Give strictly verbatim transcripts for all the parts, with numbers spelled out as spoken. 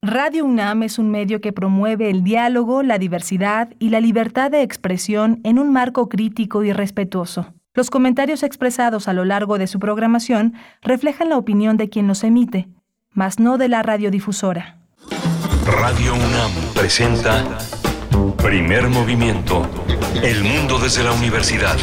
Radio UNAM es un medio que promueve el diálogo, la diversidad y la libertad de expresión en un marco crítico y respetuoso. Los comentarios expresados a lo largo de su programación reflejan la opinión de quien los emite, mas no de la radiodifusora. Radio UNAM presenta Primer Movimiento. El mundo desde la universidad.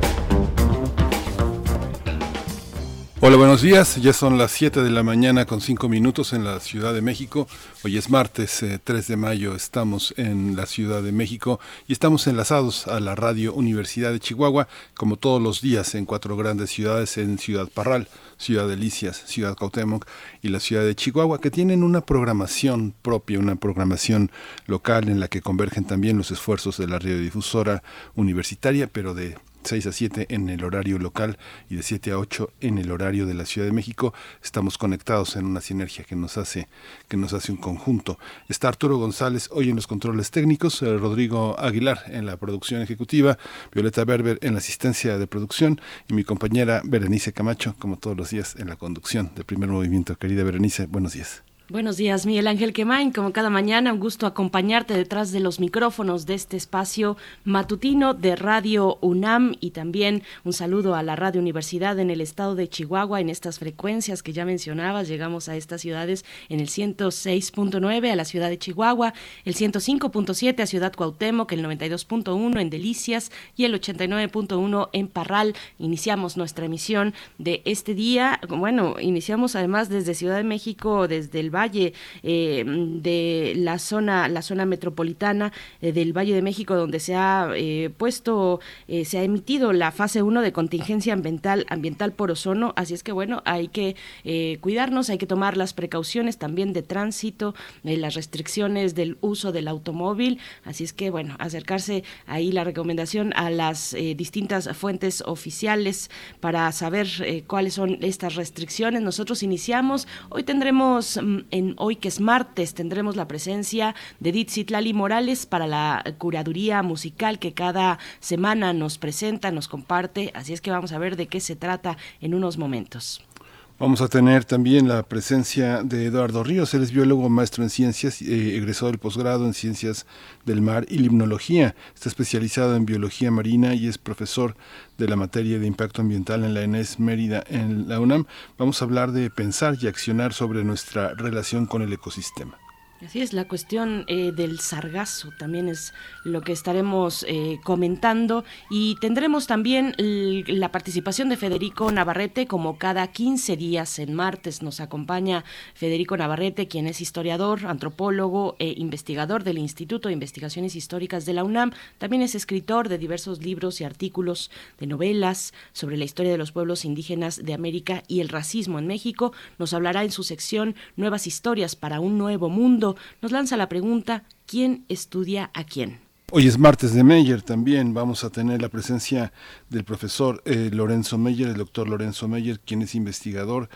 Hola, buenos días. Ya son las siete de la mañana con cinco minutos en la Ciudad de México. Hoy es martes eh, tres de mayo. Estamos en la Ciudad de México y estamos enlazados a la Radio Universidad de Chihuahua, como todos los días en cuatro grandes ciudades, en Ciudad Parral, Ciudad Delicias, Ciudad Cuauhtémoc y la Ciudad de Chihuahua, que tienen una programación propia, una programación local en la que convergen también los esfuerzos de la radiodifusora universitaria, pero de seis a siete en el horario local y de siete a ocho en el horario de la Ciudad de México. Estamos conectados en una sinergia que nos hace que nos hace un conjunto. Está Arturo González hoy en los controles técnicos, eh, Rodrigo Aguilar en la producción ejecutiva, Violeta Berber en la asistencia de producción y mi compañera Berenice Camacho, como todos los días, en la conducción del Primer Movimiento. Querida Berenice, buenos días. Buenos días, Miguel Ángel Quemain. Como cada mañana, un gusto acompañarte detrás de los micrófonos de este espacio matutino de Radio UNAM, y también un saludo a la Radio Universidad en el estado de Chihuahua, en estas frecuencias que ya mencionabas. Llegamos a estas ciudades en el ciento seis punto nueve a la ciudad de Chihuahua, el ciento cinco punto siete a Ciudad Cuauhtémoc, el noventa y dos punto uno en Delicias y el ochenta y nueve punto uno en Parral. Iniciamos nuestra emisión de este día. Bueno, iniciamos además desde Ciudad de México, desde el Valle eh, de la zona, la zona metropolitana eh, del Valle de México, donde se ha eh, puesto, eh, se ha emitido la fase uno de contingencia ambiental, ambiental por ozono. Así es que bueno, hay que eh, cuidarnos, hay que tomar las precauciones también de tránsito, eh, las restricciones del uso del automóvil. Así es que bueno, acercarse ahí la recomendación a las eh, distintas fuentes oficiales para saber eh, cuáles son estas restricciones. Nosotros iniciamos, hoy tendremos En hoy que es martes, tendremos la presencia de Edith Citlali Morales para la curaduría musical que cada semana nos presenta, nos comparte, así es que vamos a ver de qué se trata en unos momentos. Vamos a tener también la presencia de Eduardo Ríos. Él es biólogo, maestro en ciencias, eh, egresó del posgrado en ciencias del mar y limnología. Está especializado en biología marina y es profesor de la materia de impacto ambiental en la ENES Mérida en la UNAM. Vamos a hablar de pensar y accionar sobre nuestra relación con el ecosistema. Así es, la cuestión eh, del sargazo también es lo que estaremos eh, comentando, y tendremos también l- la participación de Federico Navarrete. Como cada quince días en martes nos acompaña Federico Navarrete, quien es historiador, antropólogo e investigador del Instituto de Investigaciones Históricas de la UNAM. También es escritor de diversos libros y artículos de novelas sobre la historia de los pueblos indígenas de América y el racismo en México. Nos hablará en su sección Nuevas Historias para un Nuevo Mundo. Nos lanza la pregunta: ¿quién estudia a quién? Hoy es martes de Meyer. También vamos a tener la presencia del profesor eh, Lorenzo Meyer, el doctor Lorenzo Meyer, quien es investigador,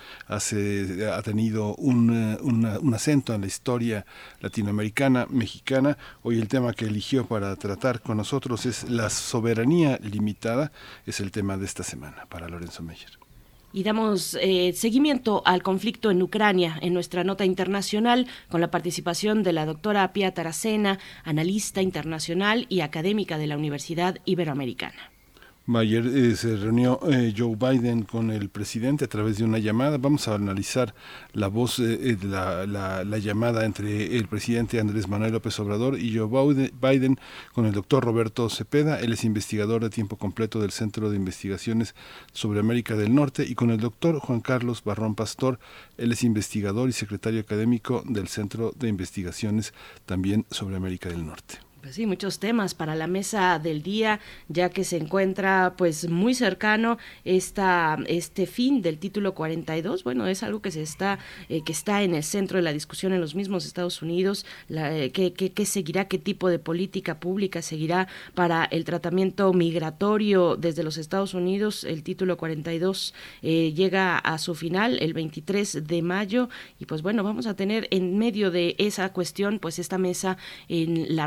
hace, ha tenido un, una, un acento en la historia latinoamericana, mexicana. Hoy el tema que eligió para tratar con nosotros es la soberanía limitada, es el tema de esta semana para Lorenzo Meyer. Y damos eh, seguimiento al conflicto en Ucrania en nuestra nota internacional, con la participación de la doctora Pia Taracena, analista internacional y académica de la Universidad Iberoamericana. Ayer eh, se reunió eh, Joe Biden con el presidente a través de una llamada. Vamos a analizar la voz, eh, la, la, la llamada entre el presidente Andrés Manuel López Obrador y Joe Biden con el doctor Roberto Cepeda. Él es investigador de tiempo completo del Centro de Investigaciones sobre América del Norte, y con el doctor Juan Carlos Barrón Pastor. Él es investigador y secretario académico del Centro de Investigaciones también sobre América del Norte. Pues sí, muchos temas para la mesa del día, ya que se encuentra pues muy cercano esta este fin del título cuarenta y dos. Bueno, es algo que se está eh, que está en el centro de la discusión en los mismos Estados Unidos. La, eh, ¿qué, qué, qué seguirá? ¿Qué tipo de política pública seguirá para el tratamiento migratorio desde los Estados Unidos? El título cuarenta y dos eh, llega a su final el veintitrés de mayo, y pues bueno, vamos a tener en medio de esa cuestión pues esta mesa en la relación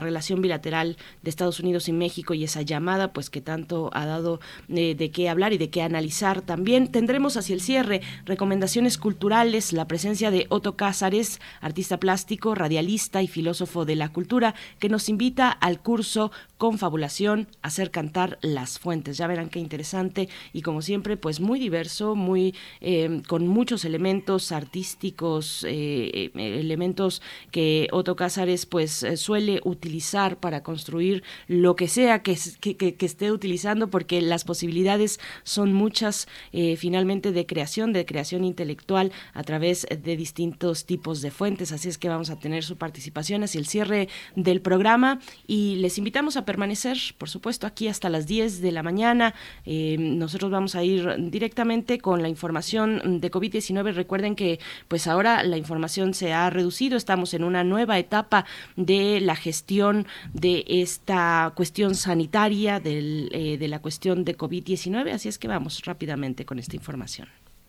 bilateral de Estados Unidos y México y esa llamada pues que tanto ha dado eh, de qué hablar y de qué analizar. También tendremos hacia el cierre recomendaciones culturales, la presencia de Otto Cázares, artista plástico, radialista y filósofo de la cultura, que nos invita al curso Confabulación, hacer cantar las fuentes. Ya verán qué interesante y como siempre pues muy diverso, muy eh, con muchos elementos artísticos, eh, elementos que Otto Cázares pues eh, suele utilizar para construir lo que sea que, que, que, que esté utilizando, porque las posibilidades son muchas eh, finalmente de creación, de creación intelectual a través de distintos tipos de fuentes. Así es que vamos a tener su participación hacia el cierre del programa y les invitamos a permanecer, por supuesto, aquí hasta las diez de la mañana. Eh, nosotros vamos a ir directamente con la información de covid diecinueve. Recuerden que pues ahora la información se ha reducido, estamos en una nueva etapa de la gestión de esta cuestión sanitaria, del, eh, de la cuestión de covid diecinueve, así es que vamos rápidamente con esta información.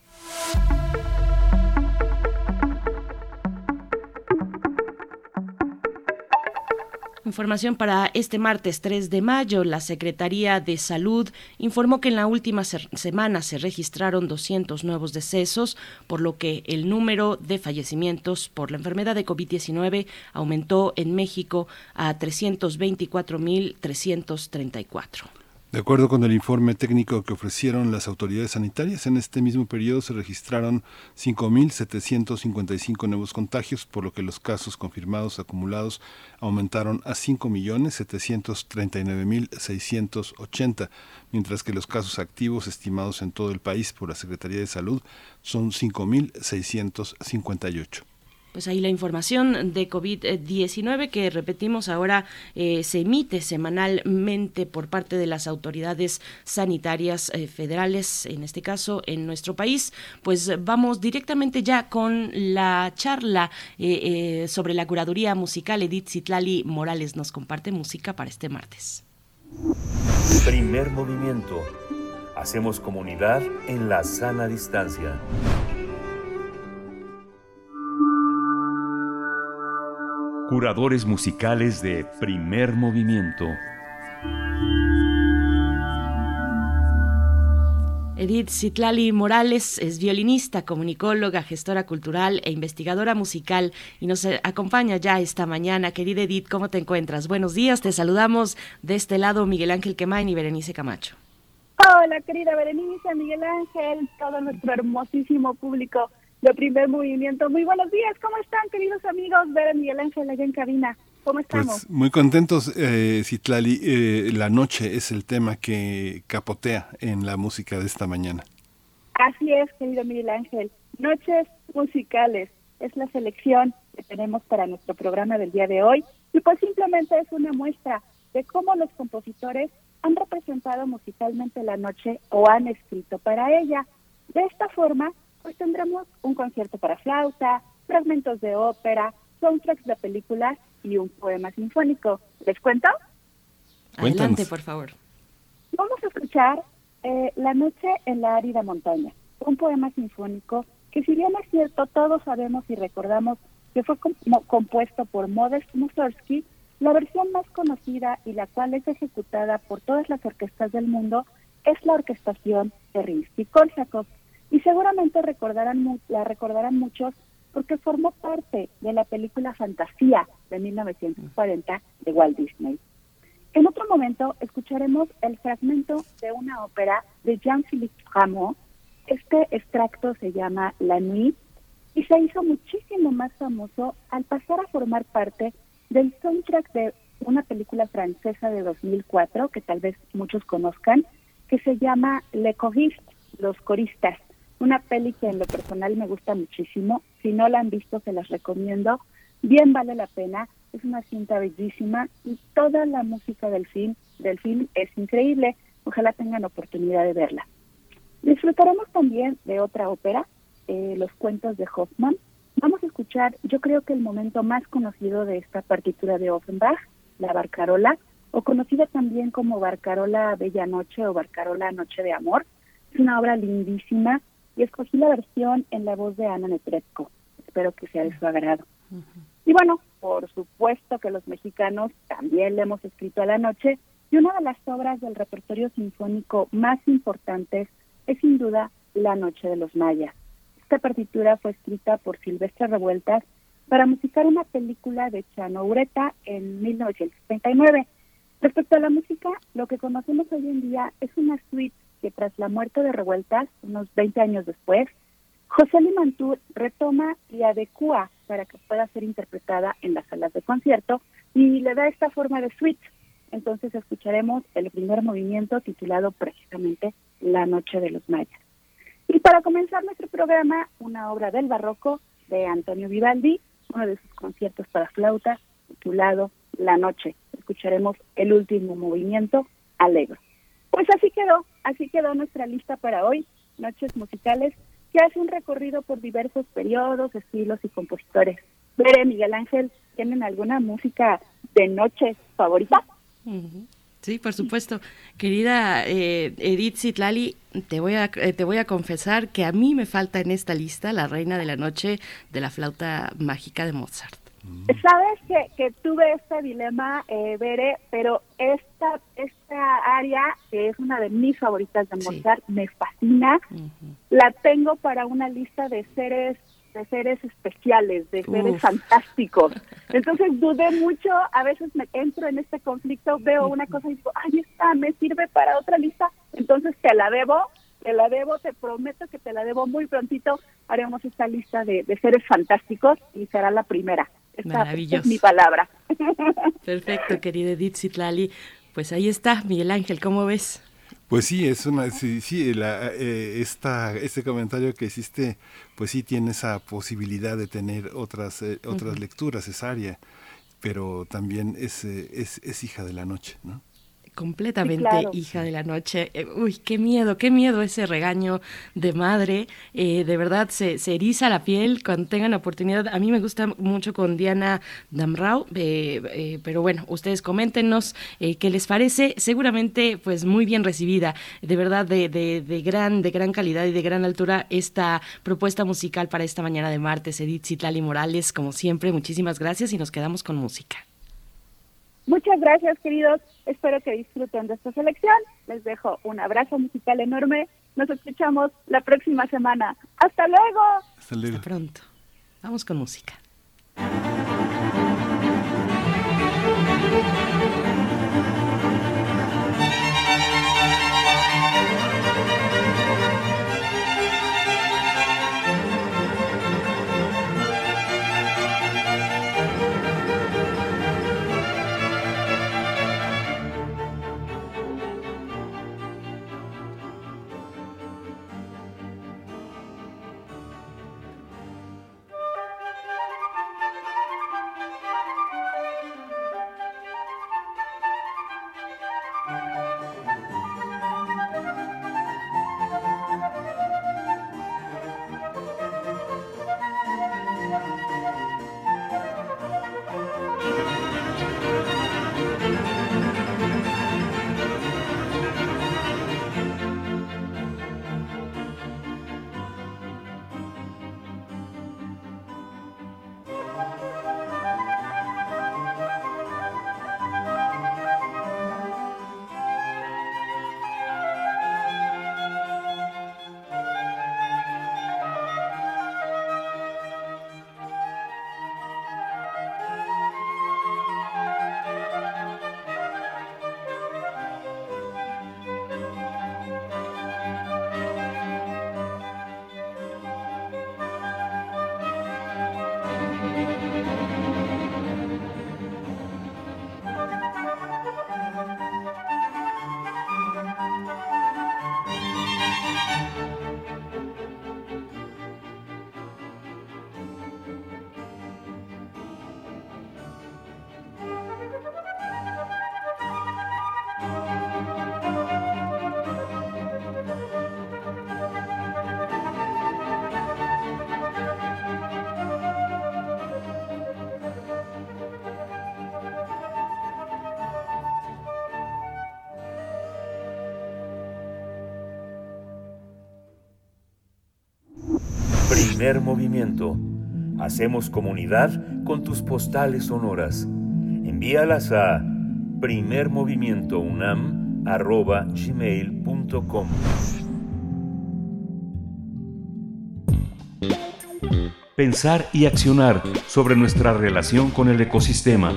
Información para este martes tres de mayo. La Secretaría de Salud informó que en la última se- semana se registraron doscientos nuevos decesos, por lo que el número de fallecimientos por la enfermedad de covid diecinueve aumentó en México a trescientos veinticuatro mil trescientos treinta y cuatro. De acuerdo con el informe técnico que ofrecieron las autoridades sanitarias, en este mismo periodo se registraron cinco mil setecientos cincuenta y cinco nuevos contagios, por lo que los casos confirmados acumulados aumentaron a cinco millones setecientos treinta y nueve mil seiscientos ochenta, mientras que los casos activos estimados en todo el país por la Secretaría de Salud son cinco mil seiscientos cincuenta y ocho. Pues ahí la información de covid diecinueve que, repetimos, ahora eh, se emite semanalmente por parte de las autoridades sanitarias eh, federales, en este caso en nuestro país. Pues vamos directamente ya con la charla eh, eh, sobre la curaduría musical. Edith Citlali Morales nos comparte música para este martes. Primer movimiento. Hacemos comunidad en la sana distancia. Curadores musicales de Primer Movimiento. Edith Citlali Morales es violinista, comunicóloga, gestora cultural e investigadora musical y nos acompaña ya esta mañana. Querida Edith, ¿cómo te encuentras? Buenos días, te saludamos de este lado Miguel Ángel Quemain y Berenice Camacho. Hola, querida Berenice, Miguel Ángel, todo nuestro hermosísimo público de Primer Movimiento. Muy buenos días, ¿cómo están, queridos amigos? Ver Miguel Ángel allá en cabina. ¿Cómo estamos? Pues muy contentos, eh, Citlali. Eh, la noche es el tema que capotea en la música de esta mañana. Así es, querido Miguel Ángel. Noches musicales es la selección que tenemos para nuestro programa del día de hoy. Y pues simplemente es una muestra de cómo los compositores han representado musicalmente la noche o han escrito para ella. De esta forma, pues tendremos un concierto para flauta, fragmentos de ópera, soundtracks de películas y un poema sinfónico. ¿Les cuento? Adelante, Cuéntanos. por favor. Vamos a escuchar eh, La noche en la árida montaña, un poema sinfónico que, si bien es cierto, todos sabemos y recordamos que fue com- compuesto por Modest Mussorgsky, la versión más conocida y la cual es ejecutada por todas las orquestas del mundo es la orquestación de Rimsky-Korsakov. Y seguramente recordarán la recordarán muchos porque formó parte de la película Fantasía de mil novecientos cuarenta de Walt Disney. En otro momento escucharemos el fragmento de una ópera de Jean-Philippe Rameau. Este extracto se llama La Nuit y se hizo muchísimo más famoso al pasar a formar parte del soundtrack de una película francesa de dos mil cuatro que tal vez muchos conozcan, que se llama Les Choristes, Los Coristas. Una peli que en lo personal me gusta muchísimo. Si no la han visto, se las recomiendo. Bien vale la pena. Es una cinta bellísima y toda la música del film, del film es increíble. Ojalá tengan oportunidad de verla. Disfrutaremos también de otra ópera, eh, Los Cuentos de Hoffmann. Vamos a escuchar, yo creo que el momento más conocido de esta partitura de Offenbach, la Barcarola, o conocida también como Barcarola Bella Noche o Barcarola Noche de Amor. Es una obra lindísima y escogí la versión en la voz de Ana Netrebko. Espero que sea de su agrado. Uh-huh. Y bueno, por supuesto que los mexicanos también le hemos escrito a la noche, y una de las obras del repertorio sinfónico más importantes es sin duda La Noche de los Mayas. Esta partitura fue escrita por Silvestre Revueltas para musicar una película de Chano Ureta en mil novecientos setenta y nueve. Respecto a la música, lo que conocemos hoy en día es una suite que tras la muerte de Revueltas, unos veinte años después, José Limantur retoma y adecua para que pueda ser interpretada en las salas de concierto y le da esta forma de suite. Entonces escucharemos el primer movimiento titulado precisamente La Noche de los Mayas. Y para comenzar nuestro programa, una obra del barroco de Antonio Vivaldi, uno de sus conciertos para flauta, titulado La Noche. Escucharemos el último movimiento, Allegro. Pues así quedó, así quedó nuestra lista para hoy, Noches Musicales, que hace un recorrido por diversos periodos, estilos y compositores. Bere, Miguel Ángel, ¿tienen alguna música de noche favorita? Sí, por supuesto. Querida eh, Edith Zitlali, te voy a eh, te voy a confesar que a mí me falta en esta lista La Reina de la Noche de la flauta mágica de Mozart. Sabes que, que tuve este dilema, eh, Bere, pero esta esta área, que es una de mis favoritas de Mozart, sí, me fascina. Uh-huh. La tengo para una lista de seres de seres especiales, de seres Uf. fantásticos. Entonces dudé mucho, a veces me entro en este conflicto, veo una cosa y digo, ay, esta me sirve para otra lista, entonces te la debo, te la debo, te prometo que te la debo muy prontito, haremos esta lista de, de seres fantásticos y será la primera. Esta, esta es mi palabra. Perfecto, querida Edith Zitlali. Pues ahí está, Miguel Ángel, ¿cómo ves? Pues sí, es una, sí, sí la, eh, esta, este comentario que hiciste, pues sí tiene esa posibilidad de tener otras, eh, otras uh-huh. lecturas, esa área, pero también es, eh, es, es hija de la noche, ¿no? Completamente sí, claro. Hija de la noche. Uy, qué miedo, qué miedo ese regaño de madre. Eh, de verdad se, se eriza la piel cuando tengan la oportunidad. A mí me gusta mucho con Diana Damrau, eh, eh, pero bueno, ustedes coméntenos eh, qué les parece. Seguramente, pues muy bien recibida. De verdad, de, de, de gran, de gran calidad y de gran altura esta propuesta musical para esta mañana de martes. Edith Zitlali Morales, como siempre, muchísimas gracias y nos quedamos con música. Muchas gracias, queridos. Espero que disfruten de esta selección. Les dejo un abrazo musical enorme. Nos escuchamos la próxima semana. ¡Hasta luego! Hasta luego. Hasta pronto. Vamos con música. Primer movimiento. Hacemos comunidad con tus postales sonoras. Envíalas a primermovimientounam arroba gmail punto com. Pensar y accionar sobre nuestra relación con el ecosistema.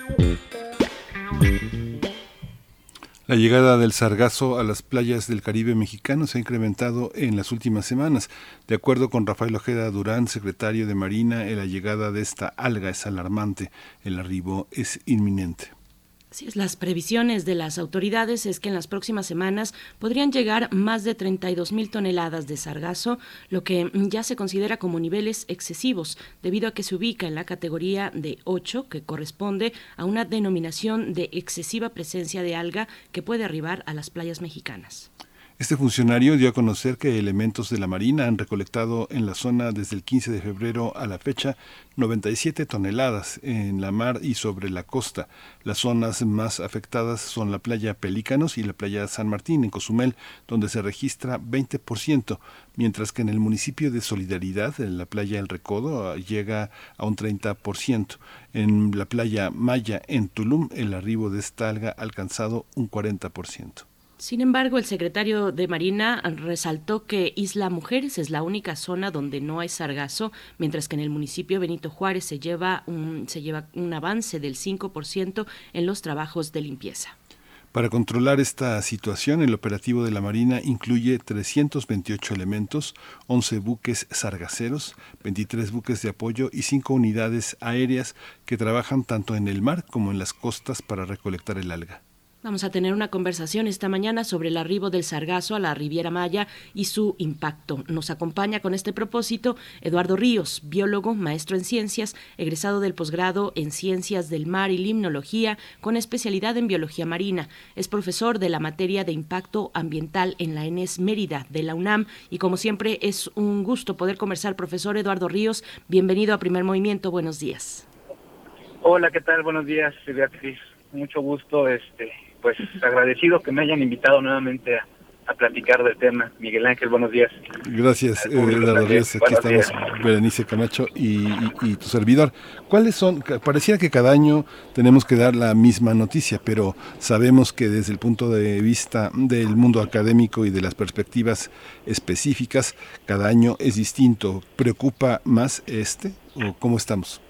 La llegada del sargazo a las playas del Caribe mexicano se ha incrementado en las últimas semanas. De acuerdo con Rafael Ojeda Durán, secretario de Marina, la llegada de esta alga es alarmante. El arribo es inminente. Así es, las previsiones de las autoridades es que en las próximas semanas podrían llegar más de treinta y dos mil toneladas de sargazo, lo que ya se considera como niveles excesivos, debido a que se ubica en la categoría de ocho, que corresponde a una denominación de excesiva presencia de alga que puede arribar a las playas mexicanas. Este funcionario dio a conocer que elementos de la Marina han recolectado en la zona desde el quince de febrero a la fecha noventa y siete toneladas en la mar y sobre la costa. Las zonas más afectadas son la playa Pelícanos y la playa San Martín en Cozumel, donde se registra veinte por ciento, mientras que en el municipio de Solidaridad, en la playa El Recodo, llega a un treinta por ciento. En la playa Maya en Tulum, el arribo de esta alga ha alcanzado un cuarenta por ciento. Sin embargo, el secretario de Marina resaltó que Isla Mujeres es la única zona donde no hay sargazo, mientras que en el municipio Benito Juárez se lleva un, se lleva un avance del cinco por ciento en los trabajos de limpieza. Para controlar esta situación, el operativo de la Marina incluye trescientos veintiocho elementos, once buques sargaceros, veintitrés buques de apoyo y cinco unidades aéreas que trabajan tanto en el mar como en las costas para recolectar el alga. Vamos a tener una conversación esta mañana sobre el arribo del sargazo a la Riviera Maya y su impacto. Nos acompaña con este propósito Eduardo Ríos, biólogo, maestro en ciencias, egresado del posgrado en Ciencias del Mar y Limnología, con especialidad en Biología Marina. Es profesor de la materia de Impacto Ambiental en la ENES Mérida de la UNAM y como siempre es un gusto poder conversar. Profesor Eduardo Ríos, bienvenido a Primer Movimiento, buenos días. Hola, ¿qué tal? Buenos días, Beatriz. Mucho gusto, este... pues agradecido que me hayan invitado nuevamente a, a platicar del tema. Miguel Ángel, buenos días. Gracias, Eduardo Ríos. Aquí estamos, días. Berenice Camacho y, y, y tu servidor. ¿Cuáles son? Pareciera que cada año tenemos que dar la misma noticia, pero sabemos que desde el punto de vista del mundo académico y de las perspectivas específicas, cada año es distinto. ¿Preocupa más este o cómo estamos?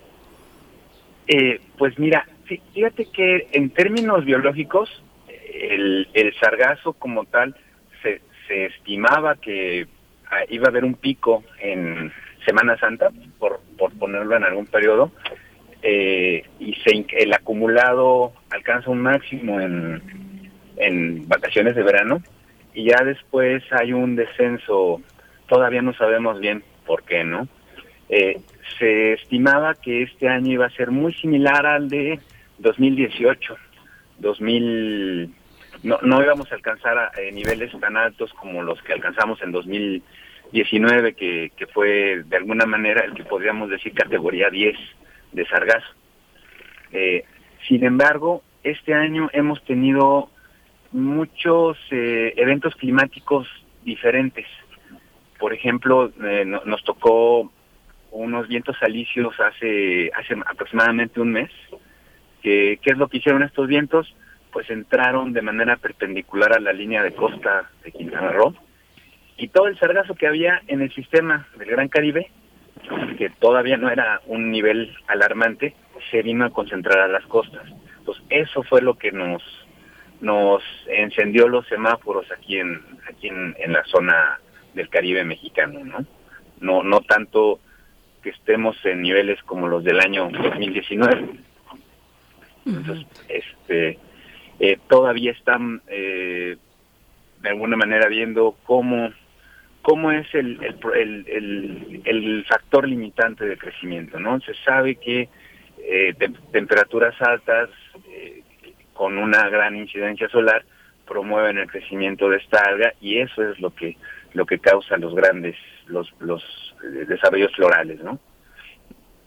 Eh, pues mira, fíjate que en términos biológicos, el, el sargazo como tal, se, se estimaba que ah, iba a haber un pico en Semana Santa, por, por ponerlo en algún periodo, eh, y se, el acumulado alcanza un máximo en, en vacaciones de verano, y ya después hay un descenso, todavía no sabemos bien por qué, ¿no? Eh, se estimaba que este año iba a ser muy similar al de dos mil dieciocho, dos mil no no íbamos a alcanzar a, eh, niveles tan altos como los que alcanzamos en dos mil diecinueve, que, que fue de alguna manera el que podríamos decir categoría diez de sargazo. Eh, sin embargo, este año hemos tenido muchos eh, eventos climáticos diferentes. Por ejemplo, eh, no, nos tocó unos vientos alisios hace hace aproximadamente un mes. ¿Qué es lo que hicieron estos vientos? Pues entraron de manera perpendicular a la línea de costa de Quintana Roo, y todo el sargazo que había en el sistema del Gran Caribe, que todavía no era un nivel alarmante, se vino a concentrar a las costas. Entonces eso fue lo que nos nos encendió los semáforos aquí en aquí en, en la zona del Caribe mexicano, ¿no? No no tanto que estemos en niveles como los del año dos mil diecinueve. Entonces, este, eh, todavía están eh, de alguna manera viendo cómo cómo es el el, el el el factor limitante de crecimiento, ¿no? Se sabe que eh, te, temperaturas altas eh, con una gran incidencia solar promueven el crecimiento de esta alga, y eso es lo que lo que causa los grandes los los eh, desarrollos florales, ¿no?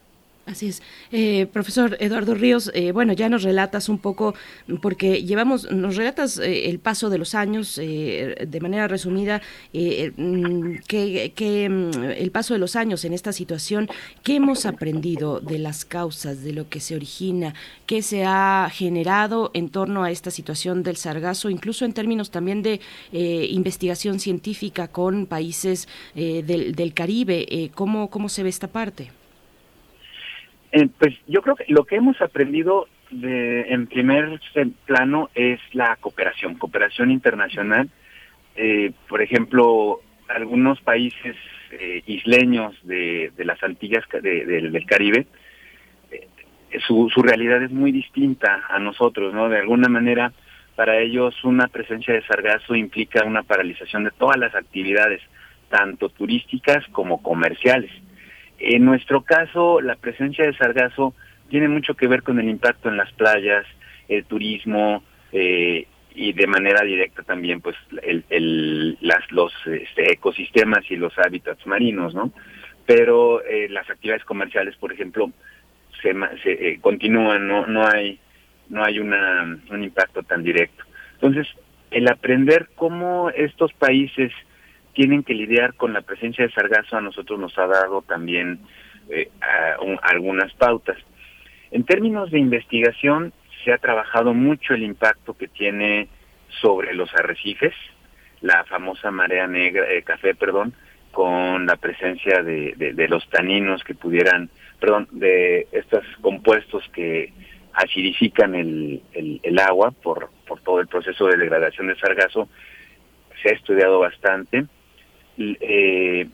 Así es. Eh, profesor Eduardo Ríos, eh, bueno, ya nos relatas un poco, porque llevamos, nos relatas eh, el paso de los años, eh, de manera resumida, eh, que, que el paso de los años en esta situación, ¿qué hemos aprendido de las causas, de lo que se origina, qué se ha generado en torno a esta situación del sargazo, incluso en términos también de eh, investigación científica con países eh, del, del Caribe? Eh, ¿cómo, ¿Cómo se ve esta parte? Eh, pues yo creo que lo que hemos aprendido de, en primer plano es la cooperación, cooperación internacional. Eh, por ejemplo, algunos países eh, isleños de, de las Antillas de, de, del Caribe, eh, su, su realidad es muy distinta a nosotros, ¿no? De alguna manera, para ellos una presencia de sargazo implica una paralización de todas las actividades, tanto turísticas como comerciales. En nuestro caso, la presencia de sargazo tiene mucho que ver con el impacto en las playas, el turismo eh, y de manera directa también, pues, el, el, las, los este, ecosistemas y los hábitats marinos, ¿no? Pero eh, las actividades comerciales, por ejemplo, se, se eh, continúan, no, no hay, no hay una, un impacto tan directo. Entonces, el aprender cómo estos países tienen que lidiar con la presencia de sargazo a nosotros nos ha dado también eh, a, un, algunas pautas. En términos de investigación, se ha trabajado mucho el impacto que tiene sobre los arrecifes, la famosa marea negra, eh, café, perdón, con la presencia de, de, de los taninos que pudieran, perdón, de estos compuestos que acidifican el, el, el agua por, por todo el proceso de degradación de sargazo. Se ha estudiado bastante. Eh,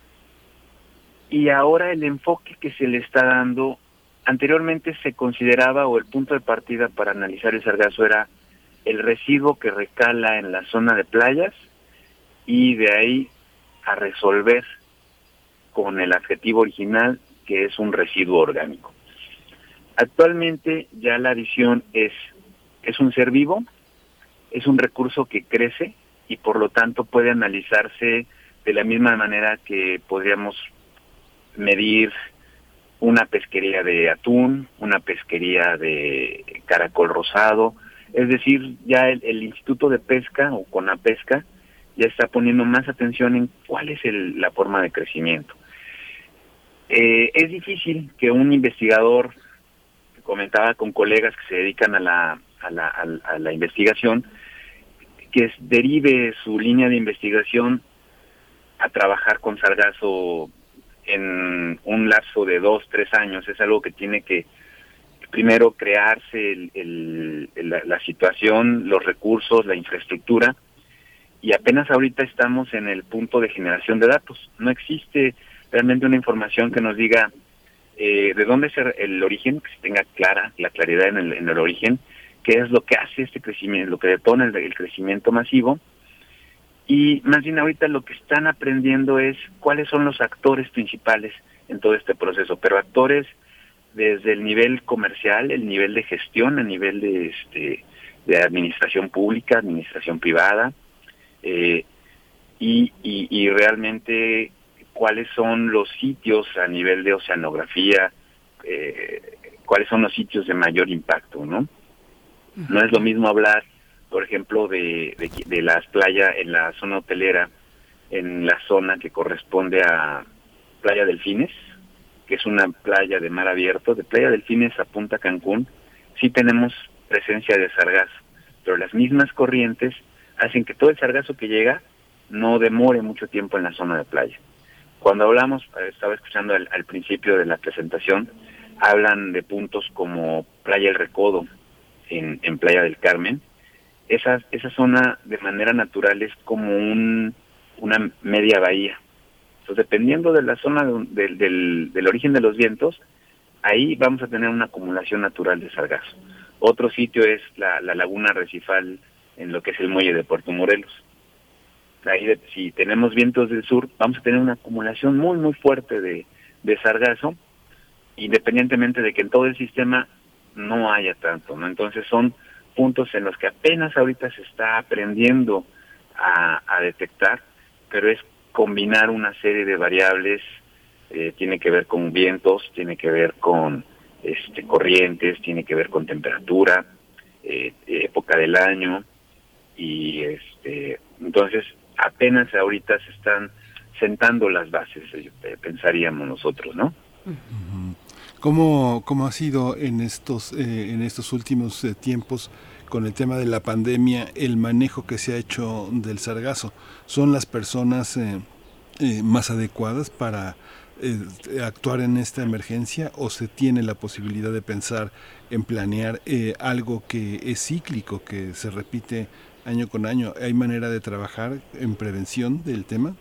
y ahora el enfoque que se le está dando, anteriormente se consideraba, o el punto de partida para analizar el sargazo era el residuo que recala en la zona de playas, y de ahí a resolver con el adjetivo original, que es un residuo orgánico. Actualmente ya la visión es, es un ser vivo, es un recurso que crece y por lo tanto puede analizarse de la misma manera que podríamos medir una pesquería de atún, una pesquería de caracol rosado. Es decir, ya el, el Instituto de Pesca o CONAPESCA ya está poniendo más atención en cuál es el, la forma de crecimiento. Eh, es difícil que un investigador, comentaba con colegas que se dedican a la, a la, a la, a la investigación, que derive su línea de investigación a trabajar con sargazo en un lapso de dos, tres años. Es algo que tiene que primero crearse el, el, la, la situación, los recursos, la infraestructura, y apenas ahorita estamos en el punto de generación de datos. No existe realmente una información que nos diga eh, de dónde es el origen, que se tenga clara, la claridad en el, en el origen, qué es lo que hace este crecimiento, lo que detona el, el crecimiento masivo. Y más bien ahorita lo que están aprendiendo es cuáles son los actores principales en todo este proceso, pero actores desde el nivel comercial, el nivel de gestión, el nivel de este de administración pública, administración privada, eh, y, y, y realmente cuáles son los sitios a nivel de oceanografía, eh, cuáles son los sitios de mayor impacto, ¿no? No es lo mismo hablar, por ejemplo, de, de, de las playas en la zona hotelera, en la zona que corresponde a Playa Delfines, que es una playa de mar abierto. De Playa Delfines a Punta Cancún sí tenemos presencia de sargazo, pero las mismas corrientes hacen que todo el sargazo que llega no demore mucho tiempo en la zona de playa. Cuando hablamos, estaba escuchando al, al principio de la presentación, hablan de puntos como Playa El Recodo, en, en Playa del Carmen. Esa, esa zona de manera natural es como un, una media bahía. Entonces, dependiendo de la zona de, de, del, del origen de los vientos, ahí vamos a tener una acumulación natural de sargazo. Otro sitio es la, la laguna arrecifal en lo que es el muelle de Puerto Morelos. Ahí, de, si tenemos vientos del sur, vamos a tener una acumulación muy, muy fuerte de, de sargazo, independientemente de que en todo el sistema no haya tanto, ¿no? Entonces son puntos en los que apenas ahorita se está aprendiendo a, a detectar, pero es combinar una serie de variables eh, tiene que ver con vientos, tiene que ver con este, corrientes, tiene que ver con temperatura, eh, época del año, y este entonces apenas ahorita se están sentando las bases, eh, pensaríamos nosotros, ¿no? ¿Cómo, cómo ha sido en estos eh, en estos últimos eh, tiempos con el tema de la pandemia el manejo que se ha hecho del sargazo? ¿Son las personas eh, eh, más adecuadas para eh, actuar en esta emergencia, o se tiene la posibilidad de pensar en planear eh, algo que es cíclico, que se repite año con año? ¿Hay manera de trabajar en prevención del tema?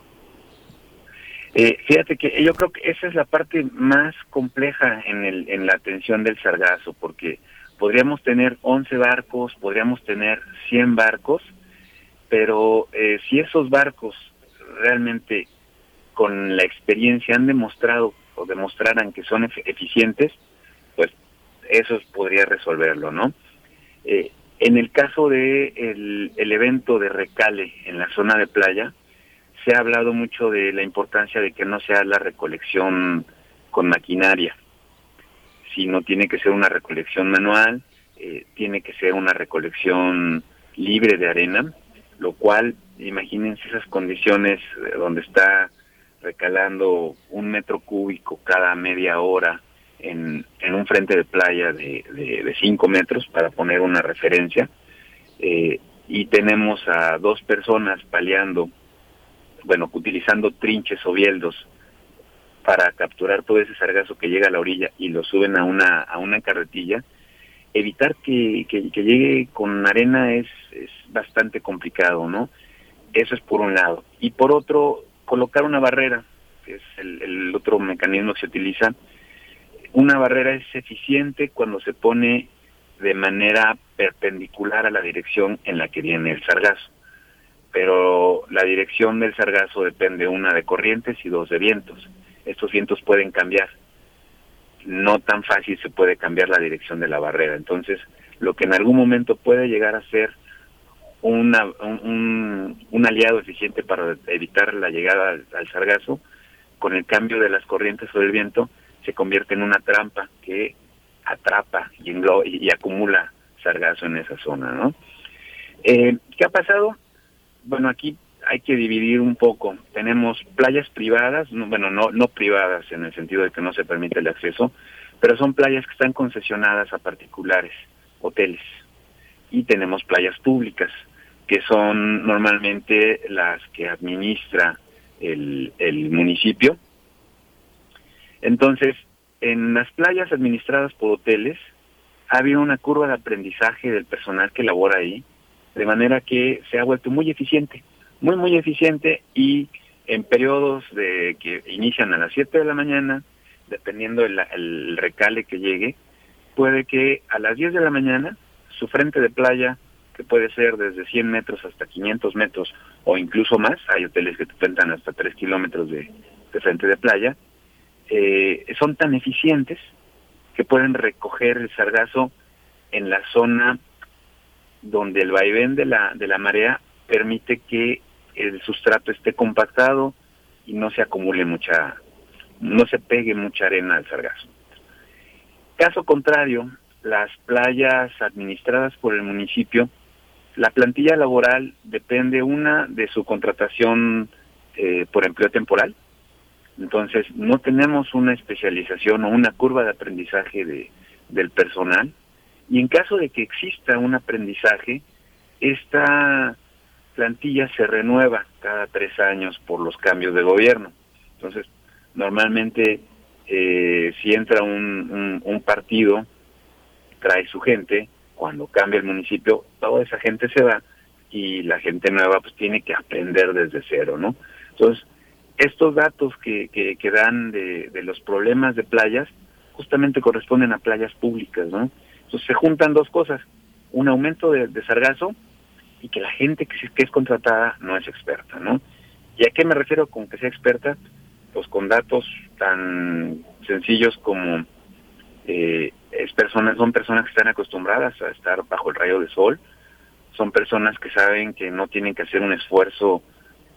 Eh, fíjate que yo creo que esa es la parte más compleja en, el, en la atención del sargazo, porque podríamos tener once barcos, podríamos tener cien barcos, pero eh, si esos barcos realmente con la experiencia han demostrado o demostraran que son efe- eficientes, pues eso podría resolverlo, ¿no? Eh, en el caso de el, el evento de recale en la zona de playa, se ha hablado mucho de la importancia de que no sea la recolección con maquinaria, sino tiene que ser una recolección manual, eh, tiene que ser una recolección libre de arena, lo cual, imagínense esas condiciones donde está recalando un metro cúbico cada media hora en, en un frente de playa de, de, de cinco metros, para poner una referencia, eh, y tenemos a dos personas paleando, bueno, utilizando trinches o bieldos para capturar todo ese sargazo que llega a la orilla y lo suben a una a una carretilla. Evitar que, que, que llegue con arena es, es bastante complicado, ¿no? Eso es por un lado. Y por otro, colocar una barrera, que es el, el otro mecanismo que se utiliza. Una barrera es eficiente cuando se pone de manera perpendicular a la dirección en la que viene el sargazo, pero la dirección del sargazo depende, una, de corrientes y dos, de vientos. Estos vientos pueden cambiar. No tan fácil se puede cambiar la dirección de la barrera. Entonces, lo que en algún momento puede llegar a ser una, un, un aliado eficiente para evitar la llegada al, al sargazo, con el cambio de las corrientes o del viento, se convierte en una trampa que atrapa y, englo- y, y acumula sargazo en esa zona, ¿no? Eh, ¿Qué ha pasado? Bueno, aquí hay que dividir un poco. Tenemos playas privadas, no, bueno, no no privadas en el sentido de que no se permite el acceso, pero son playas que están concesionadas a particulares, hoteles. Y tenemos playas públicas, que son normalmente las que administra el, el municipio. Entonces, en las playas administradas por hoteles, ha habido una curva de aprendizaje del personal que labora ahí, de manera que se ha vuelto muy eficiente, muy, muy eficiente, y en periodos de que inician a las siete de la mañana, dependiendo del el recale que llegue, puede que a las diez de la mañana, su frente de playa, que puede ser desde cien metros hasta quinientos metros, o incluso más, hay hoteles que te cuentan hasta tres kilómetros de, de frente de playa, eh, son tan eficientes que pueden recoger el sargazo en la zona donde el vaivén de la de la marea permite que el sustrato esté compactado y no se acumule mucha, no se pegue mucha arena al sargazo. Caso contrario, las playas administradas por el municipio, la plantilla laboral depende, una, de su contratación eh, por empleo temporal. Entonces, no tenemos una especialización o una curva de aprendizaje de, del personal. Y en caso de que exista un aprendizaje, esta plantilla se renueva cada tres años por los cambios de gobierno. Entonces, normalmente, eh, si entra un, un, un partido, trae su gente, cuando cambia el municipio, toda esa gente se va y la gente nueva pues tiene que aprender desde cero, ¿no? Entonces, estos datos que, que, que dan de, de los problemas de playas, justamente corresponden a playas públicas, ¿no? Entonces se juntan dos cosas, un aumento de, de sargazo y que la gente que, que es contratada no es experta, ¿no? ¿Y a qué me refiero con que sea experta? Pues con datos tan sencillos como eh, es personas, son personas que están acostumbradas a estar bajo el rayo del sol, son personas que saben que no tienen que hacer un esfuerzo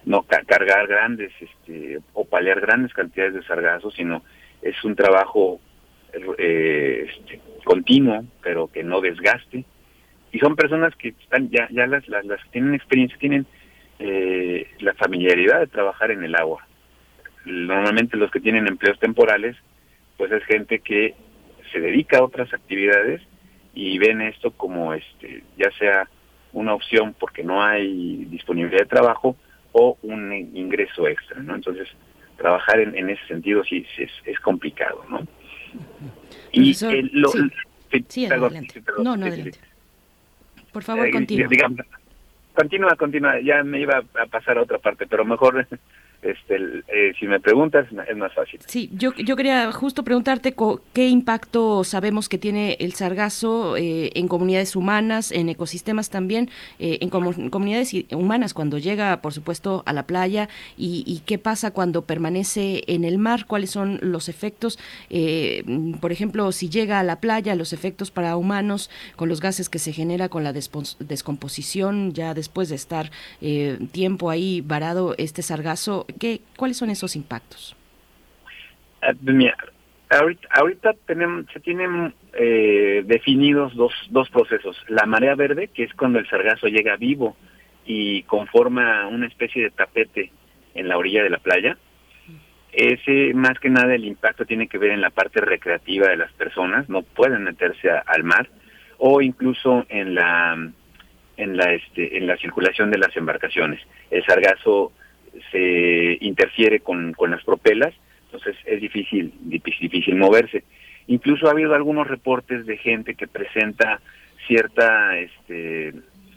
no ca- cargar grandes este, o paliar grandes cantidades de sargazo, sino es un trabajo eh, este, continuo, pero que no desgaste. Y son personas que están ya ya las las, las que tienen experiencia, tienen eh, la familiaridad de trabajar en el agua. Normalmente los que tienen empleos temporales, pues es gente que se dedica a otras actividades y ven esto como este ya sea una opción porque no hay disponibilidad de trabajo o un ingreso extra, ¿no? Entonces, trabajar en, en ese sentido sí, sí es, es complicado, ¿no? Y Profesor, eh, lo, sí, sí, sí, perdón, adelante. sí, perdón, No, no, sí, adelante. sí. Por favor, Eh, continúa. digamos, continúa, continúa. Ya me iba a pasar a otra parte, pero mejor, este, eh, si me preguntas, es más fácil. Sí, yo, yo quería justo preguntarte co- qué impacto sabemos que tiene el sargazo eh, en comunidades humanas, en ecosistemas también, eh, en comu- comunidades i- humanas cuando llega, por supuesto, a la playa y, y qué pasa cuando permanece en el mar, cuáles son los efectos, eh, mm, por ejemplo, si llega a la playa, los efectos para humanos con los gases que se genera con la despos- descomposición ya después de estar eh, tiempo ahí varado este sargazo, ¿qué, cuáles son esos impactos? Ah, pues mira, ahorita, ahorita tenemos, se tienen eh, definidos dos, dos procesos. La marea verde, que es cuando el sargazo llega vivo y conforma una especie de tapete en la orilla de la playa. Ese, más que nada, el impacto tiene que ver en la parte recreativa de las personas, no pueden meterse a, al mar, o incluso en la en la este en la circulación de las embarcaciones. El sargazo se interfiere con, con las propelas, entonces es difícil, difícil difícil moverse. Incluso ha habido algunos reportes de gente que presenta cierta este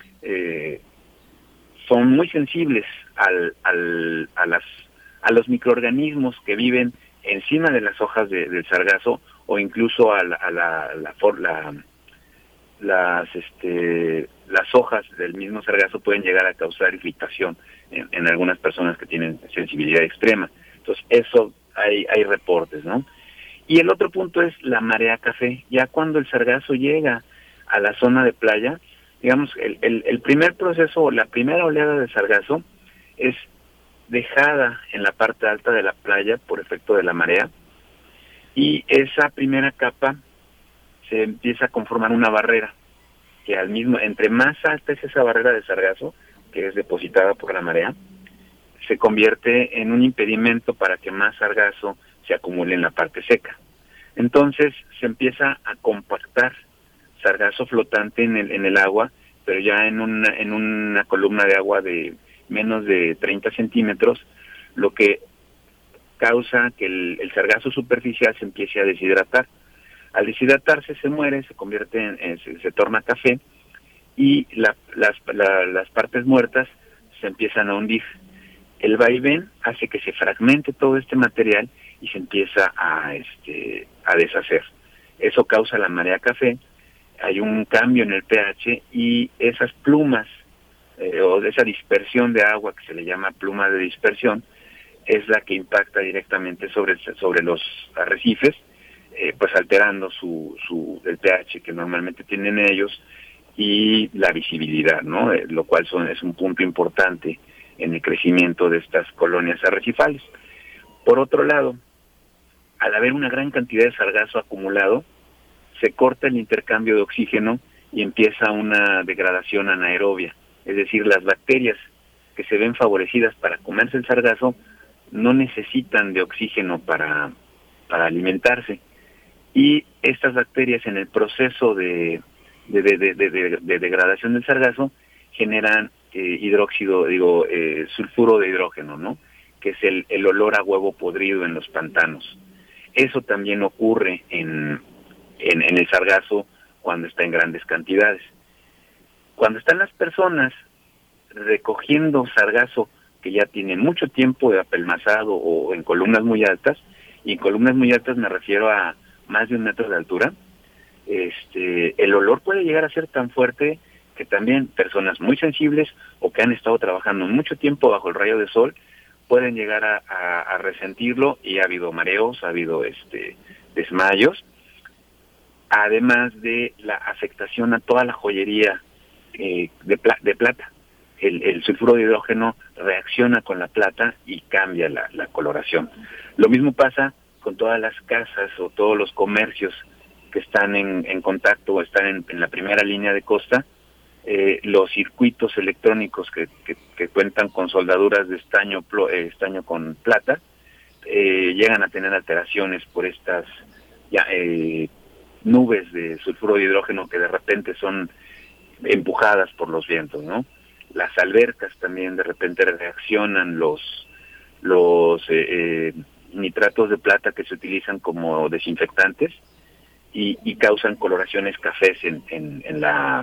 eh, son muy sensibles al, al a las a los microorganismos que viven encima de las hojas de, del sargazo, o incluso a la, a la, la, la las este las hojas del mismo sargazo pueden llegar a causar irritación en, en algunas personas que tienen sensibilidad extrema. Entonces eso hay hay reportes, ¿no? Y el otro punto es la marea café. Ya cuando el sargazo llega a la zona de playa, digamos, el, el, el primer proceso, la primera oleada de sargazo es dejada en la parte alta de la playa por efecto de la marea, y esa primera capa se empieza a conformar una barrera, que al mismo, entre más alta es esa barrera de sargazo, que es depositada por la marea, se convierte en un impedimento para que más sargazo se acumule en la parte seca. Entonces se empieza a compactar sargazo flotante en el, en el agua, pero ya en una, en una columna de agua de menos de treinta centímetros, lo que causa que el, el sargazo superficial se empiece a deshidratar. Al deshidratarse se muere, se convierte en, en se, se torna café, y la, las, la, las partes muertas se empiezan a hundir. El vaivén hace que se fragmente todo este material y se empieza a este a deshacer. Eso causa la marea café. Hay un cambio en el pH y esas plumas eh, o de esa dispersión de agua, que se le llama pluma de dispersión, es la que impacta directamente sobre sobre los arrecifes, eh, pues alterando su su el pH que normalmente tienen ellos y la visibilidad, ¿no? Eh, lo cual son es un punto importante en el crecimiento de estas colonias arrecifales. Por otro lado, al haber una gran cantidad de sargazo acumulado, se corta el intercambio de oxígeno y empieza una degradación anaerobia, es decir, las bacterias que se ven favorecidas para comerse el sargazo no necesitan de oxígeno para, para alimentarse, y estas bacterias en el proceso de, de, de, de, de, de degradación del sargazo generan eh, hidróxido, digo, eh, sulfuro de hidrógeno, ¿no? Que es el, el olor a huevo podrido en los pantanos. Eso también ocurre en, en, en el sargazo cuando está en grandes cantidades. Cuando están las personas recogiendo sargazo que ya tienen mucho tiempo de apelmazado o en columnas muy altas, y en columnas muy altas me refiero a más de un metro de altura, este, el olor puede llegar a ser tan fuerte que también personas muy sensibles o que han estado trabajando mucho tiempo bajo el rayo de sol pueden llegar a, a, a resentirlo, y ha habido mareos, ha habido este desmayos, además de la afectación a toda la joyería eh, de, pla de plata. el, el sulfuro de hidrógeno reacciona con la plata y cambia la, la coloración. Lo mismo pasa con todas las casas o todos los comercios que están en, en contacto o están en, en la primera línea de costa. Eh, los circuitos electrónicos que, que, que cuentan con soldaduras de estaño, plo, eh, estaño con plata, eh, llegan a tener alteraciones por estas ya, eh, nubes de sulfuro de hidrógeno que de repente son empujadas por los vientos, ¿no? Las albercas también de repente reaccionan los los eh, eh, nitratos de plata que se utilizan como desinfectantes y, y causan coloraciones cafés en, en, en la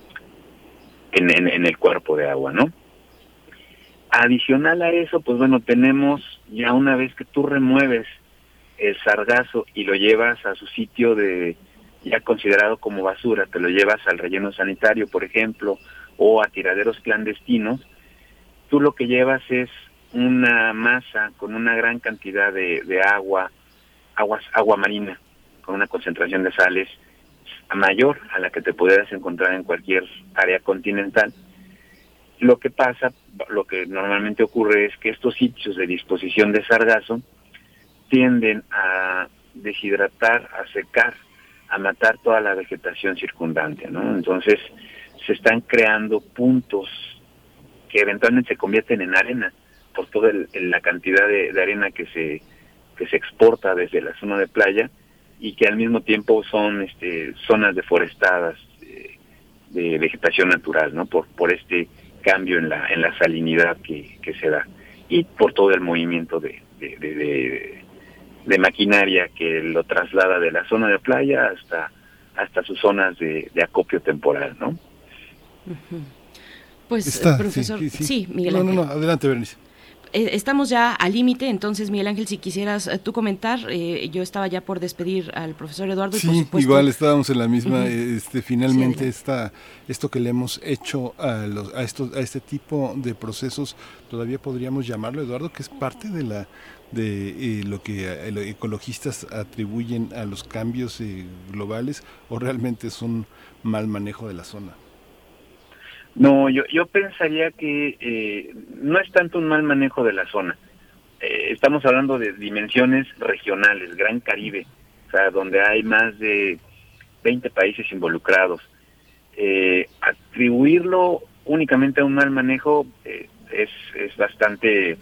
en, en, en el cuerpo de agua, ¿no? Adicional a eso, pues bueno, tenemos ya una vez que tú remueves el sargazo y lo llevas a su sitio de ya considerado como basura, te lo llevas al relleno sanitario, por ejemplo, o a tiraderos clandestinos, tú lo que llevas es una masa con una gran cantidad de, de agua, aguas, agua marina, con una concentración de sales mayor a la que te pudieras encontrar en cualquier área continental. Lo que pasa, lo que normalmente ocurre es que estos sitios de disposición de sargazo tienden a deshidratar, a secar, a matar toda la vegetación circundante, ¿no? Entonces se están creando puntos que eventualmente se convierten en arena por toda el, la cantidad de, de arena que se que se exporta desde la zona de playa y que al mismo tiempo son este, zonas deforestadas de, de vegetación natural, ¿no? Por por este cambio en la en la salinidad que, que se da y por todo el movimiento de, de, de, de de maquinaria que lo traslada de la zona de playa hasta hasta sus zonas de, de acopio temporal, ¿no? Uh-huh. Pues, Está, profesor, sí, sí. sí, Miguel no, Ángel. No, no, adelante, Berenice. Estamos ya al límite, entonces, Miguel Ángel, si quisieras tú comentar, eh, yo estaba ya por despedir al profesor Eduardo. Sí, y por supuesto, igual estábamos en la misma, uh-huh. este, finalmente sí, esta, esto que le hemos hecho a, los, a, estos, a este tipo de procesos, todavía podríamos llamarlo, Eduardo, que es parte de la de eh, lo que eh, los ecologistas atribuyen a los cambios eh, globales, o realmente es un mal manejo de la zona. No, yo yo pensaría que eh, no es tanto un mal manejo de la zona. Eh, estamos hablando de dimensiones regionales, Gran Caribe, o sea, donde hay más de veinte países involucrados. Eh, atribuirlo únicamente a un mal manejo eh, es, es bastante,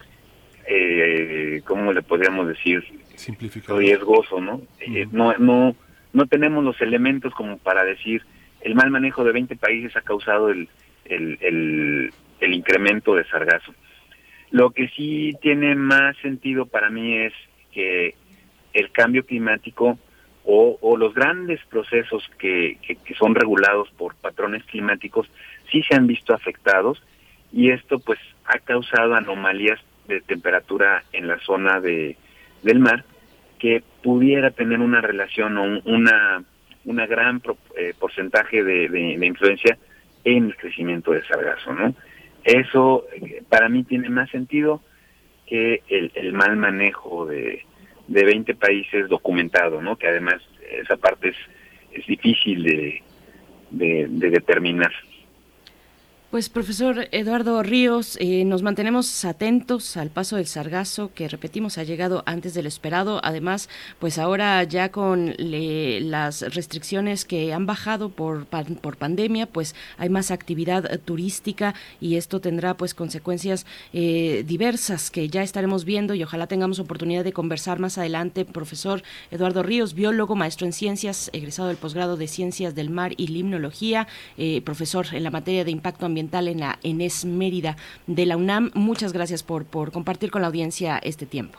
eh, ¿cómo le podríamos decir? Simplificado. Riesgoso, ¿no? Uh-huh. Eh, no, no, no tenemos los elementos como para decir el mal manejo de veinte países ha causado el, el, el, el incremento de sargazo. Lo que sí tiene más sentido para mí es que el cambio climático o, o los grandes procesos que, que, que son regulados por patrones climáticos sí se han visto afectados y esto pues ha causado anomalías de temperatura en la zona de del mar que pudiera tener una relación o un, una una gran pro, eh, porcentaje de, de, de influencia en el crecimiento de sargazo, ¿no? Eso eh, para mí tiene más sentido que el, el mal manejo de, de veinte países documentado, ¿no? Que además esa parte es, es difícil de, de, de determinar. Pues profesor Eduardo Ríos, eh, nos mantenemos atentos al paso del sargazo que repetimos ha llegado antes de lo esperado. Además, pues ahora ya con le, las restricciones que han bajado por por pandemia, pues hay más actividad turística y esto tendrá pues consecuencias eh, diversas que ya estaremos viendo y ojalá tengamos oportunidad de conversar más adelante. Profesor Eduardo Ríos, biólogo, maestro en ciencias, egresado del posgrado de Ciencias del Mar y Limnología, eh, profesor en la materia de impacto ambiental en la ENES Mérida de la UNAM. Muchas gracias por, por compartir con la audiencia este tiempo.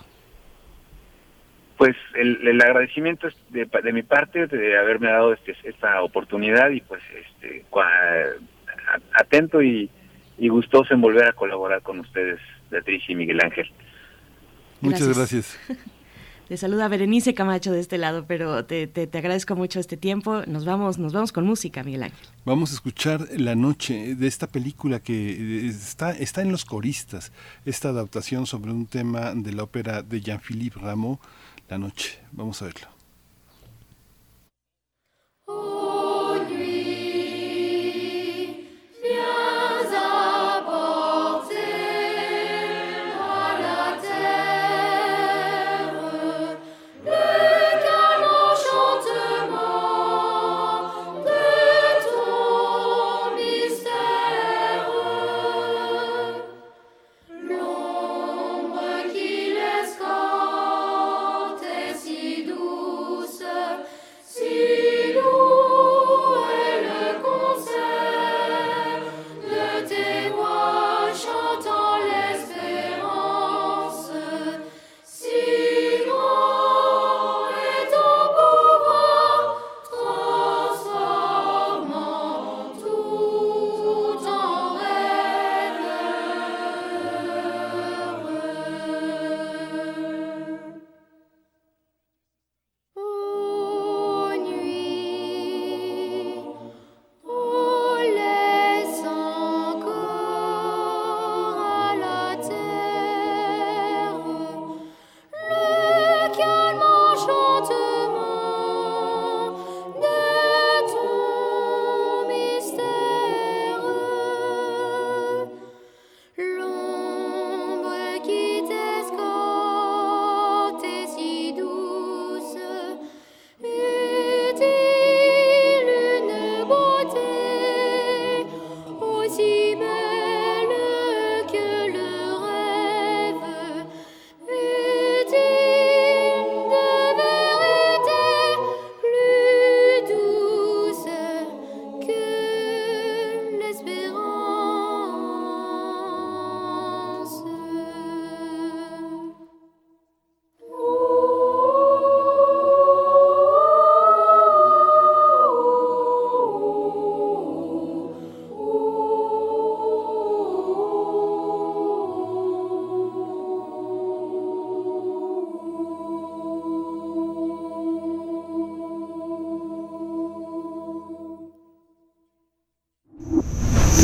Pues el, el agradecimiento es de, de mi parte de haberme dado este, esta oportunidad y pues este atento y, y gustoso en volver a colaborar con ustedes, Beatriz y Miguel Ángel. Muchas gracias. gracias. Te saluda Berenice Camacho de este lado, pero te, te, te agradezco mucho este tiempo. Nos vamos, nos vamos con música, Miguel Ángel. Vamos a escuchar La Noche de esta película que está, está en Los Coristas, esta adaptación sobre un tema de la ópera de Jean-Philippe Rameau, La Noche. Vamos a verlo. Oh, nuit, viens à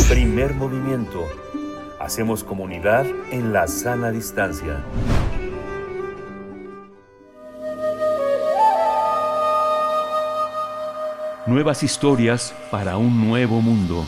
Primer movimiento. Hacemos comunidad en la sana distancia. Nuevas historias para un nuevo mundo.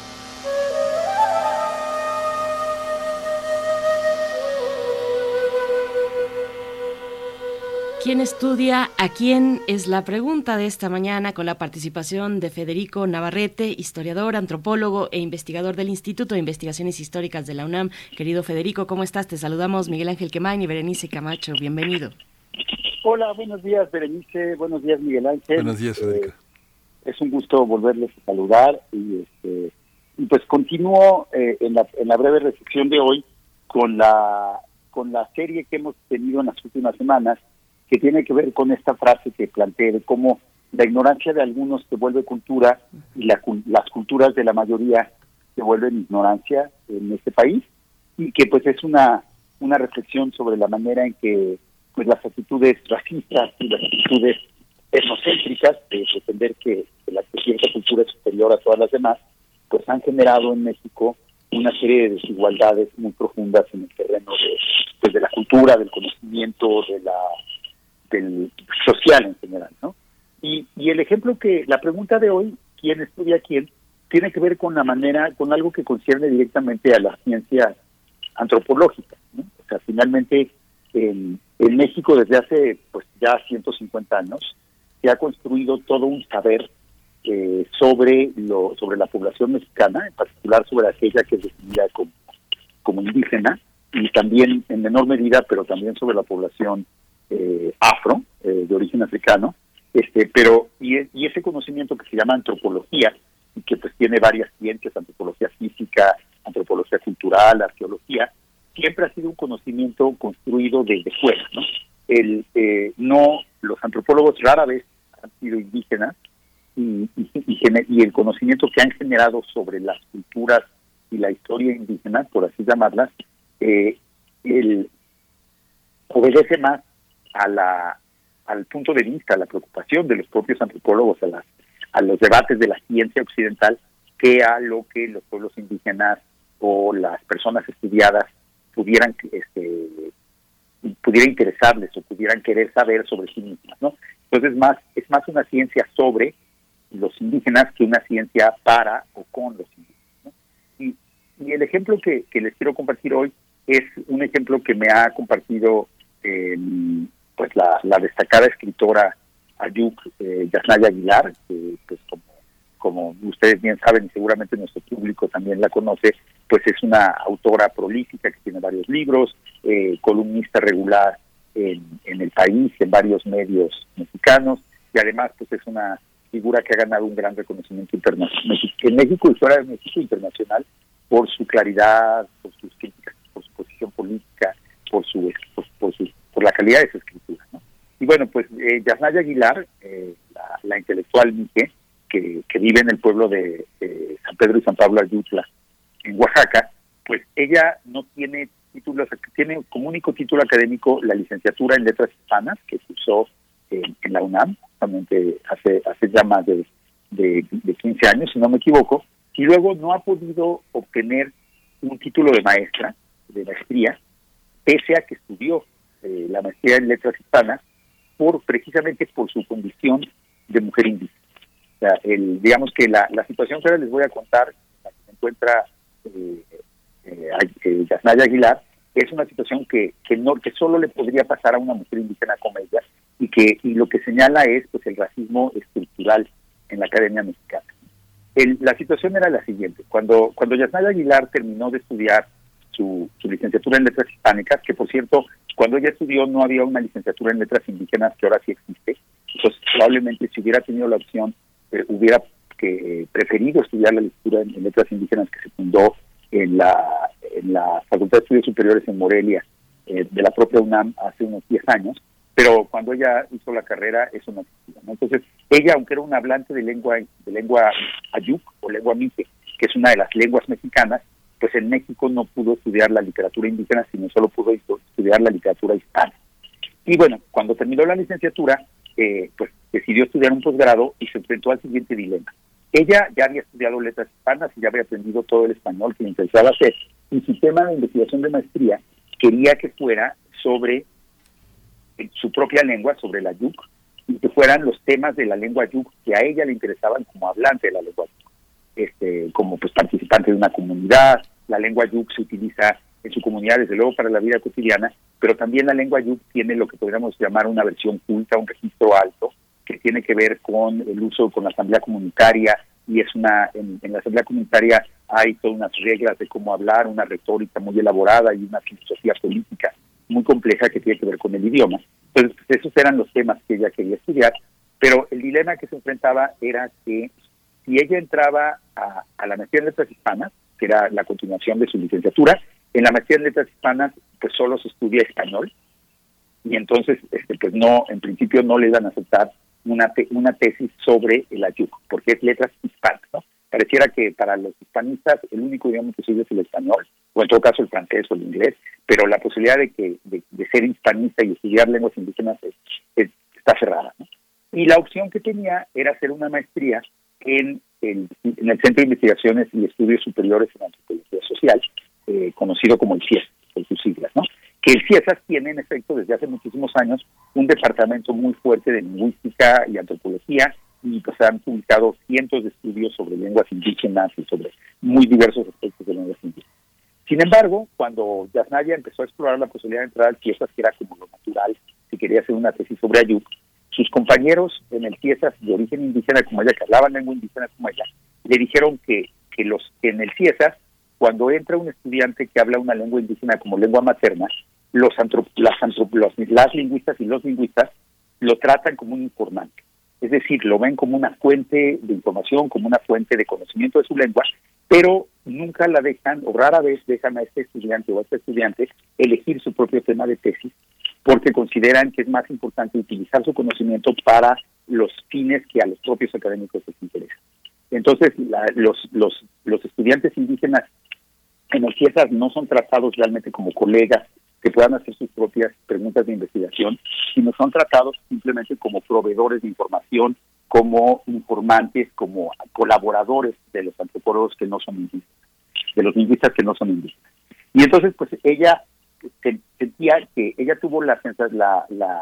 ¿Quién estudia a quién? Es la pregunta de esta mañana, con la participación de Federico Navarrete, historiador, antropólogo e investigador del Instituto de Investigaciones Históricas de la UNAM. Querido Federico, ¿cómo estás? Te saludamos Miguel Ángel Quemain y Berenice Camacho. Bienvenido. Hola, buenos días, Berenice. Buenos días, Miguel Ángel. Buenos días, Federico. Eh, es un gusto volverles a saludar y, este, y pues continúo eh, en, la, en la breve reflexión de hoy con la, con la serie que hemos tenido en las últimas semanas, que tiene que ver con esta frase que planteé de cómo la ignorancia de algunos se vuelve cultura y la, las culturas de la mayoría se vuelven ignorancia en este país, y que pues es una una reflexión sobre la manera en que pues las actitudes racistas y las actitudes etnocéntricas de pretender que, que la que cierta cultura es superior a todas las demás, pues han generado en México una serie de desigualdades muy profundas en el terreno de, pues, de la cultura, del conocimiento, de la del social en general, ¿no? Y, y el ejemplo que, la pregunta de hoy, ¿quién estudia a quién?, tiene que ver con la manera, con algo que concierne directamente a la ciencia antropológica, ¿no? O sea, finalmente, en, en México desde hace, pues, ya ciento cincuenta años, se ha construido todo un saber eh, sobre lo sobre la población mexicana, en particular sobre aquella que es definida como, como indígena, y también en menor medida, pero también sobre la población Eh, afro, eh, de origen africano, este, pero y, y ese conocimiento que se llama antropología, y que pues tiene varias ciencias, antropología física, antropología cultural, arqueología, siempre ha sido un conocimiento construido desde fuera, ¿no? El, eh, no, los antropólogos rara vez han sido indígenas, y, y, y, y el conocimiento que han generado sobre las culturas y la historia indígena, por así llamarlas, eh, el, obedece más a la al punto de vista, a la preocupación de los propios antropólogos, a las a los debates de la ciencia occidental, que a lo que los pueblos indígenas o las personas estudiadas pudieran este pudiera interesarles o pudieran querer saber sobre sí mismas, ¿no? Entonces más es más una ciencia sobre los indígenas que una ciencia para o con los indígenas, ¿no? Y, y el ejemplo que, que les quiero compartir hoy es un ejemplo que me ha compartido eh, pues la, la destacada escritora Ayuk eh, Yasnaya Aguilar, que pues como, como ustedes bien saben y seguramente nuestro público también la conoce, pues es una autora prolífica que tiene varios libros, eh, columnista regular en, en El País, en varios medios mexicanos, y además pues es una figura que ha ganado un gran reconocimiento internacional en México y fuera de México internacional por su claridad, por sus críticas, por su posición política, por su por, por su por la calidad de su escritura, ¿no? Y bueno, pues eh, Yasnaya Aguilar, eh, la, la intelectual mije, que, que vive en el pueblo de, de San Pedro y San Pablo Ayutla, en Oaxaca, pues ella no tiene títulos, tiene como único título académico la licenciatura en Letras Hispanas, que cursó en, en la UNAM, justamente hace, hace ya más de, de, de quince años, si no me equivoco, y luego no ha podido obtener un título de maestra, de maestría, pese a que estudió eh, la maestría en Letras Hispanas, por precisamente por su condición de mujer indígena. O sea, el, digamos que la, la situación que ahora les voy a contar, la que se encuentra eh, eh, eh, Yasnaya Aguilar, es una situación que que no que solo le podría pasar a una mujer indígena como ella, y que y lo que señala es pues el racismo estructural en la academia mexicana. El, la situación era la siguiente: cuando cuando Yasnaya Aguilar terminó de estudiar su, su licenciatura en Letras Hispánicas, que por cierto, cuando ella estudió no había una licenciatura en Letras Indígenas, que ahora sí existe, entonces probablemente si hubiera tenido la opción, eh, hubiera que, eh, preferido estudiar la licenciatura en, en Letras Indígenas, que se fundó en la, en la Facultad de Estudios Superiores en Morelia, eh, de la propia UNAM, hace unos diez años, pero cuando ella hizo la carrera eso no existía, ¿no? Entonces ella, aunque era una hablante de lengua de lengua ayuk o lengua mije, que es una de las lenguas mexicanas, pues en México no pudo estudiar la literatura indígena, sino solo pudo estudiar la literatura hispana. Y bueno, cuando terminó la licenciatura, eh, pues decidió estudiar un posgrado y se enfrentó al siguiente dilema. Ella ya había estudiado letras hispanas y ya había aprendido todo el español que le interesaba hacer. Y su tema de investigación de maestría quería que fuera sobre su propia lengua, sobre la yuk, y que fueran los temas de la lengua yuk que a ella le interesaban como hablante de la lengua yuk, este, como pues participante de una comunidad. La lengua yuk se utiliza en su comunidad desde luego para la vida cotidiana, pero también la lengua yuk tiene lo que podríamos llamar una versión culta, un registro alto, que tiene que ver con el uso, con la asamblea comunitaria, y es una, en, en la asamblea comunitaria hay todas unas reglas de cómo hablar, una retórica muy elaborada y una filosofía política muy compleja que tiene que ver con el idioma. Entonces, pues, esos eran los temas que ella quería estudiar, pero el dilema que se enfrentaba era que si ella entraba a, a la maestría en letras hispanas, que era la continuación de su licenciatura, en la maestría en letras hispanas pues solo se estudia español, y entonces este, pues no, en principio no le iban a aceptar una te, una tesis sobre el ayuk, porque es letras hispanas, ¿no? Pareciera que para los hispanistas el único idioma posible es el español, o en todo caso el francés o el inglés, pero la posibilidad de que de, de ser hispanista y estudiar lenguas indígenas es, es, está cerrada, ¿no? Y la opción que tenía era hacer una maestría en el, en el Centro de Investigaciones y Estudios Superiores en Antropología Social, eh, conocido como el CIESAS, por sus siglas, ¿no? Que el CIESAS tiene, en efecto, desde hace muchísimos años, un departamento muy fuerte de lingüística y antropología, y pues han publicado cientos de estudios sobre lenguas indígenas y sobre muy diversos aspectos de lenguas indígenas. Sin embargo, cuando Yasnaya empezó a explorar la posibilidad de entrar al CIESAS, que era como lo natural, si quería hacer una tesis sobre ayuk, sus compañeros en el CIESAS de origen indígena como ella, que hablaban lengua indígena como ella, le dijeron que, que, los, que en el CIESAS, cuando entra un estudiante que habla una lengua indígena como lengua materna, los, antrop, las, antrop, los las lingüistas y los lingüistas lo tratan como un informante. Es decir, lo ven como una fuente de información, como una fuente de conocimiento de su lengua, pero nunca la dejan, o rara vez dejan a este estudiante o a este estudiante elegir su propio tema de tesis, porque consideran que es más importante utilizar su conocimiento para los fines que a los propios académicos les interesa. Entonces, la, los, los, los estudiantes indígenas en el CIESAS no son tratados realmente como colegas que puedan hacer sus propias preguntas de investigación, sino son tratados simplemente como proveedores de información, como informantes, como colaboradores de los antropólogos que no son indígenas, de los lingüistas que no son indígenas. Y entonces, pues ella sentía que ella tuvo la, la, la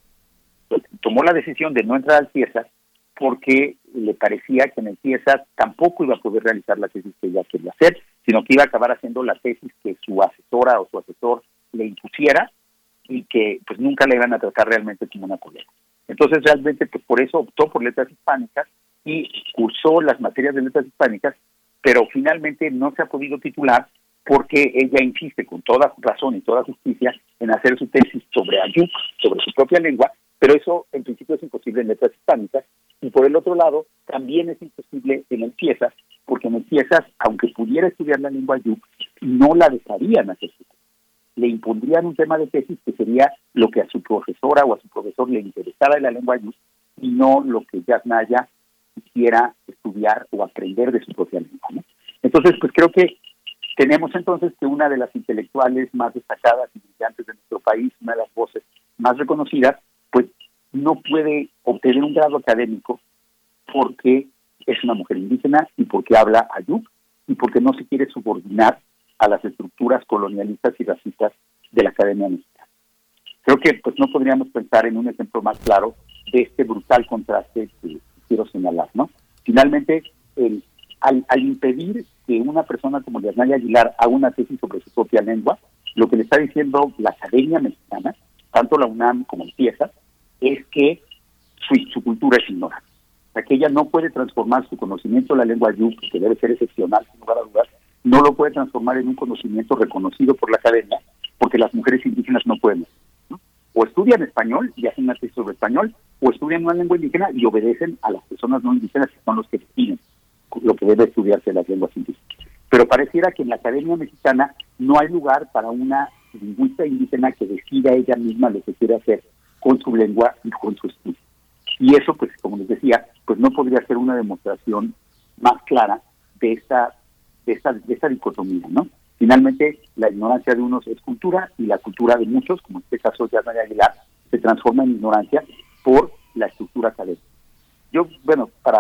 tomó la decisión de no entrar al CIESAS porque le parecía que en el CIESAS tampoco iba a poder realizar la tesis que ella quería hacer, sino que iba a acabar haciendo la tesis que su asesora o su asesor le impusiera y que pues nunca le iban a tratar realmente como una colega. Entonces realmente pues por eso optó por letras hispánicas y cursó las materias de letras hispánicas, pero finalmente no se ha podido titular porque ella insiste con toda razón y toda justicia en hacer su tesis sobre ayuk, sobre su propia lengua, pero eso en principio es imposible en letras hispánicas, y por el otro lado también es imposible en el CIESAS, porque en el CIESAS, aunque pudiera estudiar la lengua ayuk, no la dejarían hacer su tesis. Le impondrían un tema de tesis que sería lo que a su profesora o a su profesor le interesara de la lengua ayuk, y no lo que Yasnaya quisiera estudiar o aprender de su propia lengua, ¿no? Entonces, pues creo que tenemos entonces que una de las intelectuales más destacadas y brillantes de nuestro país, una de las voces más reconocidas, pues no puede obtener un grado académico porque es una mujer indígena y porque habla ayuk y porque no se quiere subordinar a las estructuras colonialistas y racistas de la Academia Mexicana. Creo que pues no podríamos pensar en un ejemplo más claro de este brutal contraste que quiero señalar, ¿no? Finalmente, el, al, al impedir que una persona como Yasnaya Aguilar haga una tesis sobre su propia lengua, lo que le está diciendo la Academia Mexicana, tanto la UNAM como el CIESAS, es que su, su cultura es ignorante. O sea, que ella no puede transformar su conocimiento de la lengua ayuk, que debe ser excepcional, sin lugar a dudas, no lo puede transformar en un conocimiento reconocido por la academia, porque las mujeres indígenas no pueden, ¿no? O estudian español y hacen una tesis sobre español, o estudian una lengua indígena y obedecen a las personas no indígenas, que son los que definen lo que debe estudiarse de las lenguas indígenas. Pero pareciera que en la Academia Mexicana no hay lugar para una lingüista indígena que decida ella misma lo que quiere hacer con su lengua y con su estudio. Y eso, pues, como les decía, pues no podría ser una demostración más clara de esta, de esta, de esta dicotomía, ¿no? Finalmente, la ignorancia de unos es cultura y la cultura de muchos, como en este caso Yasnaya Aguilar, se transforma en ignorancia por la estructura académica. Yo, bueno, para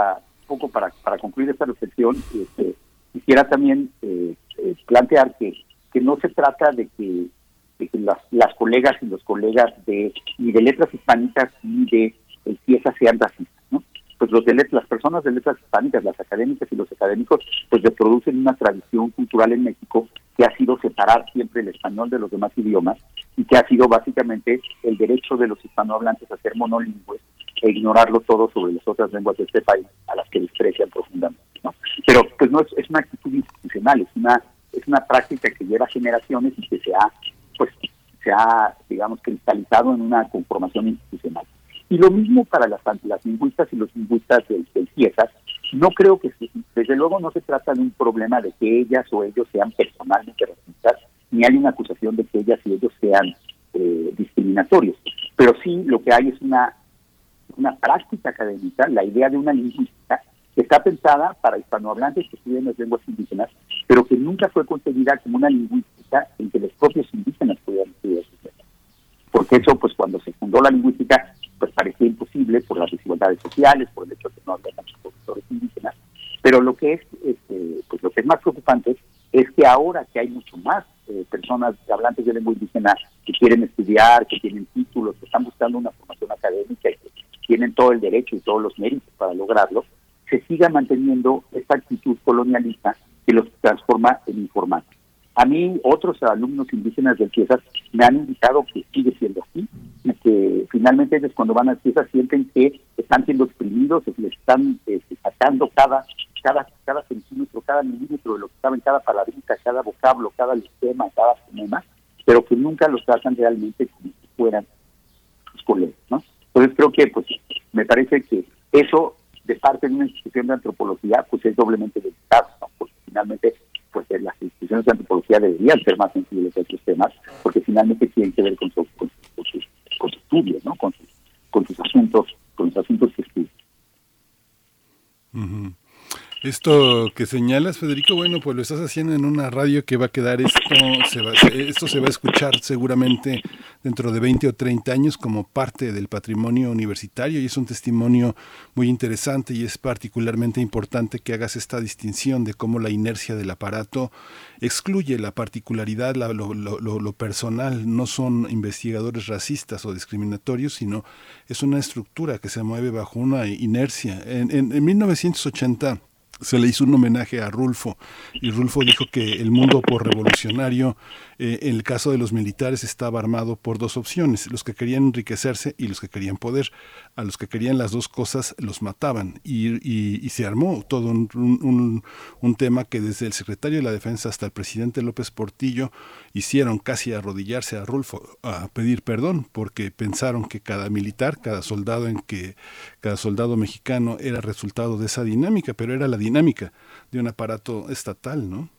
poco para, para concluir esta reflexión, este, quisiera también eh, eh, plantear que, que no se trata de que, de que las, las colegas y los colegas de ni de letras hispánicas ni de el CIESA sean racistas, ¿no? Pues los de let- las personas de letras hispánicas, las académicas y los académicos, pues reproducen una tradición cultural en México que ha sido separar siempre el español de los demás idiomas y que ha sido básicamente el derecho de los hispanohablantes a ser monolingües e ignorarlo todo sobre las otras lenguas de este país, a las que desprecian profundamente, ¿no? Pero pues no es, es una actitud institucional, es una es una práctica que lleva generaciones y que se ha, pues, se ha, digamos, cristalizado en una conformación institucional. Y lo mismo para las, las lingüistas y los lingüistas del, del CIESA. No creo que, desde luego, no se trata de un problema de que ellas o ellos sean personalmente racistas, ni hay una acusación de que ellas y ellos sean eh, discriminatorios. Pero sí lo que hay es una, una práctica académica, la idea de una lingüística que está pensada para hispanohablantes que estudian las lenguas indígenas, pero que nunca fue concebida como una lingüística en que los propios indígenas pudieran estudiar sus lenguas. Porque eso, pues cuando se fundó la lingüística, pues parecía imposible por las desigualdades sociales, por el hecho de que no había tantos profesores indígenas. Pero lo que es, este, pues lo que es más preocupante es que ahora que hay mucho más eh, personas hablantes de lengua indígena que quieren estudiar, que tienen títulos, que están buscando una formación académica y que tienen todo el derecho y todos los méritos para lograrlo, se siga manteniendo esta actitud colonialista que los transforma en informantes. A mí, otros alumnos indígenas del CIESA me han indicado que sigue siendo así, y que finalmente ellos cuando van al CIESA sienten que están siendo exprimidos, que les están eh, sacando cada, cada, cada centímetro, cada milímetro de lo que estaba en cada palabrita, cada vocablo, cada listema, cada fonema, pero que nunca los tratan realmente como si fueran sus colegas, ¿no? Entonces creo que, pues, me parece que eso, de parte de una institución de antropología, pues es doblemente delicado, ¿no? Porque finalmente, pues las instituciones de antropología deberían ser más sensibles a estos temas, porque finalmente tienen que ver con, su, con, con, sus, con sus estudios, ¿no? Con sus, con sus asuntos, con los asuntos que estudian. Uh-huh. Esto que señalas, Federico, bueno, pues lo estás haciendo en una radio que va a quedar esto, se va, esto se va a escuchar seguramente dentro de veinte o treinta años como parte del patrimonio universitario, y es un testimonio muy interesante, y es particularmente importante que hagas esta distinción de cómo la inercia del aparato excluye la particularidad, la, lo, lo, lo personal. No son investigadores racistas o discriminatorios, sino es una estructura que se mueve bajo una inercia. En, en, en mil novecientos ochenta se le hizo un homenaje a Rulfo, y Rulfo dijo que el mundo posrevolucionario, eh, en el caso de los militares, estaba armado por dos opciones: los que querían enriquecerse y los que querían poder. A los que querían las dos cosas los mataban, y, y, y se armó todo un, un, un tema que desde el secretario de la Defensa hasta el presidente López Portillo hicieron casi arrodillarse a Rulfo a pedir perdón, porque pensaron que cada militar, cada soldado en que cada soldado mexicano era resultado de esa dinámica, pero era la dinámica de un aparato estatal, ¿no?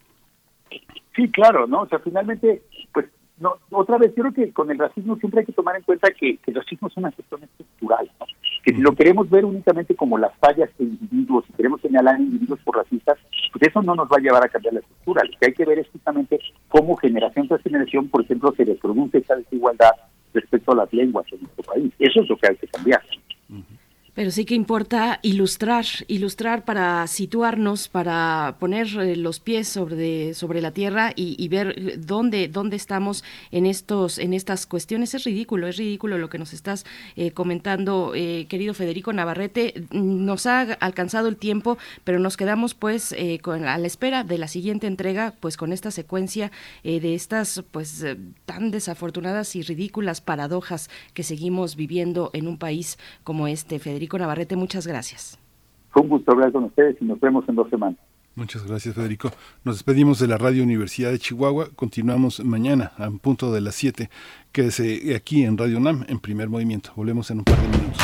Sí, claro, ¿no? O sea, finalmente, pues, no, otra vez, yo creo que con el racismo siempre hay que tomar en cuenta que, que el racismo es una cuestión estructural, ¿no? Que si lo queremos ver únicamente como las fallas de individuos, si queremos señalar a individuos por racistas, pues eso no nos va a llevar a cambiar la estructura. Lo que hay que ver es justamente cómo generación tras generación, por ejemplo, se reproduce esa desigualdad respecto a las lenguas en nuestro país. Eso es lo que hay que cambiar. Uh-huh. Pero sí que importa ilustrar, ilustrar para situarnos, para poner eh, los pies sobre, sobre la tierra y, y ver dónde, dónde estamos en estos, en estas cuestiones. Es ridículo, es ridículo lo que nos estás eh, comentando, eh, querido Federico Navarrete. Nos ha alcanzado el tiempo, pero nos quedamos pues eh, con, a la espera de la siguiente entrega, pues con esta secuencia eh, de estas pues eh, tan desafortunadas y ridículas paradojas que seguimos viviendo en un país como este. Federico Navarrete, muchas gracias. Fue un gusto hablar con ustedes y nos vemos en dos semanas. Muchas gracias, Federico. Nos despedimos de la Radio Universidad de Chihuahua. Continuamos mañana a punto de las siete. Quédese aquí en Radio UNAM, en Primer Movimiento. Volvemos en un par de minutos.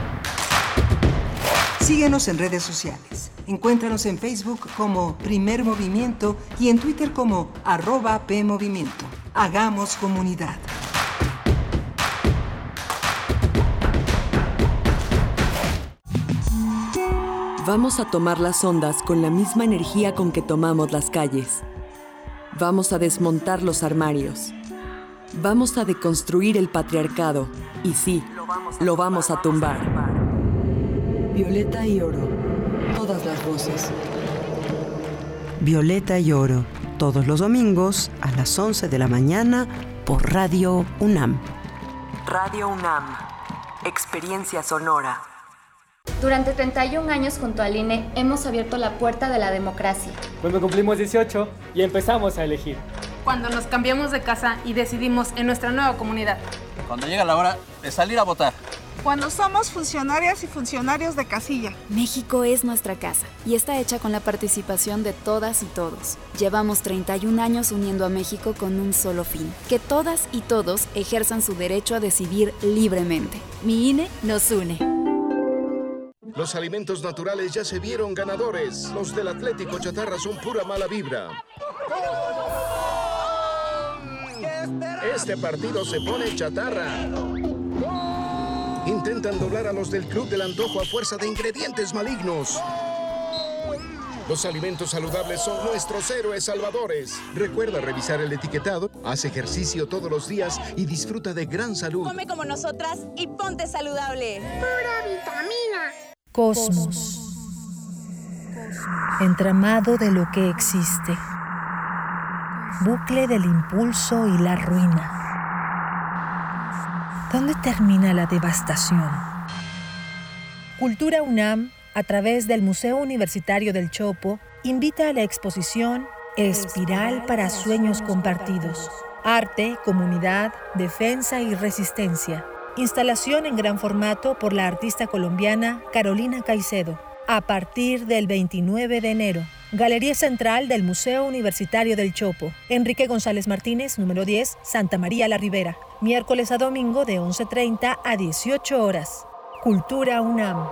Síguenos en redes sociales. Encuéntranos en Facebook como Primer Movimiento y en Twitter como arroba PMovimiento. Hagamos comunidad. Vamos a tomar las ondas con la misma energía con que tomamos las calles. Vamos a desmontar los armarios. Vamos a deconstruir el patriarcado. Y sí, lo vamos a tumbar. Violeta y oro. todas las voces. Violeta y Oro, todos los domingos a las once de la mañana por Radio UNAM. Radio UNAM, experiencia sonora. Durante treinta y un años junto al I N E hemos abierto la puerta de la democracia. Cuando cumplimos dieciocho y empezamos a elegir. Cuando nos cambiamos de casa y decidimos en nuestra nueva comunidad. Cuando llega la hora de salir a votar. Cuando somos funcionarias y funcionarios de casilla. México es nuestra casa y está hecha con la participación de todas y todos. Llevamos treinta y un años uniendo a México con un solo fin: que todas y todos ejerzan su derecho a decidir libremente. Mi I N E nos une. Los alimentos naturales ya se vieron ganadores. Los del Atlético Chatarra son pura mala vibra. Este partido se pone chatarra. Intentan doblar a los del Club del Antojo a fuerza de ingredientes malignos. Los alimentos saludables son nuestros héroes salvadores. Recuerda revisar el etiquetado, haz ejercicio todos los días y disfruta de gran salud. Come como nosotras y ponte saludable. Pura vitamina. Cosmos. Entramado de lo que existe. Bucle del impulso y la ruina. ¿Dónde termina la devastación? Cultura UNAM, a través del Museo Universitario del Chopo, invita a la exposición Espiral para Sueños Compartidos. Arte, comunidad, defensa y resistencia. Instalación en gran formato por la artista colombiana Carolina Caicedo. A partir del veintinueve de enero. Galería Central del Museo Universitario del Chopo. Enrique González Martínez, número diez, Santa María la Ribera. Miércoles a domingo de once treinta a dieciocho horas. Cultura UNAM.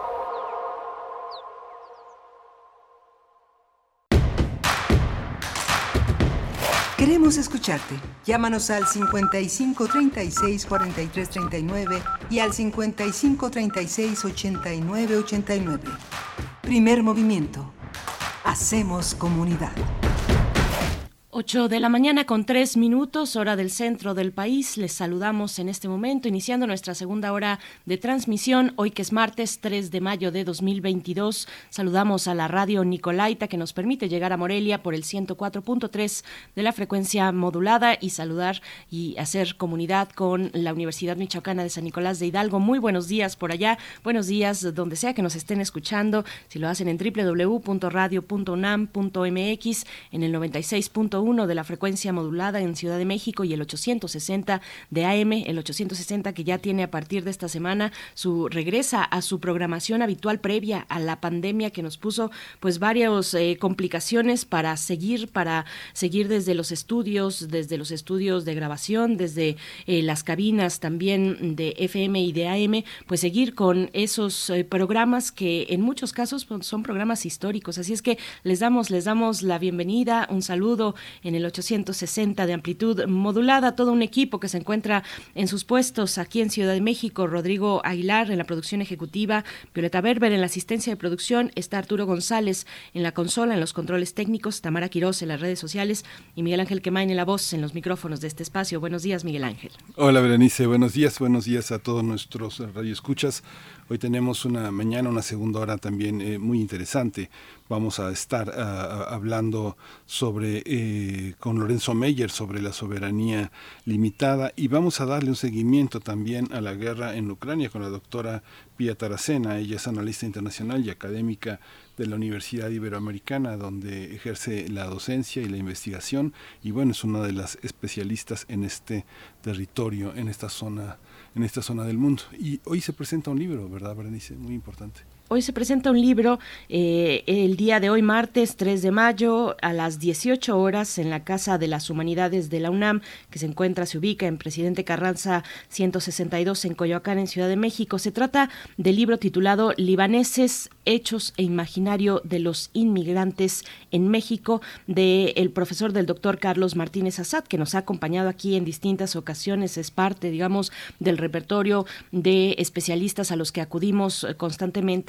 Queremos escucharte. Llámanos al cincuenta y cinco treinta y seis cuarenta y tres treinta y nueve y al cincuenta y cinco treinta y seis ochenta y nueve ochenta y nueve. Primer movimiento. Hacemos comunidad. ocho de la mañana con tres minutos, hora del centro del país. Les saludamos en este momento, iniciando nuestra segunda hora de transmisión, hoy que es martes tres de mayo de dos mil veintidós. Saludamos a la radio Nicolaita, que nos permite llegar a Morelia por el ciento cuatro punto tres de la frecuencia modulada, y saludar y hacer comunidad con la Universidad Michoacana de San Nicolás de Hidalgo. Muy buenos días por allá, buenos días donde sea que nos estén escuchando. Si lo hacen en doble u doble u doble u punto radio punto unam punto m x, en el noventa y seis punto uno de la frecuencia modulada en Ciudad de México, y el ochocientos sesenta de A M, el ochocientos sesenta que ya tiene a partir de esta semana su regresa a su programación habitual previa a la pandemia, que nos puso pues varias eh, complicaciones para seguir, para seguir desde los estudios, desde los estudios de grabación, desde eh, las cabinas también de F M y de A M, pues seguir con esos eh, programas que en muchos casos pues, son programas históricos. Así es que les damos, les damos la bienvenida, un saludo en el ochocientos sesenta de amplitud modulada, todo un equipo que se encuentra en sus puestos aquí en Ciudad de México. Rodrigo Aguilar en la producción ejecutiva, Violeta Berber en la asistencia de producción, está Arturo González en la consola, en los controles técnicos, Tamara Quirós en las redes sociales y Miguel Ángel Quemain en la voz, en los micrófonos de este espacio. Buenos días, Miguel Ángel. Hola, Berenice, buenos días, buenos días a todos nuestros radioescuchas. Hoy tenemos una mañana, una segunda hora también eh, muy interesante. Vamos a estar uh, hablando sobre eh, con Lorenzo Meyer sobre la soberanía limitada, y vamos a darle un seguimiento también a la guerra en Ucrania con la doctora Pía Taracena. Ella es analista internacional y académica de la Universidad Iberoamericana, donde ejerce la docencia y la investigación, y bueno, es una de las especialistas en este territorio, en esta zona, en esta zona del mundo. Y hoy se presenta un libro, ¿verdad, Berenice? Muy importante. Hoy se presenta un libro, eh, el día de hoy, martes tres de mayo, a las dieciocho horas, en la Casa de las Humanidades de la UNAM, que se encuentra, se ubica en Presidente Carranza ciento sesenta y dos, en Coyoacán, en Ciudad de México. Se trata del libro titulado Libaneses, Hechos e Imaginario de los Inmigrantes en México, del profesor del doctor Carlos Martínez Assad, que nos ha acompañado aquí en distintas ocasiones. Es parte, digamos, del repertorio de especialistas a los que acudimos constantemente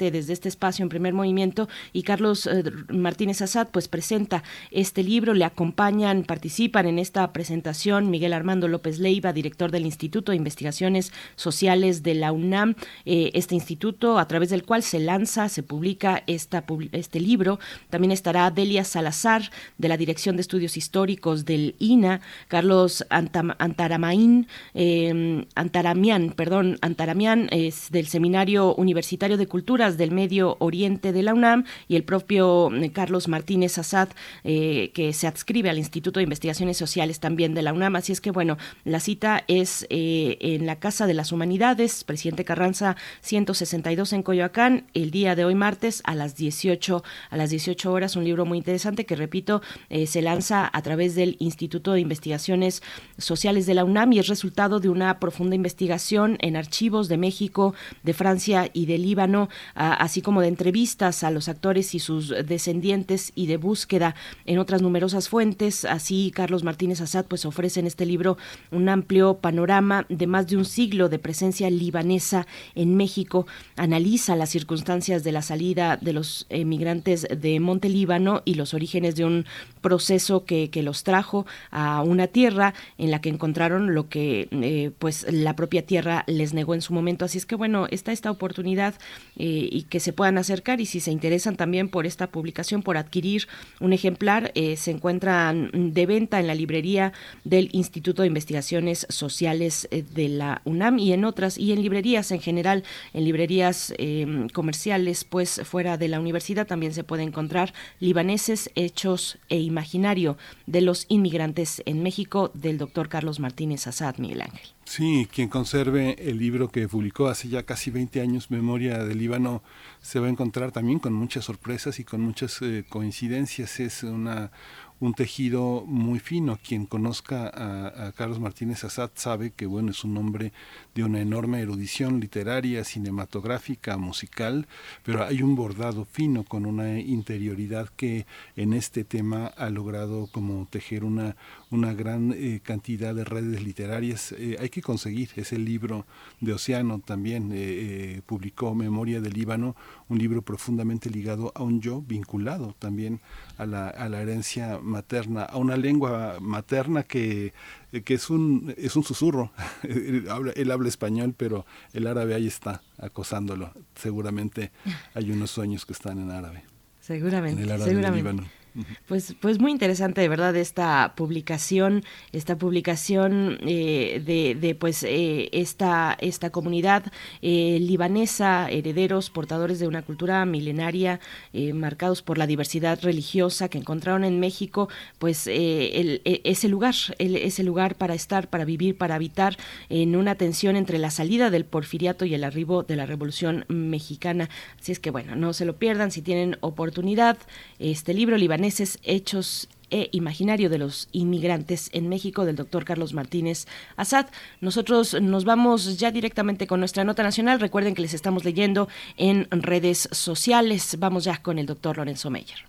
debate desde este espacio en Primer Movimiento, y Carlos eh, Martínez Assad pues presenta este libro, le acompañan, participan en esta presentación Miguel Armando López Leiva, director del Instituto de Investigaciones Sociales de la UNAM, eh, este instituto a través del cual se lanza, se publica esta, este libro. También estará Delia Salazar, de la Dirección de Estudios Históricos del I N A, Carlos Antam, Antaramain, eh, Antaramian, perdón, Antaramian, es del Seminario Universitario de Culturas del Medio Oriente de la UNAM, y el propio eh, Carlos Martínez Assad, eh, que se adscribe al Instituto de Investigaciones Sociales también de la UNAM. Así es que, bueno, la cita es eh, en la Casa de las Humanidades, Presidente Carranza ciento sesenta y dos en Coyoacán, el día de hoy martes a las dieciocho horas, un libro muy interesante que, repito, eh, se lanza a través del Instituto de Investigaciones Sociales de la UNAM y es resultado de una profunda investigación en archivos de México, de Francia y de Líbano, a, así como de entrevistas a los actores y sus descendientes y de búsqueda en otras numerosas fuentes. Así, Carlos Martínez Assad pues ofrece en este libro un amplio panorama de más de un siglo de presencia libanesa en México, analiza las circunstancias de la salida de los emigrantes de Monte Líbano y los orígenes de un proceso que, que los trajo a una tierra en la que encontraron lo que eh, pues la propia tierra les negó en su momento. Así es que, bueno, está esta oportunidad eh, y que se puedan acercar, y si se interesan también por esta publicación, por adquirir un ejemplar, eh, se encuentran de venta en la librería del Instituto de Investigaciones Sociales eh, de la UNAM y en otras, y en librerías en general, en librerías eh, comerciales pues fuera de la universidad también se puede encontrar Libaneses, Hechos e Imaginario de los Inmigrantes en México, del doctor Carlos Martínez Assad. Miguel Ángel. Sí, quien conserve el libro que publicó hace ya casi veinte años, Memoria del Líbano, se va a encontrar también con muchas sorpresas y con muchas eh, coincidencias. Es una un tejido muy fino. Quien conozca a, a Carlos Martínez Assad sabe que, bueno, es un hombre de una enorme erudición literaria, cinematográfica, musical, pero hay un bordado fino con una interioridad que en este tema ha logrado como tejer una, una gran eh, cantidad de redes literarias. Eh, hay que conseguir ese libro de Océano también, eh, eh, publicó Memoria del Líbano, un libro profundamente ligado a un yo, vinculado también a la, a la herencia materna, a una lengua materna que, que es un es un susurro. él, habla, él habla español, pero el árabe ahí está acosándolo. Seguramente hay unos sueños que están en árabe. Seguramente, en el árabe seguramente. del Líbano. Pues, pues muy interesante, de verdad, esta publicación, esta publicación eh, de, de pues eh, esta esta comunidad eh, libanesa, herederos, portadores de una cultura milenaria, eh, marcados por la diversidad religiosa, que encontraron en México, pues eh, el, ese lugar, el, ese lugar para estar, para vivir, para habitar, en una tensión entre la salida del porfiriato y el arribo de la Revolución Mexicana. Así es que, bueno, no se lo pierdan si tienen oportunidad. Este libro, Libanés, Hechos e Imaginario de los Inmigrantes en México, del doctor Carlos Martínez Assad. Nosotros nos vamos ya directamente con nuestra nota nacional. Recuerden que les estamos leyendo en redes sociales. Vamos ya con el doctor Lorenzo Meyer.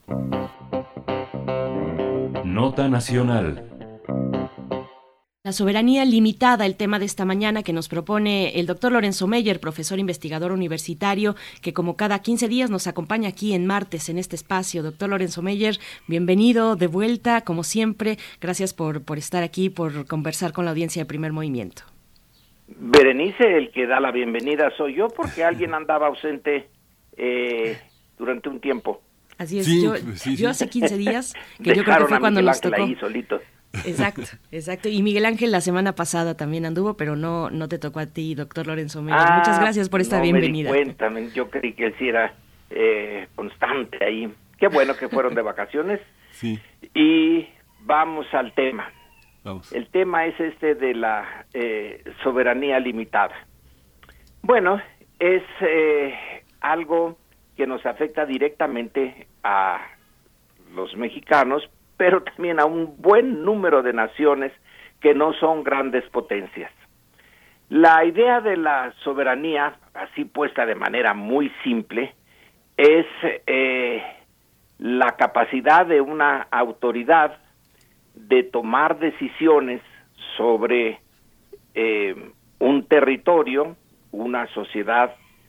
Nota nacional. La soberanía limitada, el tema de esta mañana que nos propone el doctor Lorenzo Meyer, profesor investigador universitario, que como cada quince días nos acompaña aquí en martes en este espacio. Doctor Lorenzo Meyer, bienvenido de vuelta, como siempre. Gracias por, por estar aquí, por conversar con la audiencia de Primer Movimiento. Berenice, el que da la bienvenida soy yo, porque alguien andaba ausente eh, durante un tiempo. Así es, sí, yo, sí, yo sí. hace quince días, que yo creo que fue cuando nos tocó. Ahí solito. Exacto, exacto. Y Miguel Ángel la semana pasada también anduvo, pero no no te tocó a ti, doctor Lorenzo Meyer. Ah, muchas gracias por esta no bienvenida. Me di cuenta, yo creí que él sí era eh, constante ahí. Qué bueno que fueron de vacaciones. Sí. Y vamos al tema. Vamos. El tema es este de la eh, soberanía limitada. Bueno, es eh, algo que nos afecta directamente a los mexicanos, pero también a un buen número de naciones que no son grandes potencias. La idea de la soberanía, así puesta de manera muy simple, es eh, la capacidad de una autoridad de tomar decisiones sobre eh, un territorio, una sociedad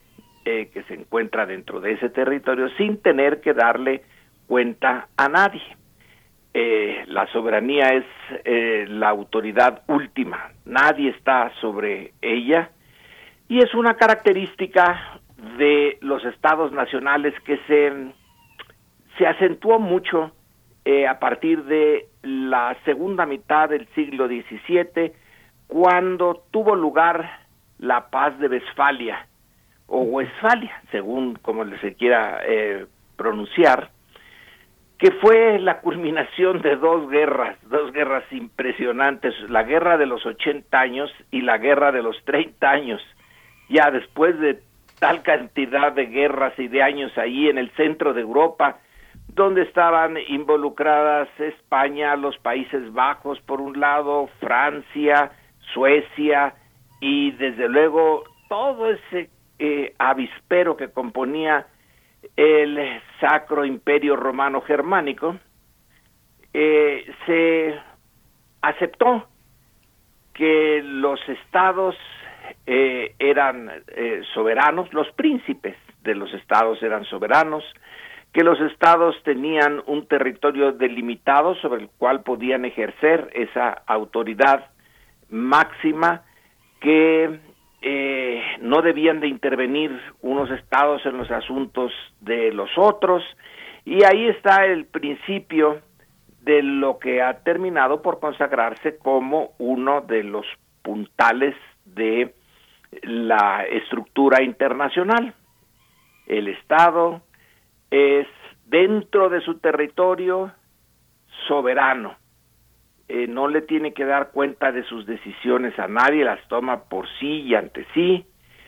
eh, que se encuentra dentro de ese territorio sin tener que darle cuenta a nadie. Eh, la soberanía es eh, la autoridad última, nadie está sobre ella, y es una característica de los estados nacionales que se, se acentuó mucho eh, a partir de la segunda mitad del siglo diecisiete, cuando tuvo lugar la paz de Westfalia, o Westfalia, según como se quiera eh, pronunciar, que fue la culminación de dos guerras, dos guerras impresionantes, la guerra de los ochenta años y la guerra de los treinta años. Ya después de tal cantidad de guerras y de años ahí en el centro de Europa, donde estaban involucradas España, los Países Bajos por un lado, Francia, Suecia y desde luego todo ese eh, avispero que componía el Sacro Imperio Romano Germánico, eh, se aceptó que los estados eh, eran eh, soberanos, los príncipes de los estados eran soberanos, que los estados tenían un territorio delimitado sobre el cual podían ejercer esa autoridad máxima, que eh, no debían de intervenir unos estados en los asuntos de los otros, y ahí está el principio de lo que ha terminado por consagrarse como uno de los puntales de la estructura internacional. El Estado es, dentro de su territorio, soberano. Eh, no le tiene que dar cuenta de sus decisiones a nadie, las toma por sí y ante sí,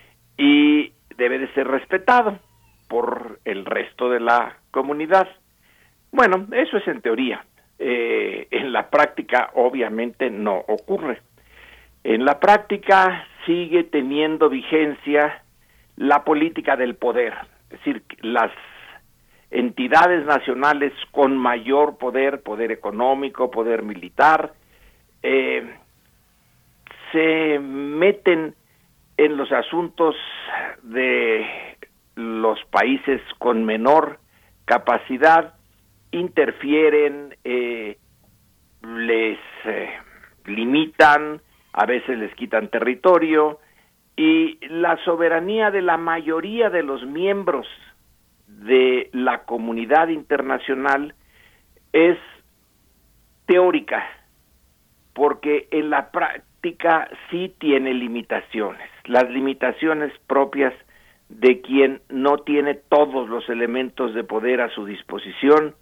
y debe de ser respetado por el resto de la comunidad. Bueno, eso es en teoría. Eh, en la práctica, obviamente, no ocurre. En la práctica sigue teniendo vigencia la política del poder, es decir, las entidades nacionales con mayor poder, poder económico, poder militar, eh, se meten en los asuntos de los países con menor capacidad, interfieren, eh, les eh, limitan, a veces les quitan territorio, y la soberanía de la mayoría de los miembros de la comunidad internacional es teórica, porque en la práctica sí tiene limitaciones, las limitaciones propias de quien no tiene todos los elementos de poder a su disposición,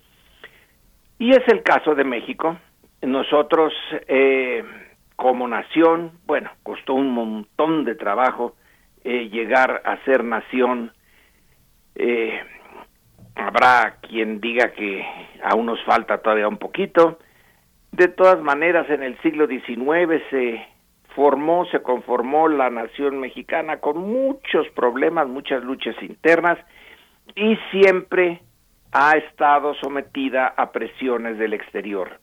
y es el caso de México. Nosotros, eh, como nación, bueno, costó un montón de trabajo eh, llegar a ser nación. Eh, habrá quien diga que aún nos falta todavía un poquito. De todas maneras, en el siglo diecinueve se formó, se conformó la nación mexicana con muchos problemas, muchas luchas internas, y siempre ha estado sometida a presiones del exterior.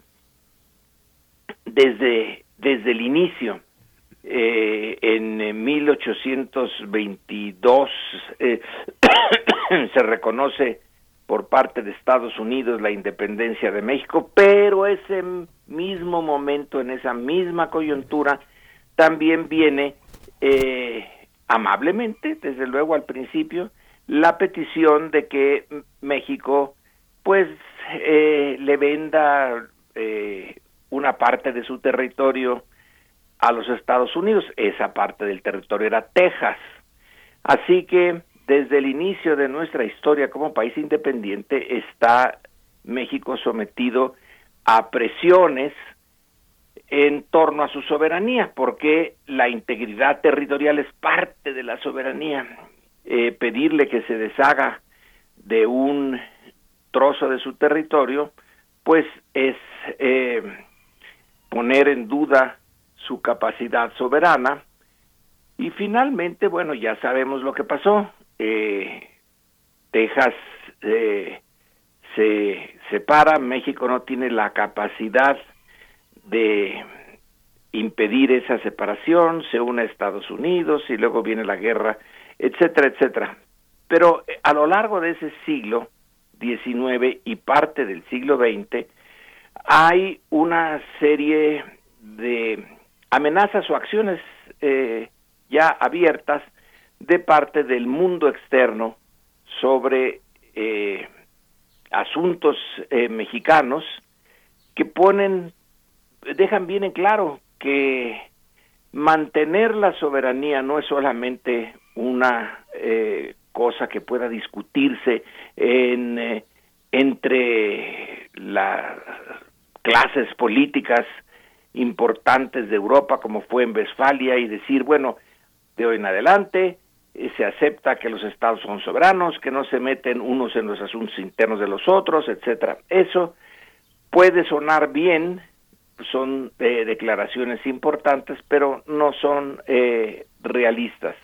Desde, desde el inicio, eh, en mil ochocientos veintidós, eh, se reconoce por parte de Estados Unidos la independencia de México, pero ese mismo momento, en esa misma coyuntura, también viene eh, amablemente, desde luego al principio, la petición de que México pues eh, le venda eh, una parte de su territorio a los Estados Unidos. Esa parte del territorio era Texas. Así que desde el inicio de nuestra historia como país independiente está México sometido a presiones en torno a su soberanía, porque la integridad territorial es parte de la soberanía. Eh, pedirle que se deshaga de un trozo de su territorio, pues es eh, poner en duda su capacidad soberana. Y finalmente, bueno, ya sabemos lo que pasó. Eh, Texas eh, se separa, México no tiene la capacidad de impedir esa separación, se une a Estados Unidos y luego viene la guerra, etcétera, etcétera. pero a lo largo de ese siglo diecinueve y parte del siglo veinte hay una serie de amenazas o acciones eh, ya abiertas de parte del mundo externo sobre eh, asuntos eh, mexicanos que ponen, dejan bien en claro que mantener la soberanía no es solamente una eh, cosa que pueda discutirse en, eh, entre las clases políticas importantes de Europa, como fue en Westfalia, y decir, bueno, de hoy en adelante eh, se acepta que los estados son soberanos, que no se meten unos en los asuntos internos de los otros, etcétera. Eso puede sonar bien, son eh, declaraciones importantes, pero no son eh, realistas.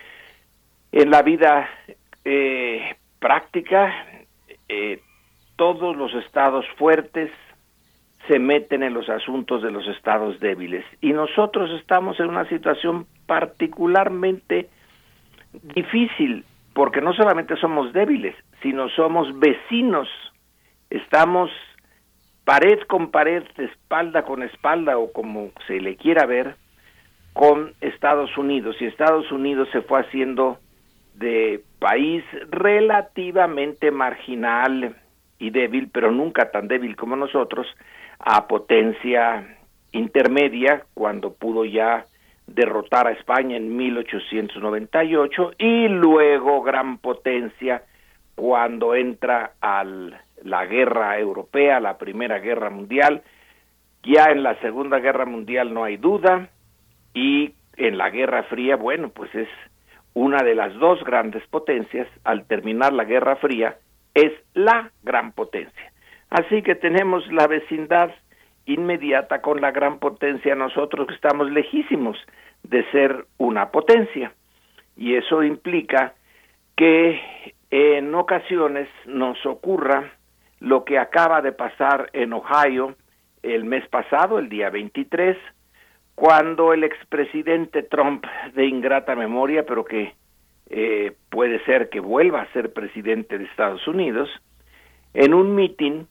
En la vida eh, práctica, eh, todos los estados fuertes se meten en los asuntos de los estados débiles, y nosotros estamos en una situación particularmente difícil, porque no solamente somos débiles, sino somos vecinos, estamos pared con pared, espalda con espalda, o como se le quiera ver, con Estados Unidos, y Estados Unidos se fue haciendo de país relativamente marginal y débil, pero nunca tan débil como nosotros, a potencia intermedia, cuando pudo ya derrotar a España en mil ochocientos noventa y ocho, y luego gran potencia cuando entra a la guerra europea, la Primera Guerra Mundial. Ya en la Segunda Guerra Mundial no hay duda, y en la Guerra Fría, bueno, pues es una de las dos grandes potencias. Al terminar la Guerra Fría, es la gran potencia. Así que tenemos la vecindad inmediata con la gran potencia, nosotros que estamos lejísimos de ser una potencia, y eso implica que en ocasiones nos ocurra lo que acaba de pasar en Ohio el mes pasado, el día veintitrés, cuando el expresidente Trump, de ingrata memoria, pero que eh, puede ser que vuelva a ser presidente de Estados Unidos, en un mitin,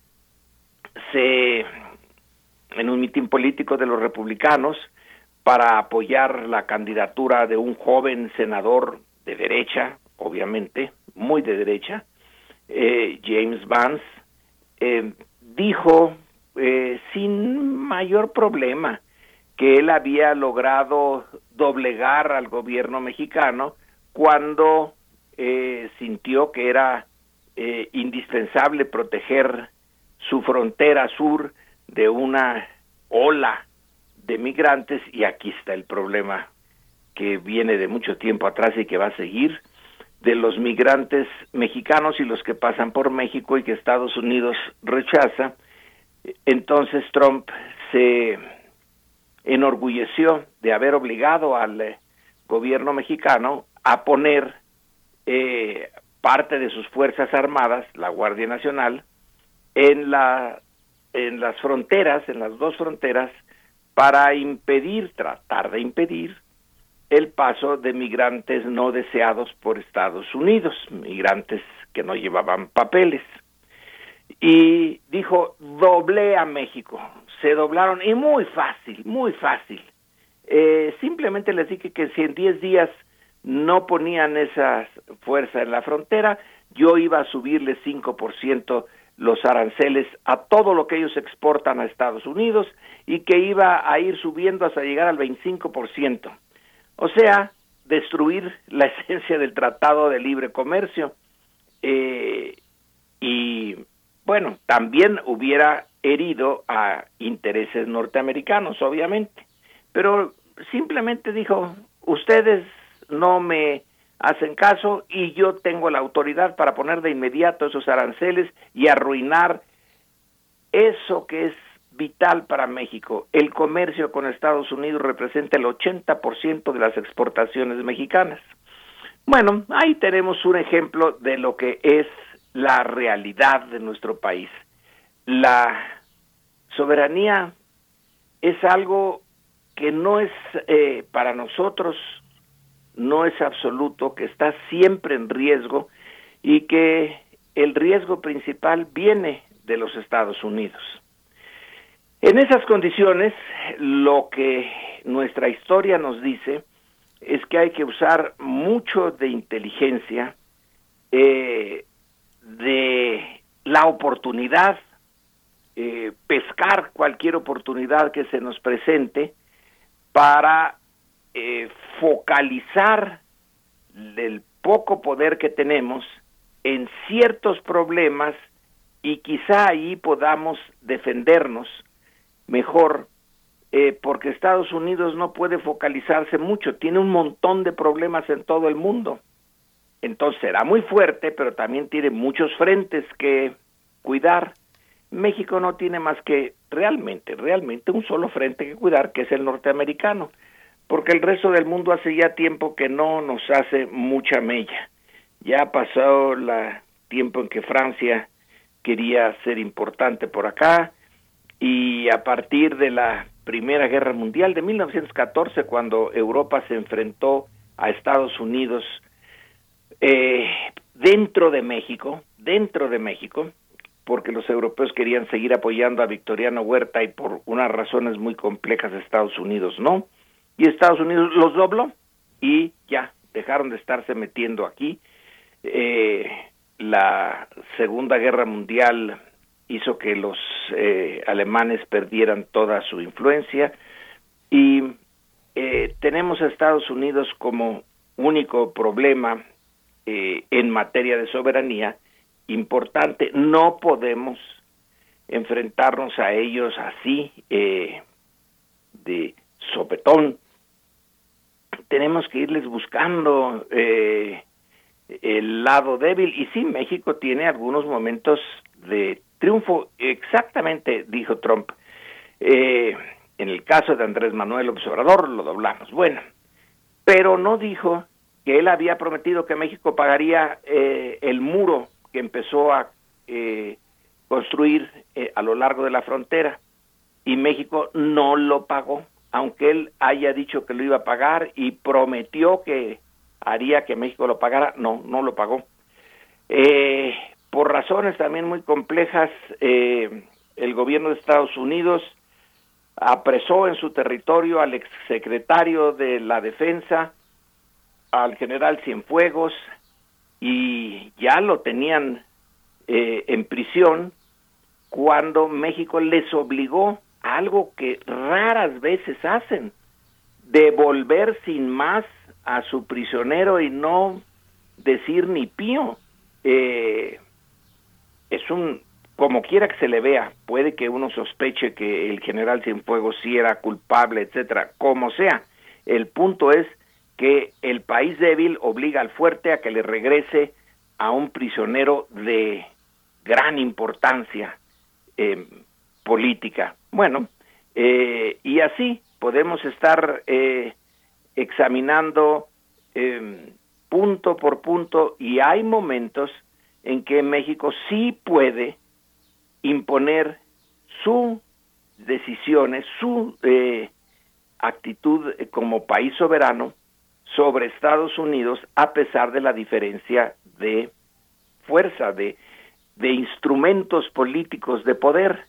se, en un mitin político de los republicanos, para apoyar la candidatura de un joven senador de derecha, obviamente, muy de derecha, eh, James Vance, eh, dijo eh, sin mayor problema que él había logrado doblegar al gobierno mexicano cuando eh, sintió que era eh, indispensable proteger su frontera sur de una ola de migrantes, y aquí está el problema que viene de mucho tiempo atrás y que va a seguir, de los migrantes mexicanos y los que pasan por México y que Estados Unidos rechaza. Entonces Trump se enorgulleció de haber obligado al eh, gobierno mexicano a poner eh, parte de sus fuerzas armadas, la Guardia Nacional, en la en las fronteras, en las dos fronteras, para impedir, tratar de impedir el paso de migrantes no deseados por Estados Unidos, migrantes que no llevaban papeles. Y dijo, doblé a México, se doblaron, y muy fácil, muy fácil. Eh, simplemente les dije que si en diez días no ponían esa fuerza en la frontera, yo iba a subirle cinco por ciento los aranceles a todo lo que ellos exportan a Estados Unidos, y que iba a ir subiendo hasta llegar al veinticinco por ciento. O sea, destruir la esencia del Tratado de Libre Comercio. Eh, y, bueno, también hubiera herido a intereses norteamericanos, obviamente. Pero simplemente dijo, ustedes no me hacen caso y yo tengo la autoridad para poner de inmediato esos aranceles y arruinar eso que es vital para México. El comercio con Estados Unidos representa el ochenta por ciento de las exportaciones mexicanas. Bueno, ahí tenemos un ejemplo de lo que es la realidad de nuestro país. La soberanía es algo que no es eh, para nosotros no es absoluto, que está siempre en riesgo y que el riesgo principal viene de los Estados Unidos. En esas condiciones, lo que nuestra historia nos dice es que hay que usar mucho de inteligencia, eh, de la oportunidad, eh, pescar cualquier oportunidad que se nos presente para eh, focalizar el poco poder que tenemos en ciertos problemas y quizá ahí podamos defendernos mejor, eh, porque Estados Unidos no puede focalizarse mucho, tiene un montón de problemas en todo el mundo. Entonces será muy fuerte, pero también tiene muchos frentes que cuidar. México no tiene más que realmente, realmente un solo frente que cuidar, que es el norteamericano, porque el resto del mundo hace ya tiempo que no nos hace mucha mella. Ya ha pasado el tiempo en que Francia quería ser importante por acá, y a partir de la Primera Guerra Mundial de mil novecientos catorce, cuando Europa se enfrentó a Estados Unidos, eh, dentro de México, dentro de México, porque los europeos querían seguir apoyando a Victoriano Huerta y por unas razones muy complejas Estados Unidos no, y Estados Unidos los dobló y ya dejaron de estarse metiendo aquí. Eh, la Segunda Guerra Mundial hizo que los eh, alemanes perdieran toda su influencia y eh, tenemos a Estados Unidos como único problema eh, en materia de soberanía importante. No podemos enfrentarnos a ellos así eh, de sopetón. Tenemos que irles buscando eh, el lado débil, y sí, México tiene algunos momentos de triunfo, exactamente, dijo Trump. Eh, en el caso de Andrés Manuel López Obrador lo doblamos, bueno, pero no dijo que él había prometido que México pagaría eh, el muro que empezó a eh, construir eh, a lo largo de la frontera, y México no lo pagó, aunque él haya dicho que lo iba a pagar y prometió que haría que México lo pagara, no, no lo pagó. Eh, por razones también muy complejas, eh, el gobierno de Estados Unidos apresó en su territorio al exsecretario de la Defensa, al general Cienfuegos, y ya lo tenían eh, en prisión cuando México les obligó a algo que raras veces hacen, devolver sin más a su prisionero y no decir ni pío. Eh, es un, como quiera que se le vea, puede que uno sospeche que el general Cienfuegos sí era culpable, etcétera, como sea. El punto es que el país débil obliga al fuerte a que le regrese a un prisionero de gran importancia eh, política. Bueno, eh, y así podemos estar eh, examinando eh, punto por punto, y hay momentos en que México sí puede imponer sus decisiones, su eh, actitud como país soberano sobre Estados Unidos, a pesar de la diferencia de fuerza, de, de instrumentos políticos de poder.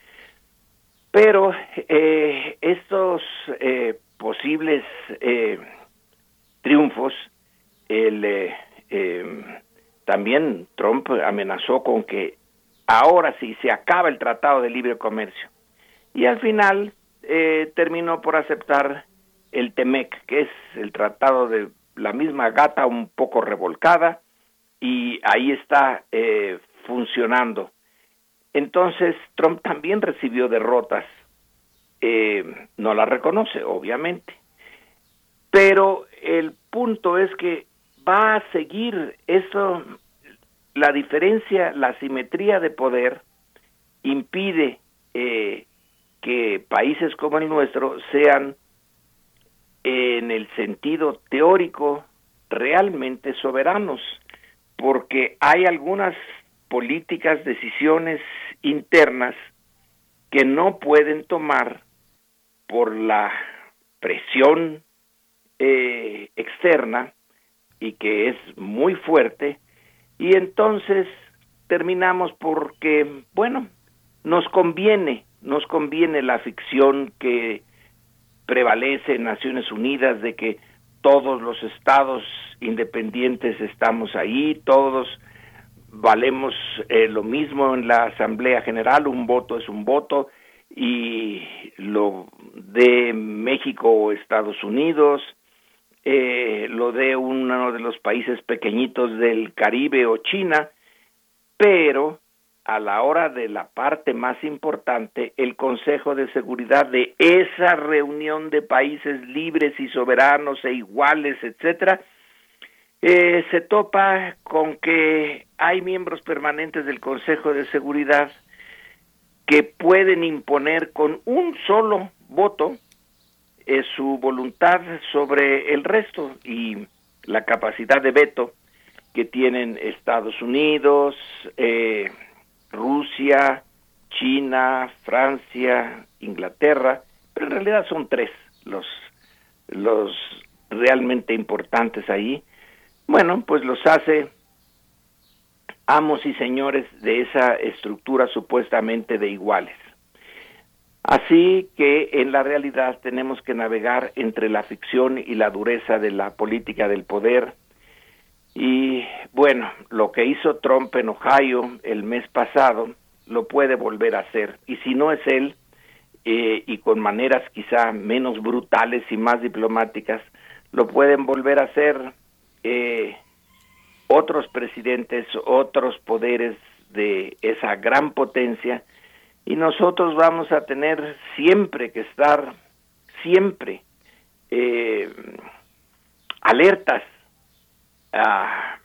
Pero eh, estos eh, posibles eh, triunfos, el, eh, eh, también Trump amenazó con que ahora sí se acaba el Tratado de Libre Comercio, y al final eh, terminó por aceptar el TEMEC, que es el tratado de la misma gata un poco revolcada, y ahí está eh, funcionando. Entonces Trump también recibió derrotas, eh, no las reconoce obviamente, pero el punto es que va a seguir eso. La diferencia, la asimetría de poder impide eh, que países como el nuestro sean, en el sentido teórico, realmente soberanos, porque hay algunas políticas, decisiones internas que no pueden tomar por la presión eh, externa y que es muy fuerte, y entonces terminamos porque, bueno, nos conviene, nos conviene la ficción que prevalece en Naciones Unidas de que todos los estados independientes estamos ahí, todos valemos eh, lo mismo en la Asamblea General, un voto es un voto, y lo de México o Estados Unidos, eh, lo de uno de los países pequeñitos del Caribe o China, pero a la hora de la parte más importante, el Consejo de Seguridad de esa reunión de países libres y soberanos e iguales, etcétera, eh, se topa con que hay miembros permanentes del Consejo de Seguridad que pueden imponer con un solo voto eh, su voluntad sobre el resto, y la capacidad de veto que tienen Estados Unidos, eh, Rusia, China, Francia, Inglaterra, pero en realidad son tres los, los realmente importantes ahí. Bueno, pues los hace amos y señores de esa estructura supuestamente de iguales. Así que en la realidad tenemos que navegar entre la ficción y la dureza de la política del poder. Y bueno, lo que hizo Trump en Ohio el mes pasado lo puede volver a hacer, y si no es él, eh, y con maneras quizá menos brutales y más diplomáticas, lo pueden volver a hacer eh, otros presidentes, otros poderes de esa gran potencia, y nosotros vamos a tener siempre que estar, siempre eh, alertas a,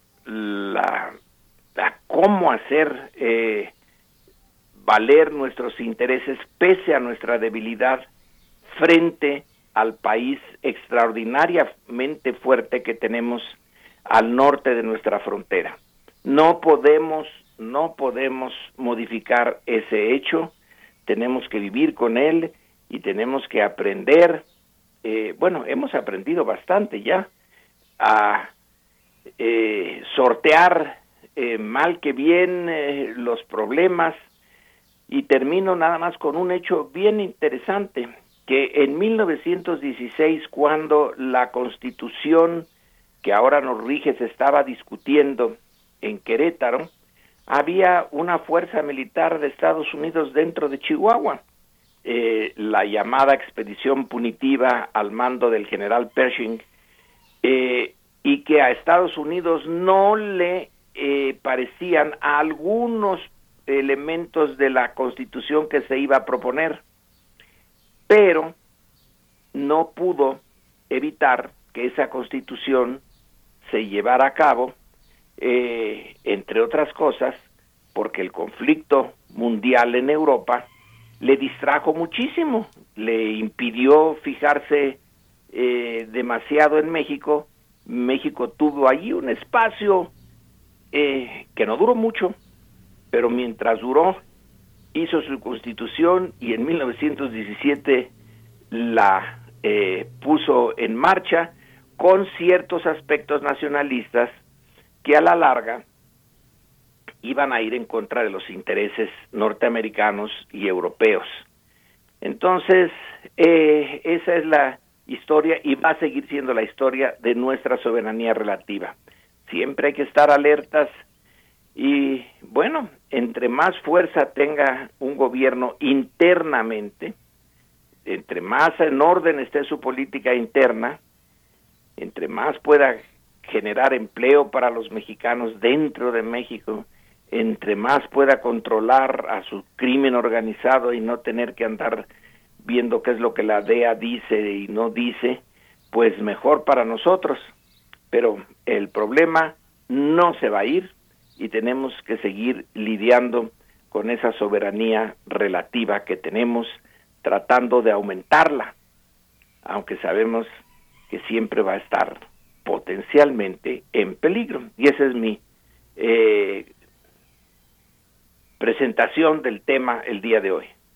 la, a cómo hacer eh, valer nuestros intereses pese a nuestra debilidad frente al país extraordinariamente fuerte que tenemos al norte de nuestra frontera. No podemos, no podemos modificar ese hecho, tenemos que vivir con él y tenemos que aprender, eh, bueno, hemos aprendido bastante ya, a eh, sortear eh, mal que bien eh, los problemas, y termino nada más con un hecho bien interesante, que en mil novecientos dieciséis, cuando la Constitución que ahora nos rige se estaba discutiendo en Querétaro, había una fuerza militar de Estados Unidos dentro de Chihuahua, eh, la llamada expedición punitiva al mando del general Pershing, eh, y que a Estados Unidos no le eh, parecían a algunos elementos de la Constitución que se iba a proponer, pero no pudo evitar que esa Constitución se llevara a cabo, eh, entre otras cosas, porque el conflicto mundial en Europa le distrajo muchísimo, le impidió fijarse eh, demasiado en México. México tuvo allí un espacio eh, que no duró mucho, pero mientras duró, hizo su Constitución y en mil novecientos diecisiete la eh, puso en marcha con ciertos aspectos nacionalistas que a la larga iban a ir en contra de los intereses norteamericanos y europeos. Entonces, eh, esa es la historia y va a seguir siendo la historia de nuestra soberanía relativa. Siempre hay que estar alertas y, bueno, entre más fuerza tenga un gobierno internamente, entre más en orden esté su política interna, entre más pueda generar empleo para los mexicanos dentro de México, entre más pueda controlar a su crimen organizado y no tener que andar viendo qué es lo que la D E A dice y no dice, pues mejor para nosotros. Pero el problema no se va a ir y tenemos que seguir lidiando con esa soberanía relativa que tenemos, tratando de aumentarla, aunque sabemos que siempre va a estar potencialmente en peligro. Y esa es mi eh, presentación del tema el día de hoy.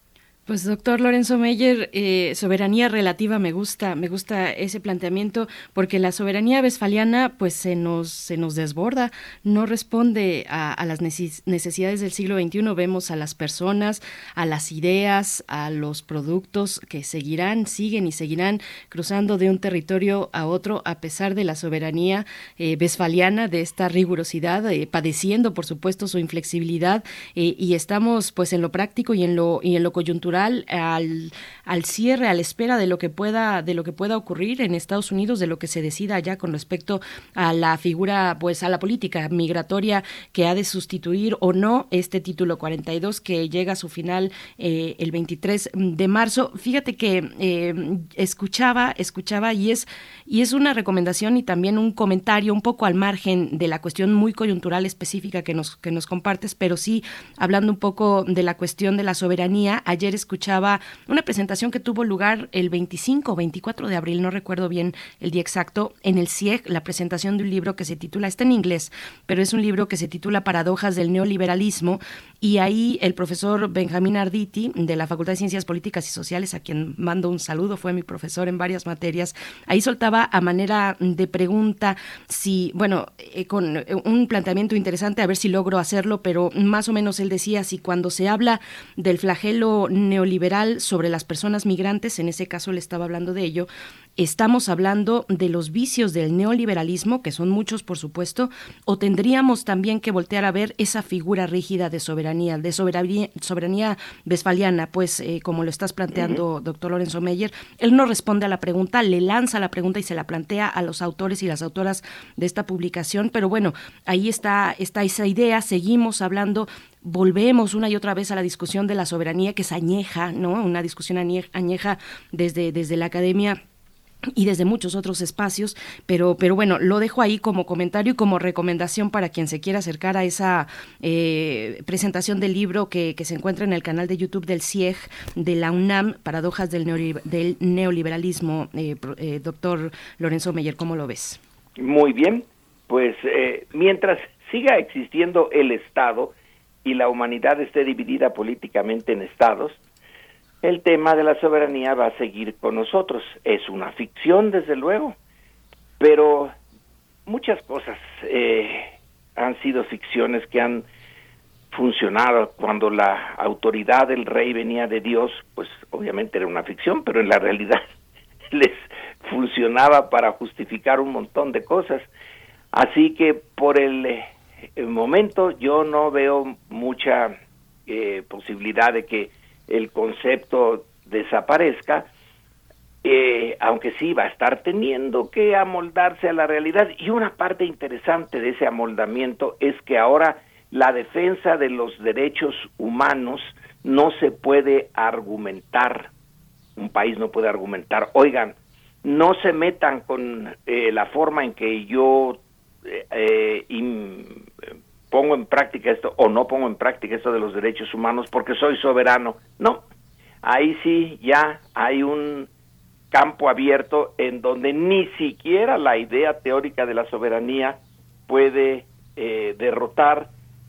Pues doctor Lorenzo Meyer, eh, soberanía relativa me gusta, me gusta ese planteamiento porque la soberanía westfaliana pues se nos se nos desborda, no responde a, a las necesidades del siglo veintiuno. Vemos a las personas, a las ideas, a los productos que seguirán, siguen y seguirán cruzando de un territorio a otro a pesar de la soberanía eh, westfaliana, de esta rigurosidad, eh, padeciendo por supuesto su inflexibilidad eh, y estamos pues en lo práctico y en lo y en lo coyuntural Al, al cierre, a la espera de lo que pueda de lo que pueda ocurrir en Estados Unidos, de lo que se decida allá con respecto a la figura, pues a la política migratoria que ha de sustituir o no este título cuarenta y dos que llega a su final eh, el veintitrés de marzo. Fíjate que eh, escuchaba, escuchaba y es y es una recomendación y también un comentario un poco al margen de la cuestión muy coyuntural específica que nos que nos compartes, pero sí hablando un poco de la cuestión de la soberanía. Ayer escuchaba una presentación que tuvo lugar el veinticinco o veinticuatro de abril, no recuerdo bien el día exacto, en el C I E G, la presentación de un libro que se titula, está en inglés, pero es un libro que se titula Paradojas del neoliberalismo, y ahí el profesor Benjamín Arditi, de la Facultad de Ciencias Políticas y Sociales, a quien mando un saludo, fue mi profesor en varias materias, ahí soltaba a manera de pregunta si, bueno, eh, con un planteamiento interesante, a ver si logro hacerlo, pero más o menos él decía, si cuando se habla del flagelo neoliberal sobre las personas migrantes, en ese caso le estaba hablando de ello, ¿estamos hablando de los vicios del neoliberalismo, que son muchos por supuesto, o tendríamos también que voltear a ver esa figura rígida de soberanía, de soberanía, soberanía westfaliana? Pues eh, como lo estás planteando, uh-huh. doctor Lorenzo Meyer, él no responde a la pregunta, le lanza la pregunta y se la plantea a los autores y las autoras de esta publicación, pero bueno, ahí está, está esa idea, seguimos hablando. Volvemos una y otra vez a la discusión de la soberanía, que es añeja, ¿no? Una discusión añeja desde, desde la academia y desde muchos otros espacios, pero pero bueno, lo dejo ahí como comentario y como recomendación para quien se quiera acercar a esa eh, presentación del libro que, que se encuentra en el canal de YouTube del C I E G de la UNAM, Paradojas del, neoliber- del neoliberalismo. Eh, eh, doctor Lorenzo Meyer, ¿cómo lo ves? Muy bien, pues eh, mientras siga existiendo el Estado y la humanidad esté dividida políticamente en estados, el tema de la soberanía va a seguir con nosotros. Es una ficción, desde luego, pero muchas cosas eh, han sido ficciones que han funcionado. Cuando la autoridad del rey venía de Dios, pues obviamente era una ficción, pero en la realidad les funcionaba para justificar un montón de cosas. Así que por el... Eh, En momento yo no veo mucha eh, posibilidad de que el concepto desaparezca, eh, aunque sí va a estar teniendo que amoldarse a la realidad. Y una parte interesante de ese amoldamiento es que ahora la defensa de los derechos humanos no se puede argumentar. Un país no puede argumentar, oigan, no se metan con eh, la forma en que yo Eh, eh, y pongo en práctica esto o no pongo en práctica esto de los derechos humanos porque soy soberano. No, ahí sí ya hay un campo abierto en donde ni siquiera la idea teórica de la soberanía puede eh, derrotar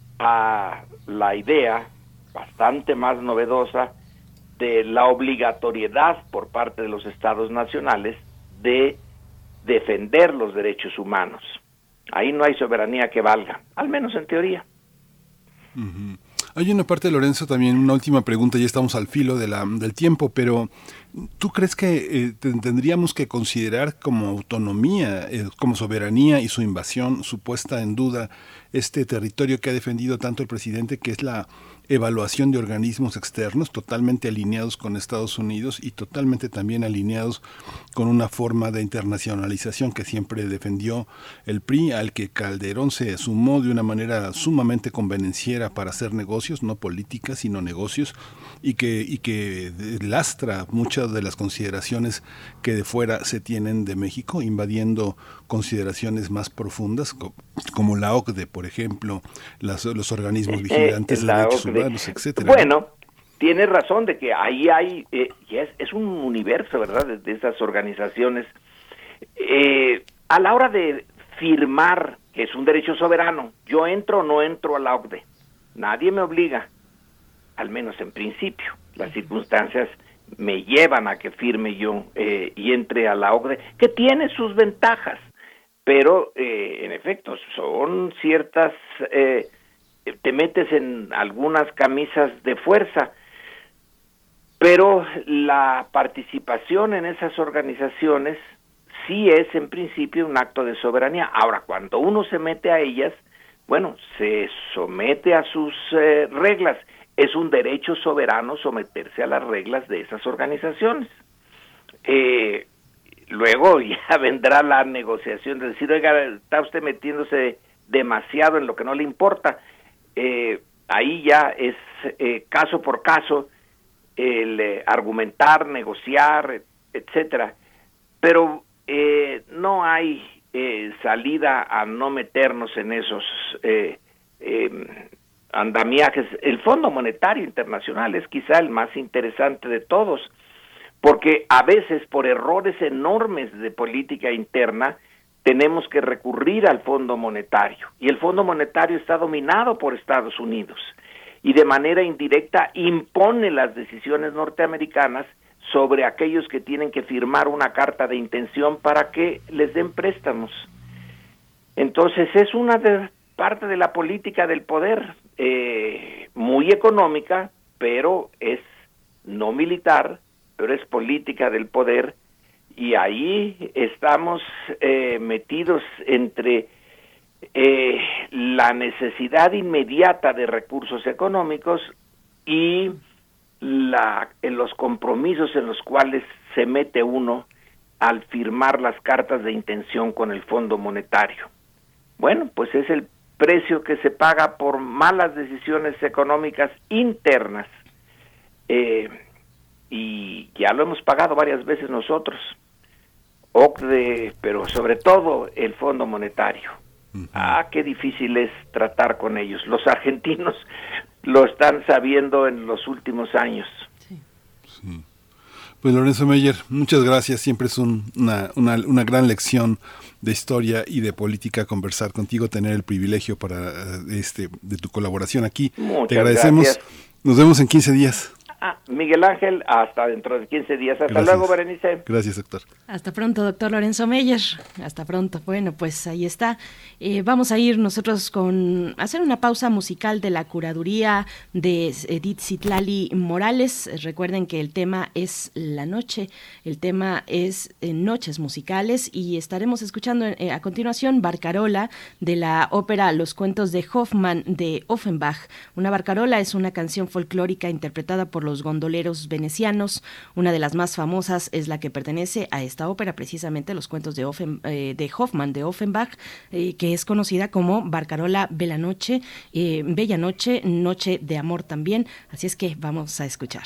a la idea bastante más novedosa de la obligatoriedad por parte de los estados nacionales de defender los derechos humanos. Ahí no hay soberanía que valga, al menos en teoría. Uh-huh. Hay una parte, Lorenzo, también una última pregunta, ya estamos al filo de la, del tiempo, pero ¿tú crees que eh, tendríamos que considerar como autonomía, eh, como soberanía y su invasión, su puesta en duda, este territorio que ha defendido tanto el presidente, que es la evaluación de organismos externos totalmente alineados con Estados Unidos y totalmente también alineados con una forma de internacionalización que siempre defendió el P R I, al que Calderón se sumó de una manera sumamente convenenciera para hacer negocios, no políticas, sino negocios, y que, y que lastra muchas de las consideraciones que de fuera se tienen de México, invadiendo consideraciones más profundas, como la O C D E, por ejemplo, las, los organismos vigilantes de derechos humanos, etcétera. Bueno, tienes razón de que ahí hay, eh, es, es un universo, ¿verdad?, de, de esas organizaciones. Eh, a la hora de firmar que es un derecho soberano, yo entro o no entro a la O C D E, nadie me obliga, al menos en principio. las circunstancias me llevan a que firme yo eh, y entre a la O C D E, que tiene sus ventajas, pero eh, en efecto son ciertas, eh, te metes en algunas camisas de fuerza, pero la participación en esas organizaciones sí es en principio un acto de soberanía. Ahora, cuando uno se mete a ellas, bueno, se somete a sus eh, reglas. Es un derecho soberano someterse a las reglas de esas organizaciones. Eh, luego ya vendrá la negociación de decir, oiga, está usted metiéndose demasiado en lo que no le importa. Eh, ahí ya es eh, caso por caso el eh, argumentar, negociar, etcétera. Pero eh, no hay eh, salida a no meternos en esos eh, eh, andamiajes. El Fondo Monetario Internacional es quizá el más interesante de todos, porque a veces por errores enormes de política interna tenemos que recurrir al Fondo Monetario, y el Fondo Monetario está dominado por Estados Unidos, y de manera indirecta impone las decisiones norteamericanas sobre aquellos que tienen que firmar una carta de intención para que les den préstamos. Entonces es una de, parte de la política del poder, eh, muy económica, pero es no militar, pero es política del poder, y ahí estamos eh, metidos entre eh, la necesidad inmediata de recursos económicos y la, en los compromisos en los cuales se mete uno al firmar las cartas de intención con el Fondo Monetario. Bueno, pues es el precio que se paga por malas decisiones económicas internas, eh, y ya lo hemos pagado varias veces nosotros, O C D E, pero sobre todo el Fondo Monetario. Uh-huh. Ah, qué difícil es tratar con ellos. Los argentinos lo están sabiendo en los últimos años. Sí. Sí. Pues Lorenzo Meyer, muchas gracias. Siempre es un, una, una, una gran lección de historia y de política conversar contigo, tener el privilegio para este de tu colaboración aquí. Muchas Te agradecemos. Gracias. Nos vemos en quince días. Ah, Miguel Ángel, hasta dentro de quince días. Hasta Gracias. luego, Berenice. Gracias, doctor. Hasta pronto, doctor Lorenzo Meyer. Hasta pronto. Bueno, pues ahí está. Eh, vamos a ir nosotros con hacer una pausa musical de la curaduría de Edith Citlali Morales. Recuerden que el tema es la noche. El tema es eh, noches musicales, y estaremos escuchando eh, a continuación Barcarola de la ópera Los cuentos de Hoffmann de Offenbach. Una barcarola es una canción folclórica interpretada por los gondoleros venecianos. Una de las más famosas es la que pertenece a esta ópera, precisamente Los cuentos de, Offen, eh, de Hoffmann de Offenbach, eh, que es conocida como Barcarola Bella Noche, eh, Bella Noche, Noche de Amor también. Así es que vamos a escuchar.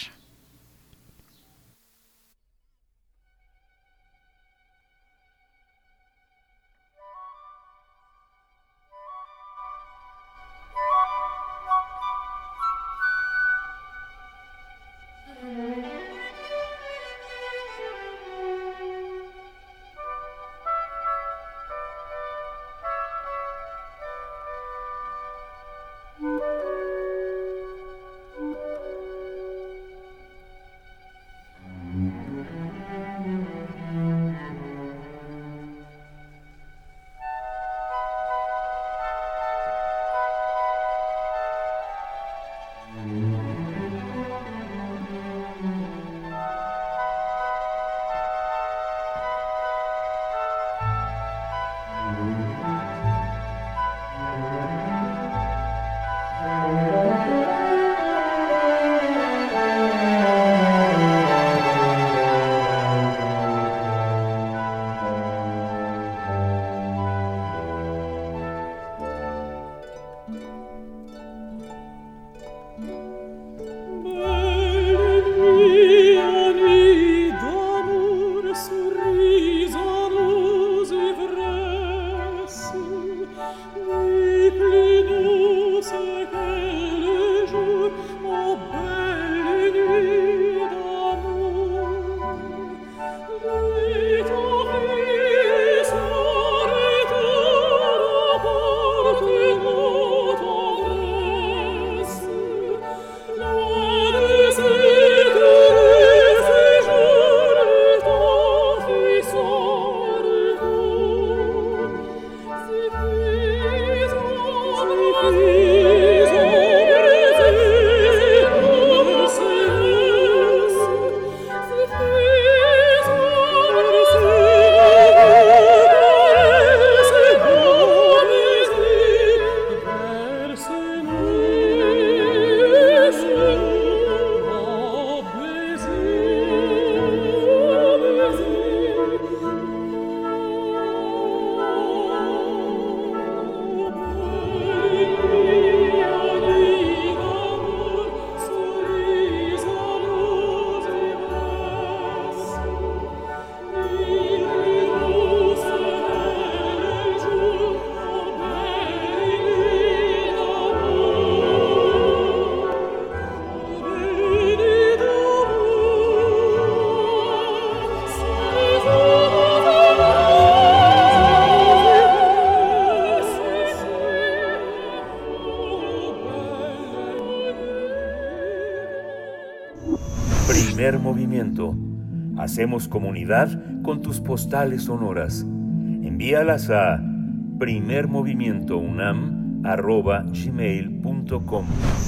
Primer movimiento. Hacemos comunidad con tus postales sonoras. Envíalas a primermovimientounam arroba gmail punto com.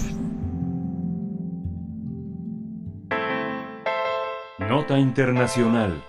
Nota internacional.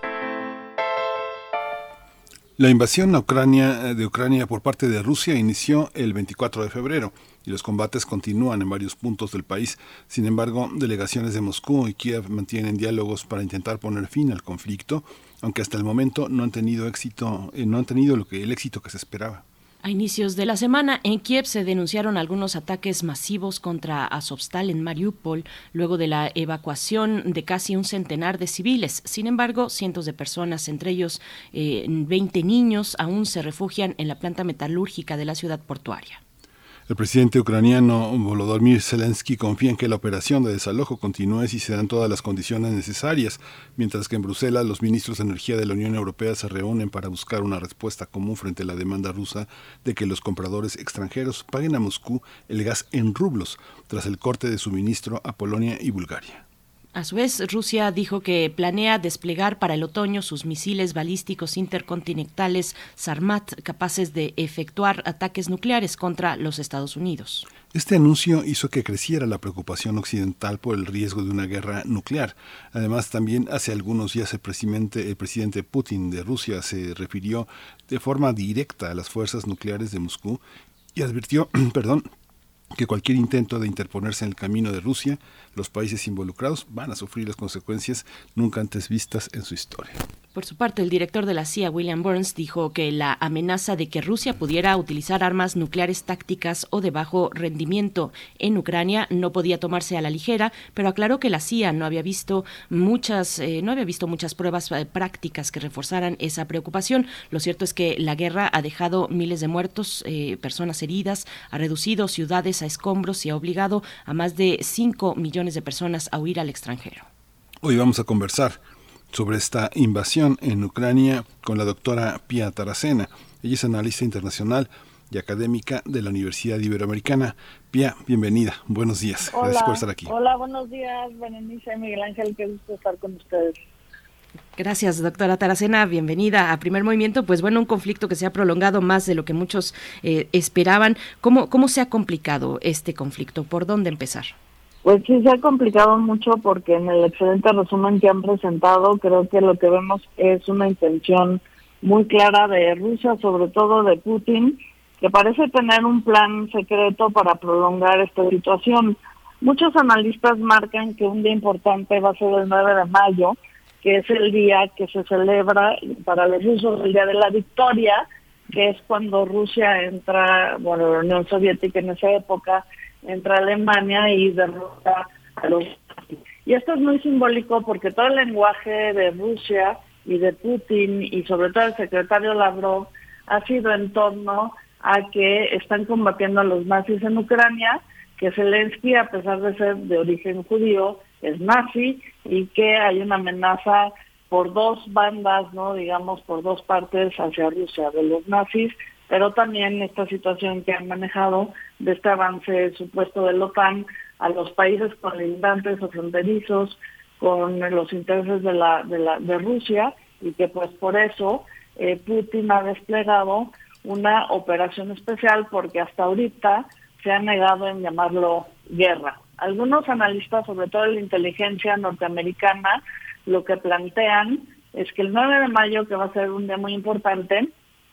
La invasión a Ucrania, de Ucrania por parte de Rusia inició el veinticuatro de febrero y los combates continúan en varios puntos del país. Sin embargo, delegaciones de Moscú y Kiev mantienen diálogos para intentar poner fin al conflicto, aunque hasta el momento no han tenido éxito, eh, no han tenido lo que el éxito que se esperaba. A inicios de la semana, en Kiev se denunciaron algunos ataques masivos contra Azovstal en Mariupol, luego de la evacuación de casi un centenar de civiles. Sin embargo, cientos de personas, entre ellos eh, veinte niños, aún se refugian en la planta metalúrgica de la ciudad portuaria. El presidente ucraniano Volodymyr Zelensky confía en que la operación de desalojo continúe si se dan todas las condiciones necesarias, mientras que en Bruselas los ministros de energía de la Unión Europea se reúnen para buscar una respuesta común frente a la demanda rusa de que los compradores extranjeros paguen a Moscú el gas en rublos tras el corte de suministro a Polonia y Bulgaria. A su vez, Rusia dijo que planea desplegar para el otoño sus misiles balísticos intercontinentales Sarmat, capaces de efectuar ataques nucleares contra los Estados Unidos. Este anuncio hizo que creciera la preocupación occidental por el riesgo de una guerra nuclear. Además, también hace algunos días el presidente, el presidente Putin de Rusia se refirió de forma directa a las fuerzas nucleares de Moscú y advirtió, perdón, que cualquier intento de interponerse en el camino de Rusia, los países involucrados van a sufrir las consecuencias nunca antes vistas en su historia. Por su parte, el director de la C I A, William Burns, dijo que la amenaza de que Rusia pudiera utilizar armas nucleares tácticas o de bajo rendimiento en Ucrania no podía tomarse a la ligera, pero aclaró que la C I A no había visto muchas, eh, no había visto muchas pruebas eh, prácticas que reforzaran esa preocupación. Lo cierto es que la guerra ha dejado miles de muertos, eh, personas heridas, ha reducido ciudades a escombros y ha obligado a más de cinco millones de personas a huir al extranjero. Hoy vamos a conversar sobre esta invasión en Ucrania con la doctora Pia Taracena. Ella es analista internacional y académica de la Universidad Iberoamericana. Pia, bienvenida. Buenos días. Hola, gracias por estar aquí. Hola, buenos días, Berenice, Miguel Ángel, qué gusto estar con ustedes. Gracias, doctora Taracena. Bienvenida a Primer Movimiento. Pues bueno, un conflicto que se ha prolongado más de lo que muchos eh, esperaban. ¿Cómo, ¿Cómo se ha complicado este conflicto? ¿Por dónde empezar? Pues sí, se ha complicado mucho porque en el excelente resumen que han presentado, creo que lo que vemos es una intención muy clara de Rusia, sobre todo de Putin, que parece tener un plan secreto para prolongar esta situación. Muchos analistas marcan que un día importante va a ser el nueve de mayo, que es el día que se celebra para los rusos el Día de la Victoria, que es cuando Rusia entra, bueno, la Unión Soviética en esa época, entra a Alemania y derrota a los nazis. Y esto es muy simbólico porque todo el lenguaje de Rusia y de Putin y sobre todo el secretario Lavrov ha sido en torno a que están combatiendo a los nazis en Ucrania, que Zelensky, a pesar de ser de origen judío, es nazi y que hay una amenaza por dos bandas, no digamos por dos partes hacia Rusia, de los nazis, pero también esta situación que han manejado de este avance supuesto de la OTAN a los países colindantes o fronterizos con los intereses de la de la de Rusia, y que pues por eso eh, Putin ha desplegado una operación especial, porque hasta ahorita se ha negado en llamarlo guerra. Algunos analistas, sobre todo de la inteligencia norteamericana, lo que plantean es que el nueve de mayo, que va a ser un día muy importante,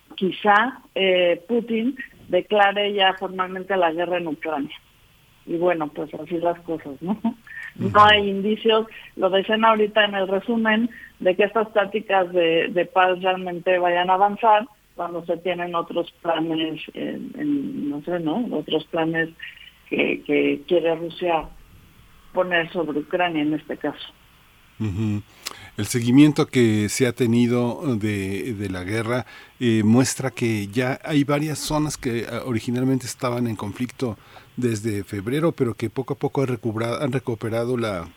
quizá eh, Putin declare ya formalmente la guerra en Ucrania. Y bueno, pues así las cosas, ¿no? Uh-huh. No hay indicios, lo decían ahorita en el resumen, de que estas tácticas de, de paz realmente vayan a avanzar cuando se tienen otros planes, en, en, no sé, ¿no? Otros planes que, que quiere Rusia poner sobre Ucrania en este caso. Uh-huh. El seguimiento que se ha tenido de, de la guerra eh, muestra que ya hay varias zonas que originalmente estaban en conflicto desde febrero, pero que poco a poco han recuperado, han recuperado la,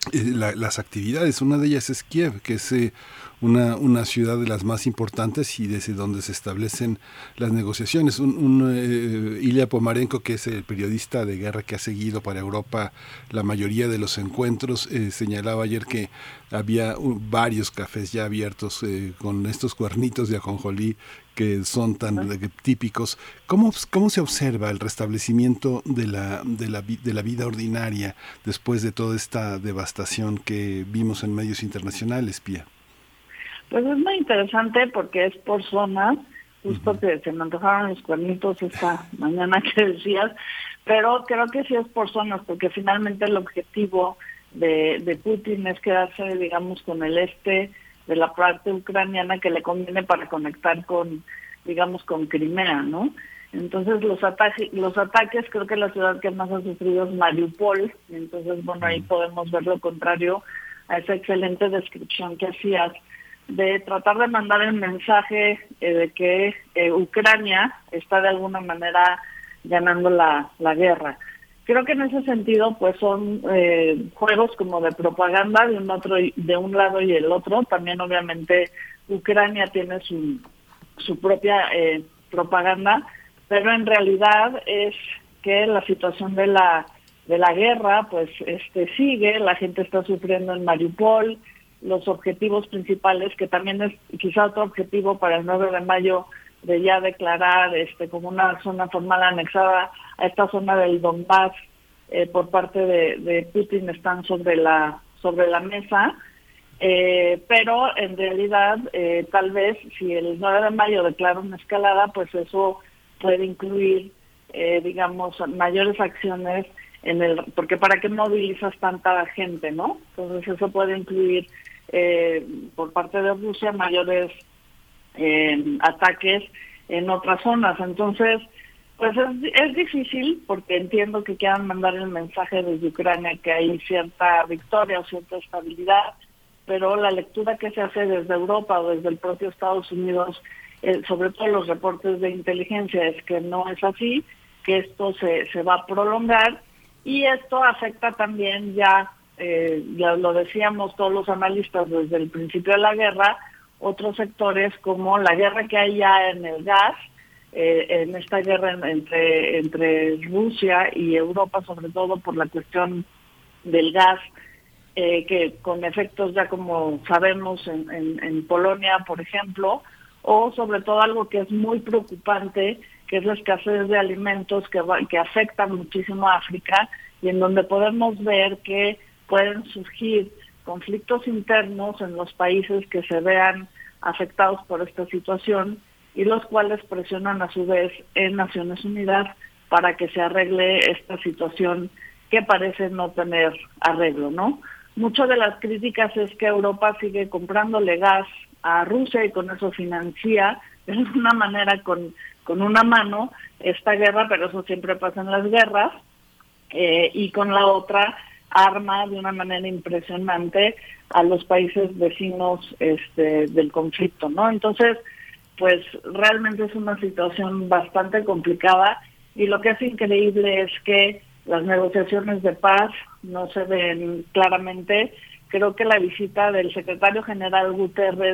eh, la, las actividades. Una de ellas es Kiev, que es eh, una, una ciudad de las más importantes y desde donde se establecen las negociaciones. Un, un eh, Ilya Pomarenko, que es el periodista de guerra que ha seguido para Europa la mayoría de los encuentros, eh, señalaba ayer que había un, varios cafés ya abiertos eh, con estos cuernitos de ajonjolí que son tan uh-huh. típicos. ¿Cómo, ¿Cómo se observa el restablecimiento de la, de, la, de la vida ordinaria después de toda esta devastación que vimos en medios internacionales, Pía? Pues es muy interesante porque es por zonas, justo uh-huh. que se me antojaron los cuernitos esta mañana que decías, pero creo que sí es por zonas, porque finalmente el objetivo de, de Putin es quedarse, digamos, con el este de la parte ucraniana que le conviene para conectar con, digamos, con Crimea, ¿no? Entonces los ataques, los ataques, creo que la ciudad que más ha sufrido es Mariupol, y entonces, bueno, ahí podemos ver lo contrario a esa excelente descripción que hacías de tratar de mandar el mensaje eh, de que eh, Ucrania está de alguna manera ganando la, la guerra. Creo que en ese sentido, pues son eh, juegos como de propaganda de un otro, de un lado y el otro. También, obviamente, Ucrania tiene su su propia eh, propaganda, pero en realidad es que la situación de la de la guerra, pues, este sigue. La gente está sufriendo en Mariupol. Los objetivos principales, que también es quizá otro objetivo para el nueve de mayo, de ya declarar este como una zona formal anexada a esta zona del Donbass eh, por parte de, de Putin, están sobre la sobre la mesa, eh, pero en realidad eh, tal vez si el nueve de mayo declara una escalada, pues eso puede incluir eh, digamos mayores acciones en el, porque para qué movilizas tanta gente, ¿no? Entonces eso puede incluir eh, por parte de Rusia mayores eh, ataques en otras zonas. Entonces, pues es, es difícil, porque entiendo que quieran mandar el mensaje desde Ucrania que hay cierta victoria o cierta estabilidad, pero la lectura que se hace desde Europa o desde el propio Estados Unidos, eh, sobre todo los reportes de inteligencia, es que no es así, que esto se, se va a prolongar, y esto afecta también ya, eh, ya lo decíamos todos los analistas desde el principio de la guerra, otros sectores como la guerra que hay ya en el gas, eh, en esta guerra entre entre Rusia y Europa, sobre todo por la cuestión del gas, eh, que con efectos ya como sabemos en, en, en Polonia, por ejemplo, o sobre todo algo que es muy preocupante, que es la escasez de alimentos que, va, que afecta muchísimo a África, y en donde podemos ver que pueden surgir conflictos internos en los países que se vean afectados por esta situación, y los cuales presionan a su vez en Naciones Unidas para que se arregle esta situación que parece no tener arreglo, ¿no? Muchas de las críticas es que Europa sigue comprándole gas a Rusia y con eso financia de alguna manera con, con una mano esta guerra, pero eso siempre pasa en las guerras, eh, y con la otra arma de una manera impresionante a los países vecinos este, del conflicto, ¿no? Entonces, pues realmente es una situación bastante complicada, y lo que es increíble es que las negociaciones de paz no se ven claramente. Creo que la visita del secretario general Guterres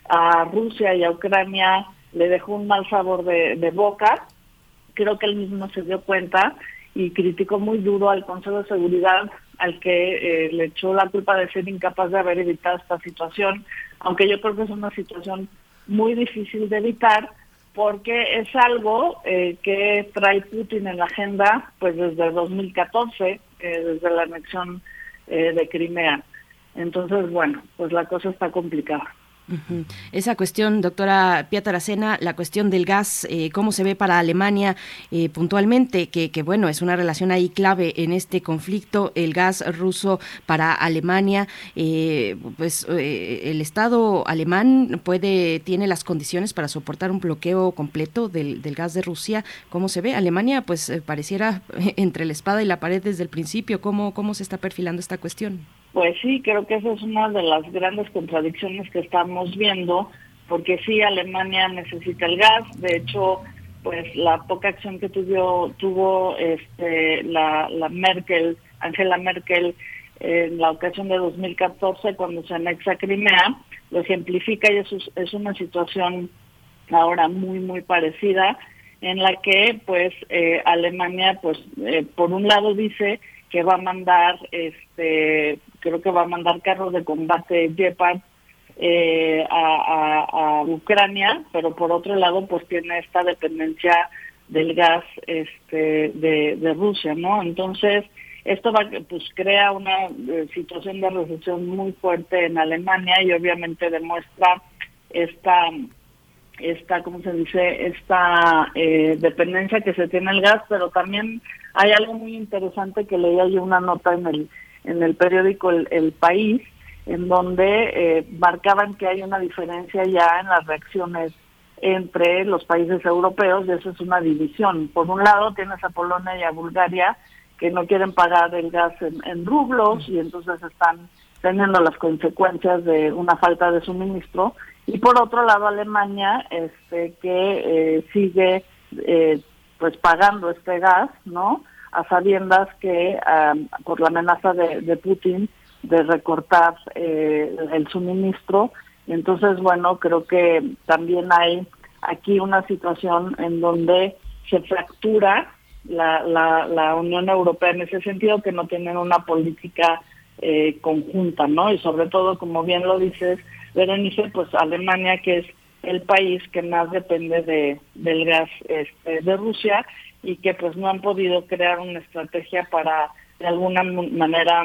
a Rusia y a Ucrania le dejó un mal sabor de, de boca. Creo que él mismo se dio cuenta y criticó muy duro al Consejo de Seguridad, al que eh, le echó la culpa de ser incapaz de haber evitado esta situación, aunque yo creo que es una situación muy difícil de evitar, porque es algo eh, que trae Putin en la agenda pues desde dos mil catorce, eh, desde la anexión eh, de Crimea. Entonces, bueno, pues la cosa está complicada. Uh-huh. Esa cuestión, doctora Pía Taracena, la cuestión del gas, eh, ¿cómo se ve para Alemania eh, puntualmente? Que, que bueno, es una relación ahí clave en este conflicto, el gas ruso para Alemania. Eh, pues eh, el Estado alemán puede, tiene las condiciones para soportar un bloqueo completo del, del gas de Rusia. ¿Cómo se ve? Alemania, pues eh, pareciera entre la espada y la pared desde el principio. ¿Cómo, cómo se está perfilando esta cuestión? Pues sí, creo que esa es una de las grandes contradicciones que estamos viendo, porque sí, Alemania necesita el gas. De hecho, pues la poca acción que tuvo, tuvo este, la, la Merkel, Angela Merkel, en la ocasión de dos mil catorce cuando se anexa Crimea, lo ejemplifica y eso es, es una situación ahora muy, muy parecida, en la que pues eh, Alemania pues eh, por un lado dice que va a mandar, este creo que va a mandar carros de combate Gepard eh, a, a, a Ucrania, pero por otro lado pues tiene esta dependencia del gas este de, de Rusia, ¿no? Entonces esto va pues crea una eh, situación de recesión muy fuerte en Alemania y obviamente demuestra esta esta, ¿cómo se dice?, esta eh, dependencia que se tiene el gas, pero también hay algo muy interesante que leía yo una nota en el en el periódico El, el País, en donde eh, marcaban que hay una diferencia ya en las reacciones entre los países europeos, y eso es una división. Por un lado tienes a Polonia y a Bulgaria que no quieren pagar el gas en, en rublos y entonces están teniendo las consecuencias de una falta de suministro, y por otro lado Alemania este que eh, sigue eh, pues pagando este gas, ¿no?, a sabiendas que um, por la amenaza de, de Putin de recortar eh, el suministro. Y entonces, bueno, creo que también hay aquí una situación en donde se fractura la, la, la Unión Europea en ese sentido, que no tienen una política eh, conjunta, ¿no? Y sobre todo, como bien lo dices, Berenice, pues Alemania, que es el país que más depende de del gas este, de Rusia, y que pues no han podido crear una estrategia para de alguna manera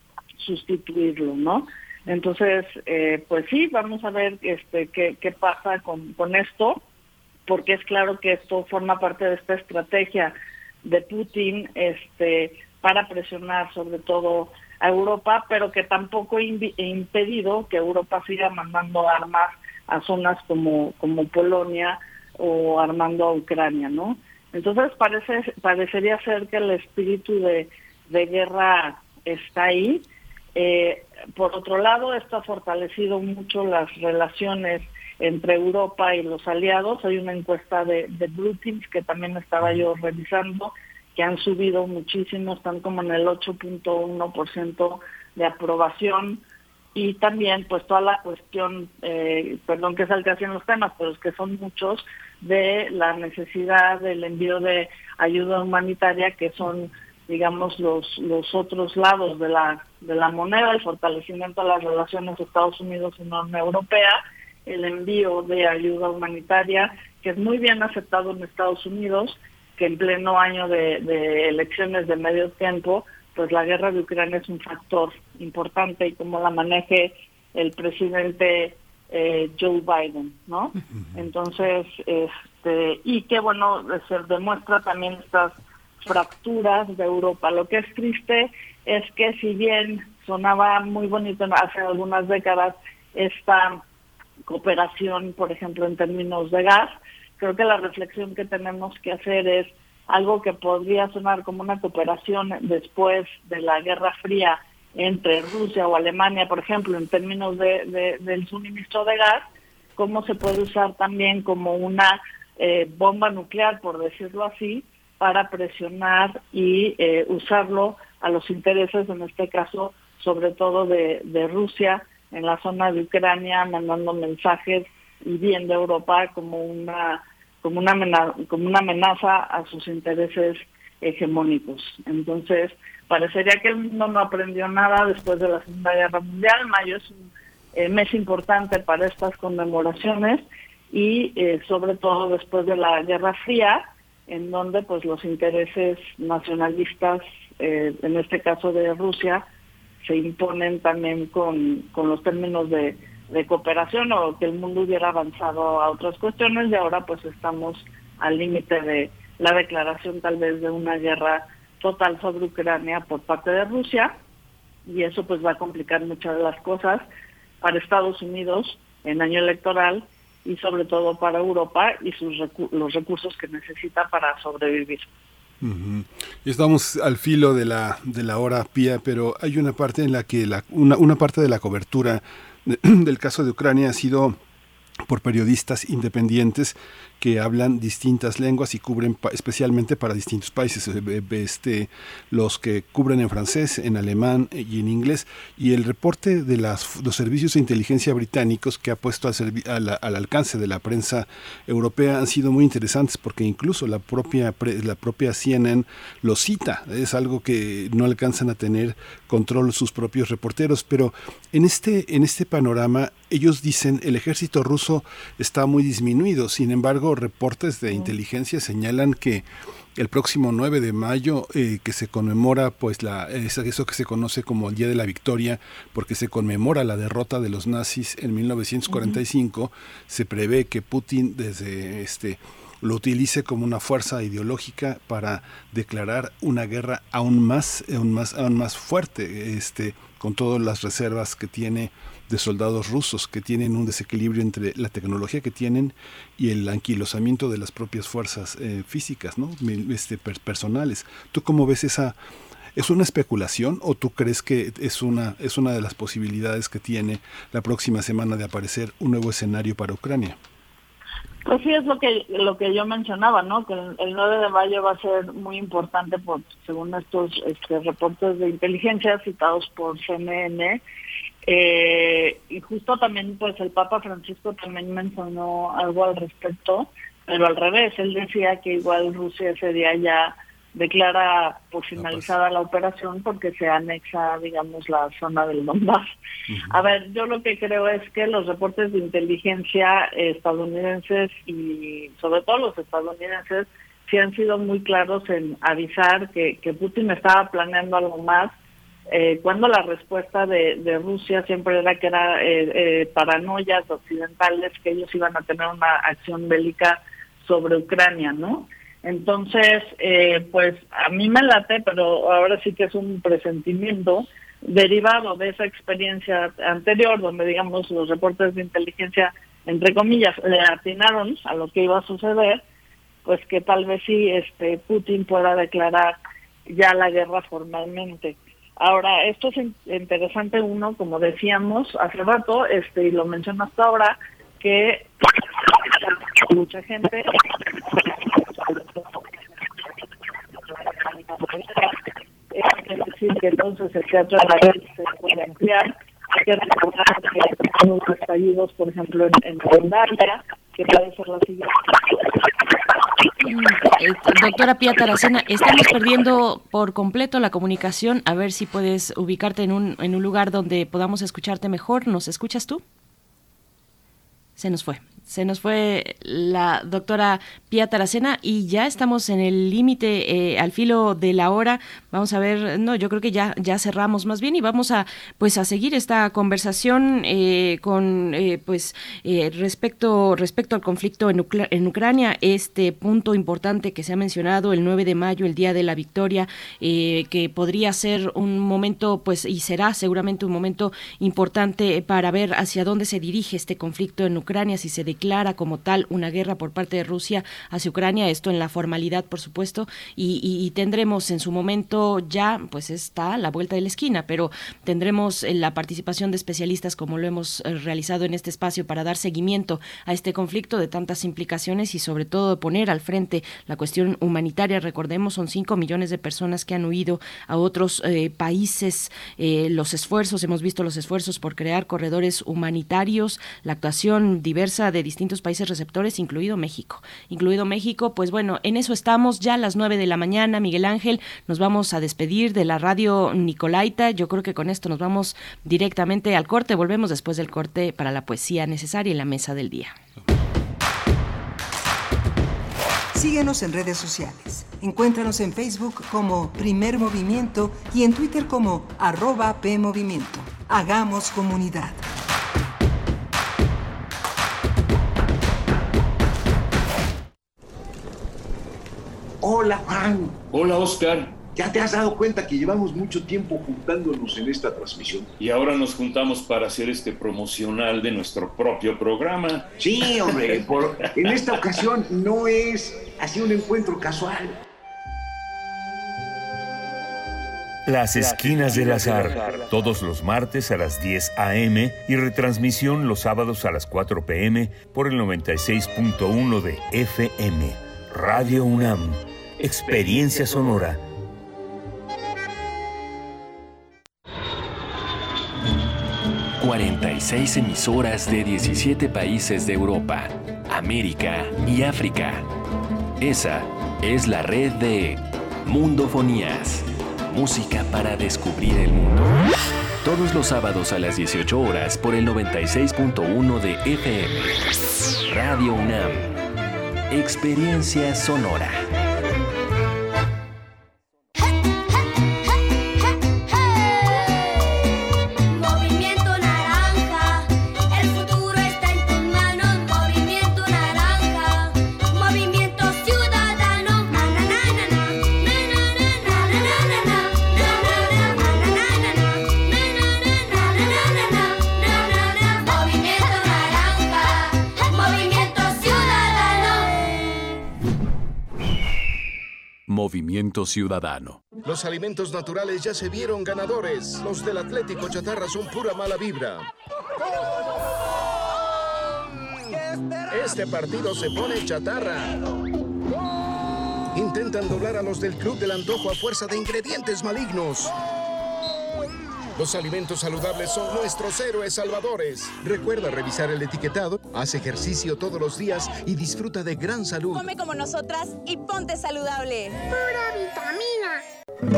sustituirlo, ¿no? Entonces, eh, pues sí, vamos a ver este qué, qué pasa con, con esto, porque es claro que esto forma parte de esta estrategia de Putin este para presionar sobre todo a Europa, pero que tampoco ha impedido que Europa siga mandando armas a zonas como, como Polonia o armando a Ucrania, ¿no? Entonces parece parecería ser que el espíritu de, de guerra está ahí. Eh, por otro lado, esto ha fortalecido mucho las relaciones entre Europa y los aliados. Hay una encuesta de, de Brookings que también estaba yo revisando, que han subido muchísimo, están como en el ocho punto uno por ciento de aprobación, y también pues toda la cuestión, eh, perdón que salte así en los temas, pero es que son muchos, de la necesidad del envío de ayuda humanitaria, que son digamos los los otros lados de la de la moneda, el fortalecimiento de las relaciones de Estados Unidos y Unión Europea, el envío de ayuda humanitaria, que es muy bien aceptado en Estados Unidos, que en pleno año de, de elecciones de medio tiempo, pues la guerra de Ucrania es un factor importante, y cómo la maneje el presidente eh, Joe Biden, ¿no? Uh-huh. Entonces, este y que bueno, se demuestra también estas fracturas de Europa. Lo que es triste es que si bien sonaba muy bonito hace algunas décadas esta cooperación, por ejemplo, en términos de gas, creo que la reflexión que tenemos que hacer es algo que podría sonar como una cooperación después de la Guerra Fría entre Rusia o Alemania, por ejemplo, en términos de, de del suministro de gas, cómo se puede usar también como una eh, bomba nuclear, por decirlo así, para presionar y eh, usarlo a los intereses, en este caso, sobre todo de, de Rusia, en la zona de Ucrania, mandando mensajes y viendo a Europa como una como una amenaza, como una amenaza a sus intereses hegemónicos. Entonces, parecería que el mundo no aprendió nada después de la Segunda Guerra Mundial. Mayo es un eh, mes importante para estas conmemoraciones, y eh, sobre todo después de la Guerra Fría, en donde pues los intereses nacionalistas, eh, en este caso de Rusia, se imponen también con, con los términos de, de cooperación, o que el mundo hubiera avanzado a otras cuestiones, y ahora pues estamos al límite de la declaración tal vez de una guerra total sobre Ucrania por parte de Rusia, y eso pues va a complicar muchas de las cosas para Estados Unidos en año electoral, y sobre todo para Europa y sus recu- los recursos que necesita para sobrevivir. Uh-huh. Estamos al filo de la de la hora, Pía, pero hay una parte en la que la una una parte de la cobertura de, del caso de Ucrania ha sido por periodistas independientes que hablan distintas lenguas y cubren pa- especialmente para distintos países, este, los que cubren en francés, en alemán y en inglés. Y el reporte de las, los servicios de inteligencia británicos que ha puesto al, servi- a la, al alcance de la prensa europea han sido muy interesantes, porque incluso la propia, pre- la propia C N N lo cita. Es algo que no alcanzan a tener control sus propios reporteros, pero en este, en este panorama ellos dicen el ejército ruso está muy disminuido. Sin embargo, reportes de inteligencia señalan que el próximo nueve de mayo, eh, que se conmemora pues la eso, eso que se conoce como el Día de la Victoria, porque se conmemora la derrota de los nazis en mil novecientos cuarenta y cinco, uh-huh. Se prevé que Putin desde este lo utilice como una fuerza ideológica para declarar una guerra aún más, aún más, aún más fuerte, este, con todas las reservas que tiene de soldados rusos, que tienen un desequilibrio entre la tecnología que tienen y el anquilosamiento de las propias fuerzas eh, físicas, ¿no? Este, per- personales. ¿Tú cómo ves esa? ¿Es una especulación o tú crees que es una, es una de las posibilidades que tiene la próxima semana de aparecer un nuevo escenario para Ucrania? Pues sí, es lo que lo que yo mencionaba, ¿no? Que el, el nueve de mayo va a ser muy importante, por, según estos este, reportes de inteligencia citados por C N N. Eh, y justo también, pues el Papa Francisco también mencionó algo al respecto, pero al revés, él decía que igual Rusia ese día ya declara por finalizada la operación porque se anexa, digamos, la zona del Donbass. Uh-huh. A ver, yo lo que creo es que los reportes de inteligencia estadounidenses y sobre todo los estadounidenses sí han sido muy claros en avisar que, que Putin estaba planeando algo más, eh, cuando la respuesta de, de Rusia siempre era que era eh, eh, paranoias occidentales, que ellos iban a tener una acción bélica sobre Ucrania, ¿no? Entonces, eh, pues a mí me late, pero ahora sí que es un presentimiento derivado de esa experiencia anterior, donde, digamos, los reportes de inteligencia, entre comillas, le atinaron a lo que iba a suceder, pues que tal vez sí este Putin pueda declarar ya la guerra formalmente. Ahora, esto es interesante, uno, como decíamos hace rato, este y lo menciono hasta ahora, que mucha gente es decir, que entonces el teatro de la guerra se puede ampliar. Hay que recordar que hubo estallidos, por ejemplo, en, en Moldavia, que puede ser la siguiente. Eh, doctora Pía Taracena, estamos perdiendo por completo la comunicación. A ver si puedes ubicarte en un, en un lugar donde podamos escucharte mejor. ¿Nos escuchas tú? Se nos fue. Se nos fue la doctora Pía Taracena y ya estamos en el límite, eh, al filo de la hora. Vamos a ver, no, yo creo que ya ya cerramos más bien y vamos a pues a seguir esta conversación eh, con eh, pues eh, respecto respecto al conflicto en, Ucla- en Ucrania. Este punto importante que se ha mencionado, el nueve de mayo, el Día de la Victoria, eh, que podría ser un momento, pues y será seguramente un momento importante para ver hacia dónde se dirige este conflicto en Ucrania, si se declara como tal una guerra por parte de Rusia hacia Ucrania, esto en la formalidad, por supuesto, y, y, y tendremos en su momento ya, pues está a la vuelta de la esquina, pero tendremos la participación de especialistas como lo hemos realizado en este espacio para dar seguimiento a este conflicto de tantas implicaciones y sobre todo de poner al frente la cuestión humanitaria. Recordemos, son cinco millones de personas que han huido a otros eh, países, eh, los esfuerzos, hemos visto los esfuerzos por crear corredores humanitarios, la actuación diversa de distintos países receptores, incluido México. Incluido México, pues bueno, en eso estamos ya a las nueve de la mañana, Miguel Ángel, nos vamos a despedir de la radio Nicolaita. Yo creo que con esto nos vamos directamente al corte, volvemos después del corte para la poesía necesaria y la mesa del día. Síguenos en redes sociales. Encuéntranos en Facebook como Primer Movimiento y en Twitter como arroba PMovimiento. Hagamos comunidad. Hola, Juan. Hola, Oscar. ¿Ya te has dado cuenta que llevamos mucho tiempo juntándonos en esta transmisión? Y ahora nos juntamos para hacer este promocional de nuestro propio programa. Sí, hombre. Por, en esta ocasión no es así un encuentro casual. Las Esquinas del Azar, todos los martes a las diez a eme y retransmisión los sábados a las cuatro pe eme por el noventa y seis punto uno de efe eme. Radio UNAM, experiencia sonora. cuarenta y seis emisoras de diecisiete países de Europa, América y África. Esa es la red de Mundofonías. Música para descubrir el mundo. Todos los sábados a las dieciocho horas por el noventa y seis punto uno de efe eme. Radio UNAM. Experiencia sonora. Movimiento Ciudadano. Los alimentos naturales ya se vieron ganadores. Los del Atlético Chatarra son pura mala vibra. Este partido se pone chatarra. Intentan doblar a los del Club del Antojo a fuerza de ingredientes malignos. Los alimentos saludables son nuestros héroes salvadores. Recuerda revisar el etiquetado, haz ejercicio todos los días y disfruta de gran salud. Come como nosotras y ponte saludable. Pura vitamina.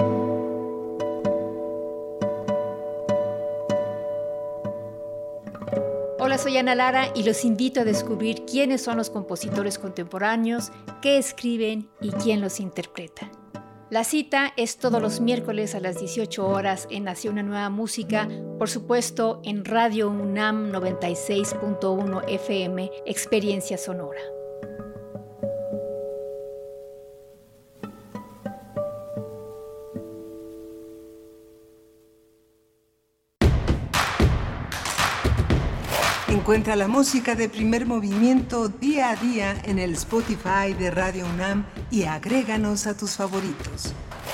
Hola, soy Ana Lara y los invito a descubrir quiénes son los compositores contemporáneos, qué escriben y quién los interpreta. La cita es todos los miércoles a las dieciocho horas en Nació una Nueva Música, por supuesto en Radio UNAM noventa y seis punto uno efe eme, Experiencia Sonora. Encuentra la música de Primer Movimiento día a día en el Spotify de Radio UNAM y agréganos a tus favoritos.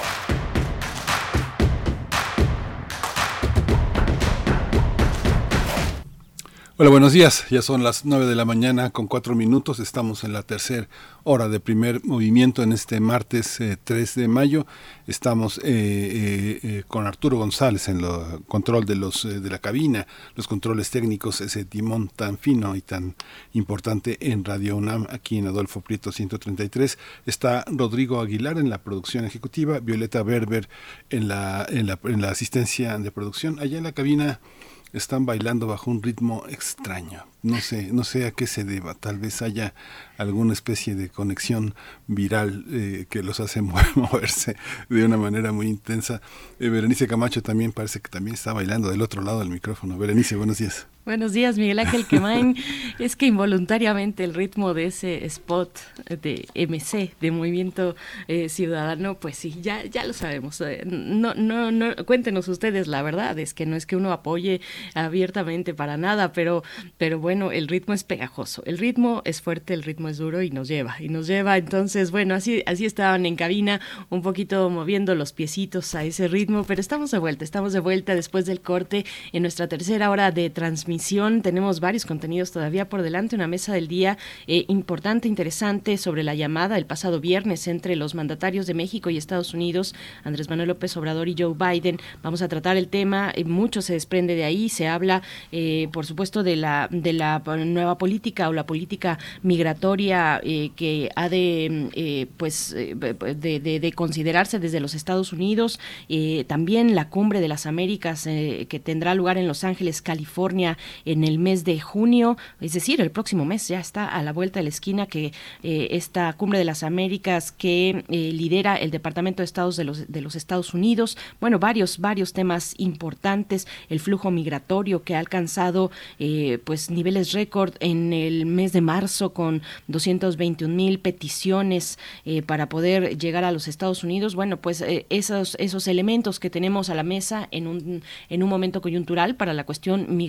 Hola, buenos días. Ya son las nueve de la mañana con cuatro minutos. Estamos en la tercera hora de Primer Movimiento en este martes eh, tres de mayo. Estamos eh, eh, eh, con Arturo González en el control de, los, eh, de la cabina, los controles técnicos, ese timón tan fino y tan importante en Radio UNAM, aquí en Adolfo Prieto ciento treinta y tres. Está Rodrigo Aguilar en la producción ejecutiva, Violeta Berber en la, en la, en la asistencia de producción. Allá en la cabina están bailando bajo un ritmo extraño. No sé, no sé a qué se deba. Tal vez haya alguna especie de conexión viral eh, que los hace moverse de una manera muy intensa. Eh, Berenice Camacho también parece que también está bailando del otro lado del micrófono. Berenice, buenos días. Buenos días, Miguel Ángel Quemain. Es que involuntariamente el ritmo de ese spot de eme ce, de Movimiento eh, Ciudadano, pues sí, ya, ya lo sabemos. Eh, no, no, no, cuéntenos ustedes, la verdad es que no es que uno apoye abiertamente para nada, pero, pero bueno, el ritmo es pegajoso, el ritmo es fuerte, el ritmo es duro y nos lleva, y nos lleva. Entonces, bueno, así, así estaban en cabina, un poquito moviendo los piecitos a ese ritmo, pero estamos de vuelta, estamos de vuelta después del corte en nuestra tercera hora de transmisión. Tenemos varios contenidos todavía por delante, una mesa del día eh, importante, interesante sobre la llamada el pasado viernes entre los mandatarios de México y Estados Unidos, Andrés Manuel López Obrador y Joe Biden. Vamos a tratar el tema, eh, mucho se desprende de ahí, se habla eh, por supuesto de la, de la nueva política o la política migratoria eh, que ha de, eh, pues, eh, de, de, de considerarse desde los Estados Unidos, eh, también la Cumbre de las Américas eh, que tendrá lugar en Los Ángeles, California, en el mes de junio, es decir, el próximo mes ya está a la vuelta de la esquina, que eh, esta Cumbre de las Américas que eh, lidera el Departamento de Estados de los, de los Estados Unidos. Bueno, varios, varios temas importantes, el flujo migratorio que ha alcanzado eh, pues niveles récord en el mes de marzo con doscientos veintiún mil peticiones eh, para poder llegar a los Estados Unidos. Bueno, pues eh, esos, esos elementos que tenemos a la mesa en un, en un momento coyuntural para la cuestión migratoria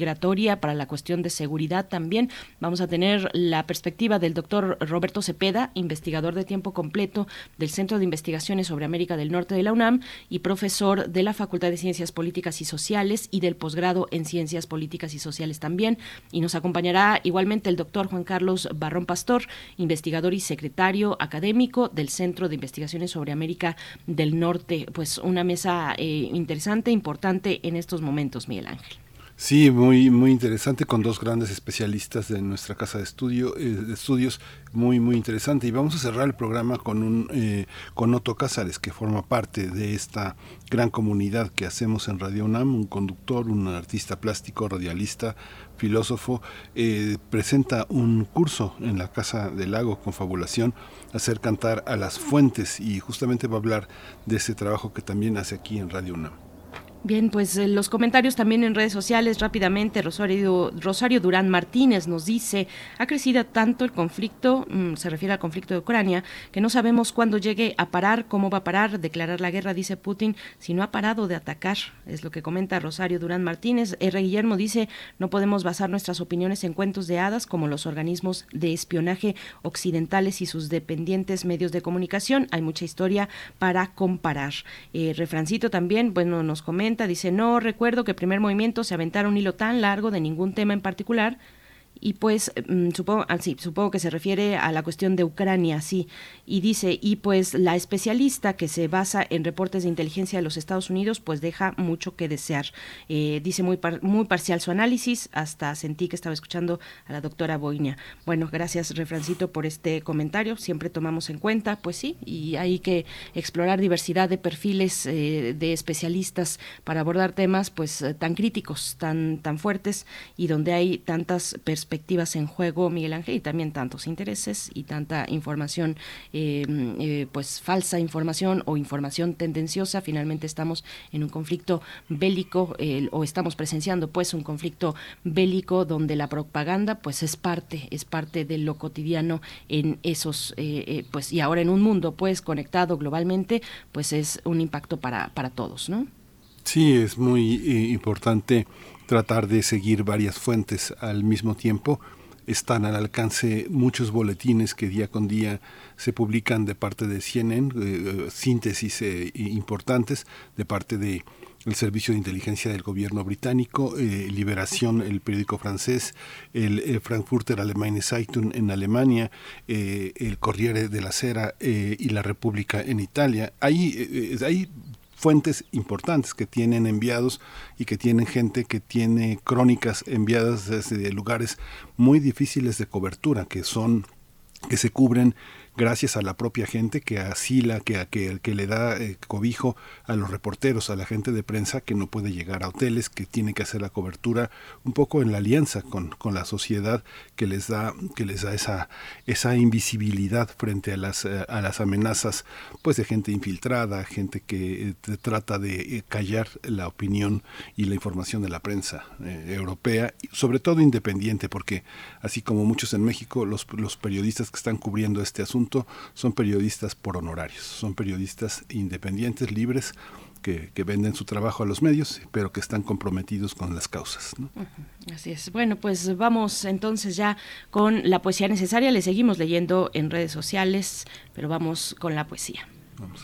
tecnología, para la cuestión de seguridad también. Vamos a tener la perspectiva del doctor Roberto Cepeda, investigador de tiempo completo del Centro de Investigaciones sobre América del Norte de la UNAM y profesor de la Facultad de Ciencias Políticas y Sociales y del posgrado en Ciencias Políticas y Sociales también. Y nos acompañará igualmente el doctor Juan Carlos Barrón Pastor, investigador y secretario académico del Centro de Investigaciones sobre América del Norte. Pues una mesa eh, interesante, importante en estos momentos, Miguel Ángel. Sí, muy muy interesante, con dos grandes especialistas de nuestra casa de estudio eh, de estudios, muy muy interesante. Y vamos a cerrar el programa con un eh, con Otto Cázares, que forma parte de esta gran comunidad que hacemos en Radio UNAM, un conductor, un artista plástico, radialista, filósofo. Eh, presenta un curso en la Casa del Lago, Confabulación, hacer cantar a las fuentes, y justamente va a hablar de ese trabajo que también hace aquí en Radio UNAM. Bien, pues eh, los comentarios también en redes sociales rápidamente. Rosario, Rosario Durán Martínez nos dice: ha crecido tanto el conflicto, mmm, se refiere al conflicto de Ucrania, que no sabemos cuándo llegue a parar, cómo va a parar, declarar la guerra, dice Putin, si no ha parado de atacar. Es lo que comenta Rosario Durán Martínez. R. Guillermo dice: no podemos basar nuestras opiniones en cuentos de hadas como los organismos de espionaje occidentales y sus dependientes medios de comunicación. Hay mucha historia para comparar. Eh, Refrancito también, bueno, nos comenta, dice: no recuerdo que el primer movimiento se aventara un hilo tan largo de ningún tema en particular. Y pues mmm, supongo, ah, sí, supongo que se refiere a la cuestión de Ucrania, sí. Y dice, y pues la especialista que se basa en reportes de inteligencia de los Estados Unidos, pues deja mucho que desear. Eh, dice muy par, muy parcial su análisis, hasta sentí que estaba escuchando a la doctora Boinia. Bueno, gracias, Refrancito, por este comentario. Siempre tomamos en cuenta, pues sí, y hay que explorar diversidad de perfiles eh, de especialistas para abordar temas pues eh, tan críticos, tan, tan fuertes, y donde hay tantas perspectivas perspectivas en juego, Miguel Ángel, y también tantos intereses y tanta información, eh, eh, pues falsa información o información tendenciosa. Finalmente estamos en un conflicto bélico, eh, o estamos presenciando pues un conflicto bélico donde la propaganda pues es parte, es parte de lo cotidiano en esos, eh, eh, pues y ahora en un mundo pues conectado globalmente, pues es un impacto para, para todos, ¿no? Sí, es muy eh, importante tratar de seguir varias fuentes al mismo tiempo. Están al alcance muchos boletines que día con día se publican de parte de C N N, eh, síntesis eh, importantes de parte de el Servicio de Inteligencia del Gobierno británico, eh, Liberación, el periódico francés, el, el Frankfurter Allgemeine Zeitung en Alemania, eh, el Corriere della Sera eh, y la República en Italia. Hay, eh, hay fuentes importantes que tienen enviados y que tienen gente que tiene crónicas enviadas desde lugares muy difíciles de cobertura, que son que se cubren gracias a la propia gente que asila, que, que, que le da eh, cobijo a los reporteros, a la gente de prensa que no puede llegar a hoteles, que tiene que hacer la cobertura un poco en la alianza con, con la sociedad que les da, que les da esa, esa invisibilidad frente a las, eh, a las amenazas pues de gente infiltrada, gente que eh, trata de eh, callar la opinión y la información de la prensa eh, europea, sobre todo independiente, porque así como muchos en México, los, los periodistas que están cubriendo este asunto son periodistas por honorarios, son periodistas independientes, libres, que, que venden su trabajo a los medios, pero que están comprometidos con las causas, ¿no? Uh-huh. Así es. Bueno, pues vamos entonces ya con la poesía necesaria. Le seguimos leyendo en redes sociales, pero vamos con la poesía. Vamos.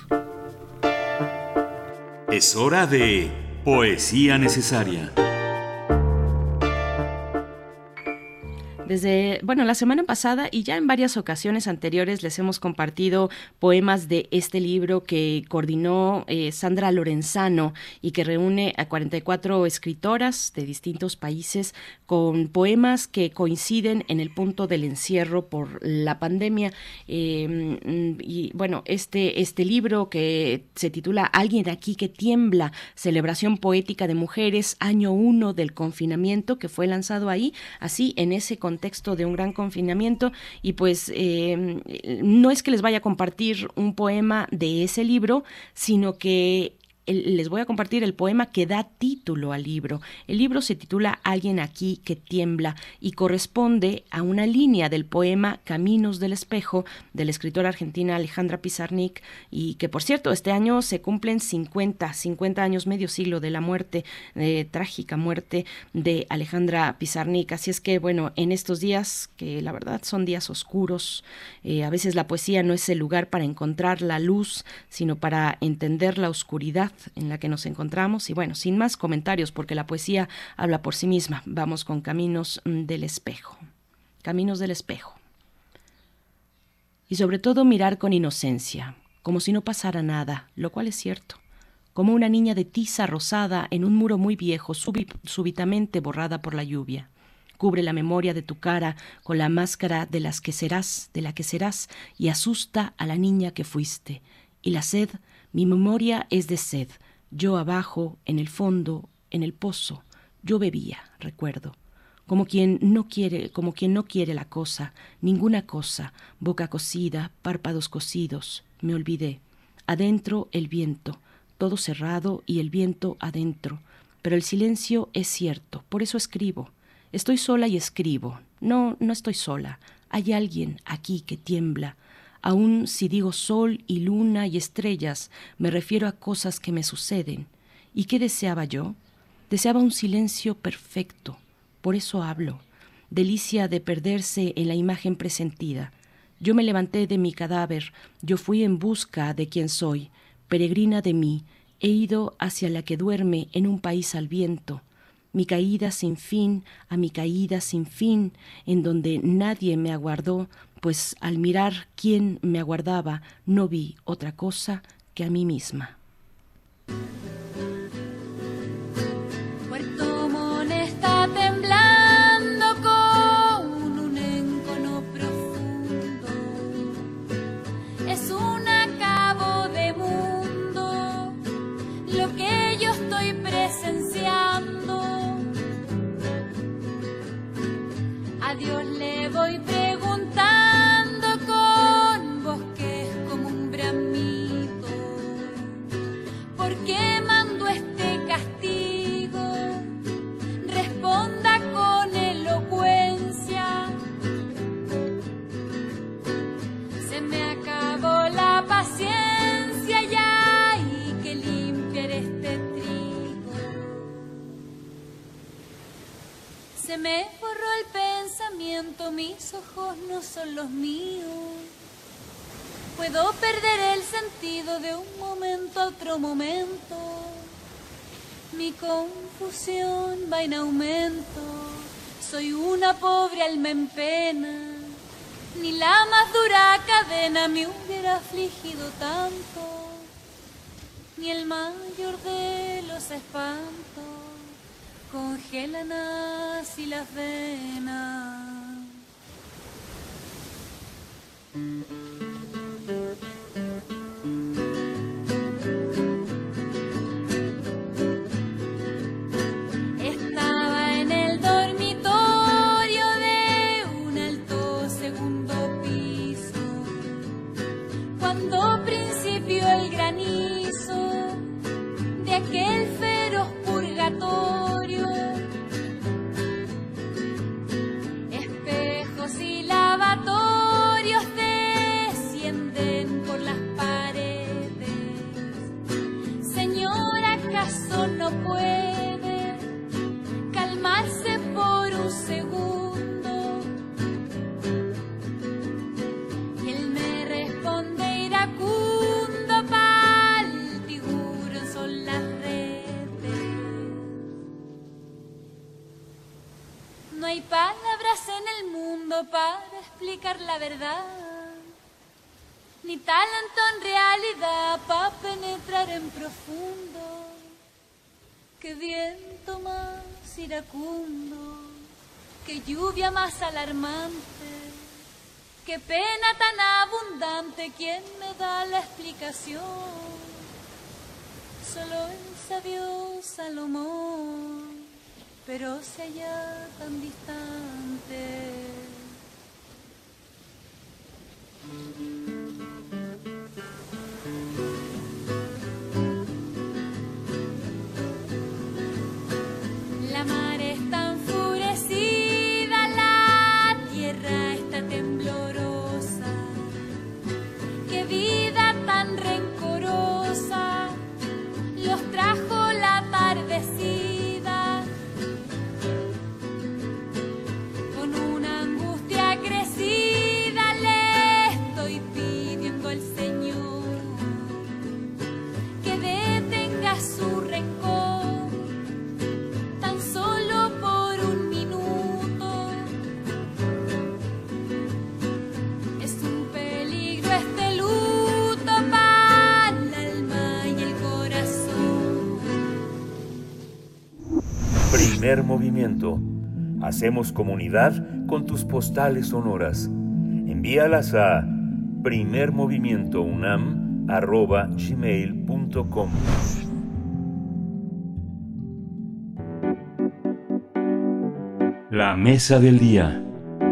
Es hora de poesía necesaria. Desde, bueno, la semana pasada y ya en varias ocasiones anteriores les hemos compartido poemas de este libro que coordinó eh, Sandra Lorenzano y que reúne a cuarenta y cuatro escritoras de distintos países con poemas que coinciden en el punto del encierro por la pandemia. Eh, y bueno, este, este libro que se titula Alguien aquí que tiembla, celebración poética de mujeres, año uno del confinamiento, que fue lanzado ahí, así en ese contexto texto de un gran confinamiento. Y pues eh, no es que les vaya a compartir un poema de ese libro, sino que el, les voy a compartir el poema que da título al libro. El libro se titula Alguien aquí que tiembla y corresponde a una línea del poema Caminos del espejo de la escritora argentina Alejandra Pizarnik, y que por cierto este año se cumplen cincuenta, cincuenta años, medio siglo de la muerte, eh, trágica muerte de Alejandra Pizarnik. Así es que bueno, en estos días que la verdad son días oscuros, eh, a veces la poesía no es el lugar para encontrar la luz, sino para entender la oscuridad en la que nos encontramos. Y bueno, sin más comentarios, porque la poesía habla por sí misma, vamos con Caminos del espejo. Caminos del espejo. Y sobre todo mirar con inocencia, como si no pasara nada, lo cual es cierto. Como una niña de tiza rosada en un muro muy viejo, súbitamente borrada por la lluvia. Cubre la memoria de tu cara con la máscara de las que serás, de la que serás, y asusta a la niña que fuiste. Y la sed, mi memoria es de sed. Yo abajo, en el fondo, en el pozo, yo bebía, recuerdo. Como quien no quiere, como quien no quiere la cosa, ninguna cosa, boca cosida, párpados cosidos, me olvidé. Adentro el viento, todo cerrado y el viento adentro. Pero el silencio es cierto, por eso escribo. Estoy sola y escribo. No, no estoy sola. Hay alguien aquí que tiembla. Aun si digo sol y luna y estrellas, me refiero a cosas que me suceden. ¿Y qué deseaba yo? Deseaba un silencio perfecto. Por eso hablo. Delicia de perderse en la imagen presentida. Yo me levanté de mi cadáver. Yo fui en busca de quien soy. Peregrina de mí. He ido hacia la que duerme en un país al viento. Mi caída sin fin, a mi caída sin fin, en donde nadie me aguardó, pues al mirar quién me aguardaba, no vi otra cosa que a mí misma. Puerto Montt está temblando con un encono profundo. Es un acabo de mundo lo que yo estoy presenciando. A Dios le voy preguntando con voz que es como un bramido, ¿por qué mando este castigo? Responda con elocuencia. Se me acabó la paciencia ya y que limpiar este trigo. Se me borró el pensamiento, mis ojos no son los míos. Puedo perder el sentido de un momento a otro momento. Mi confusión va en aumento. Soy una pobre alma en pena. Ni la más dura cadena me hubiera afligido tanto. Ni el mayor de los espantos congelan así las venas. Estaba en el dormitorio de un alto segundo piso cuando principió el granizo de aquel feroz purgatorio. Espejos y lavatorios descienden por las paredes. Señora, ¿acaso no puede calmarse por un segundo? Y él me responde iracundo, pal figuro son las redes. No hay palabras en el mundo para explicar la verdad, ni talento en realidad para penetrar en profundo. Qué viento más iracundo, qué lluvia más alarmante, qué pena tan abundante. ¿Quién me da la explicación? Solo el sabio Salomón, pero se halla tan distante. Primer Movimiento. Hacemos comunidad con tus postales sonoras. Envíalas a primermovimientounam arroba gmail punto com. La mesa del día.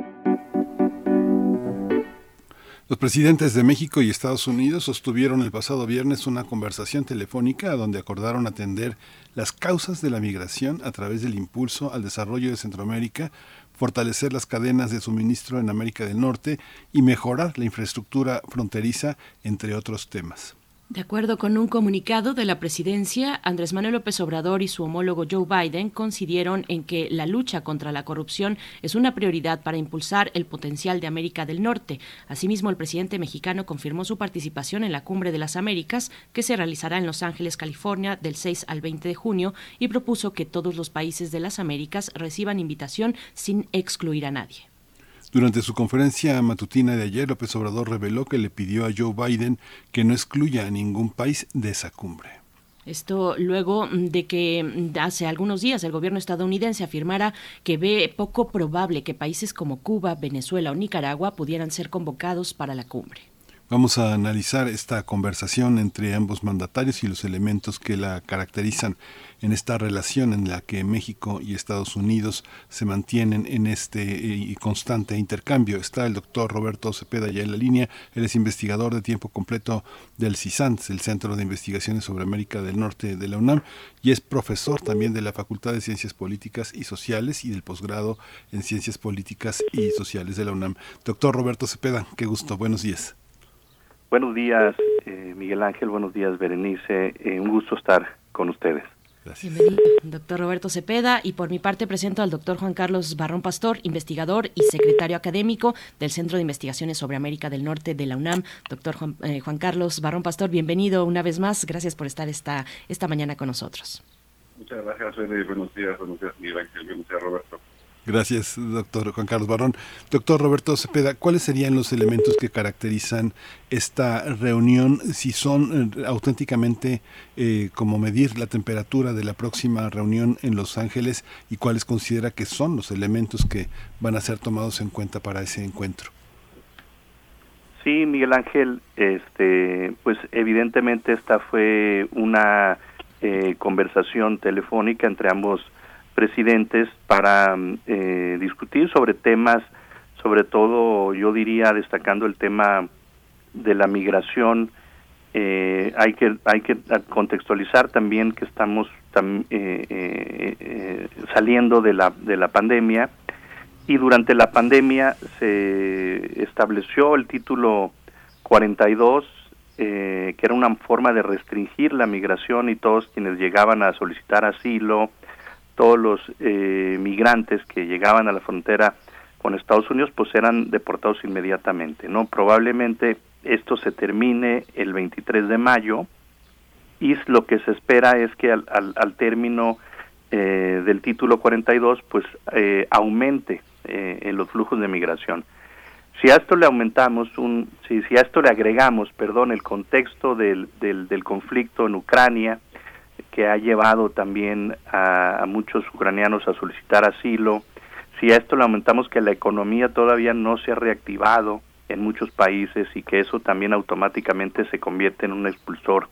Los presidentes de México y Estados Unidos sostuvieron el pasado viernes una conversación telefónica donde acordaron atender las causas de la migración a través del impulso al desarrollo de Centroamérica, fortalecer las cadenas de suministro en América del Norte y mejorar la infraestructura fronteriza, entre otros temas. De acuerdo con un comunicado de la presidencia, Andrés Manuel López Obrador y su homólogo Joe Biden coincidieron en que la lucha contra la corrupción es una prioridad para impulsar el potencial de América del Norte. Asimismo, el presidente mexicano confirmó su participación en la Cumbre de las Américas, que se realizará en Los Ángeles, California, del seis al veinte de junio, y propuso que todos los países de las Américas reciban invitación sin excluir a nadie. Durante su conferencia matutina de ayer, López Obrador reveló que le pidió a Joe Biden que no excluya a ningún país de esa cumbre. Esto luego de que hace algunos días el gobierno estadounidense afirmara que ve poco probable que países como Cuba, Venezuela o Nicaragua pudieran ser convocados para la cumbre. Vamos a analizar esta conversación entre ambos mandatarios y los elementos que la caracterizan en esta relación en la que México y Estados Unidos se mantienen en este eh, constante intercambio. Está el doctor Roberto Cepeda ya en la línea. Él es investigador de tiempo completo del CISANTS, el Centro de Investigaciones sobre América del Norte de la UNAM, y es profesor también de la Facultad de Ciencias Políticas y Sociales y del posgrado en Ciencias Políticas y Sociales de la UNAM. Doctor Roberto Cepeda, qué gusto, buenos días. Buenos días, eh, Miguel Ángel, buenos días, Berenice, eh, un gusto estar con ustedes. Gracias. Bienvenido, doctor Roberto Cepeda, y por mi parte presento al doctor Juan Carlos Barrón Pastor, investigador y secretario académico del Centro de Investigaciones sobre América del Norte de la UNAM. Doctor Juan, eh, Juan Carlos Barrón Pastor, bienvenido una vez más, gracias por estar esta, esta mañana con nosotros. Muchas gracias, Bere, buenos días, buenos días, Miguel Ángel, buenos días, Roberto. Gracias, doctor Juan Carlos Barrón. Doctor Roberto Cepeda, ¿cuáles serían los elementos que caracterizan esta reunión? Si son eh, auténticamente eh, como medir la temperatura de la próxima reunión en Los Ángeles, y cuáles considera que son los elementos que van a ser tomados en cuenta para ese encuentro. Sí, Miguel Ángel, este, pues evidentemente esta fue una eh, conversación telefónica entre ambos presidentes para eh, discutir sobre temas, sobre todo yo diría destacando el tema de la migración. Eh, hay que hay que contextualizar también que estamos tam, eh, eh, eh, saliendo de la de la pandemia, y durante la pandemia se estableció el título cuarenta y dos, eh, que era una forma de restringir la migración, y todos quienes llegaban a solicitar asilo, todos los eh, migrantes que llegaban a la frontera con Estados Unidos, pues eran deportados inmediatamente, ¿no? Probablemente esto se termine el veintitrés de mayo, y lo que se espera es que al, al, al término eh, del título cuarenta y dos, pues eh, aumente eh, en los flujos de migración. Si a esto le aumentamos, un, si, si a esto le agregamos, perdón, el contexto del, del, del conflicto en Ucrania, que ha llevado también a, a muchos ucranianos a solicitar asilo, si a esto le aumentamos que la economía todavía no se ha reactivado en muchos países, y que eso también automáticamente se convierte en un expulsor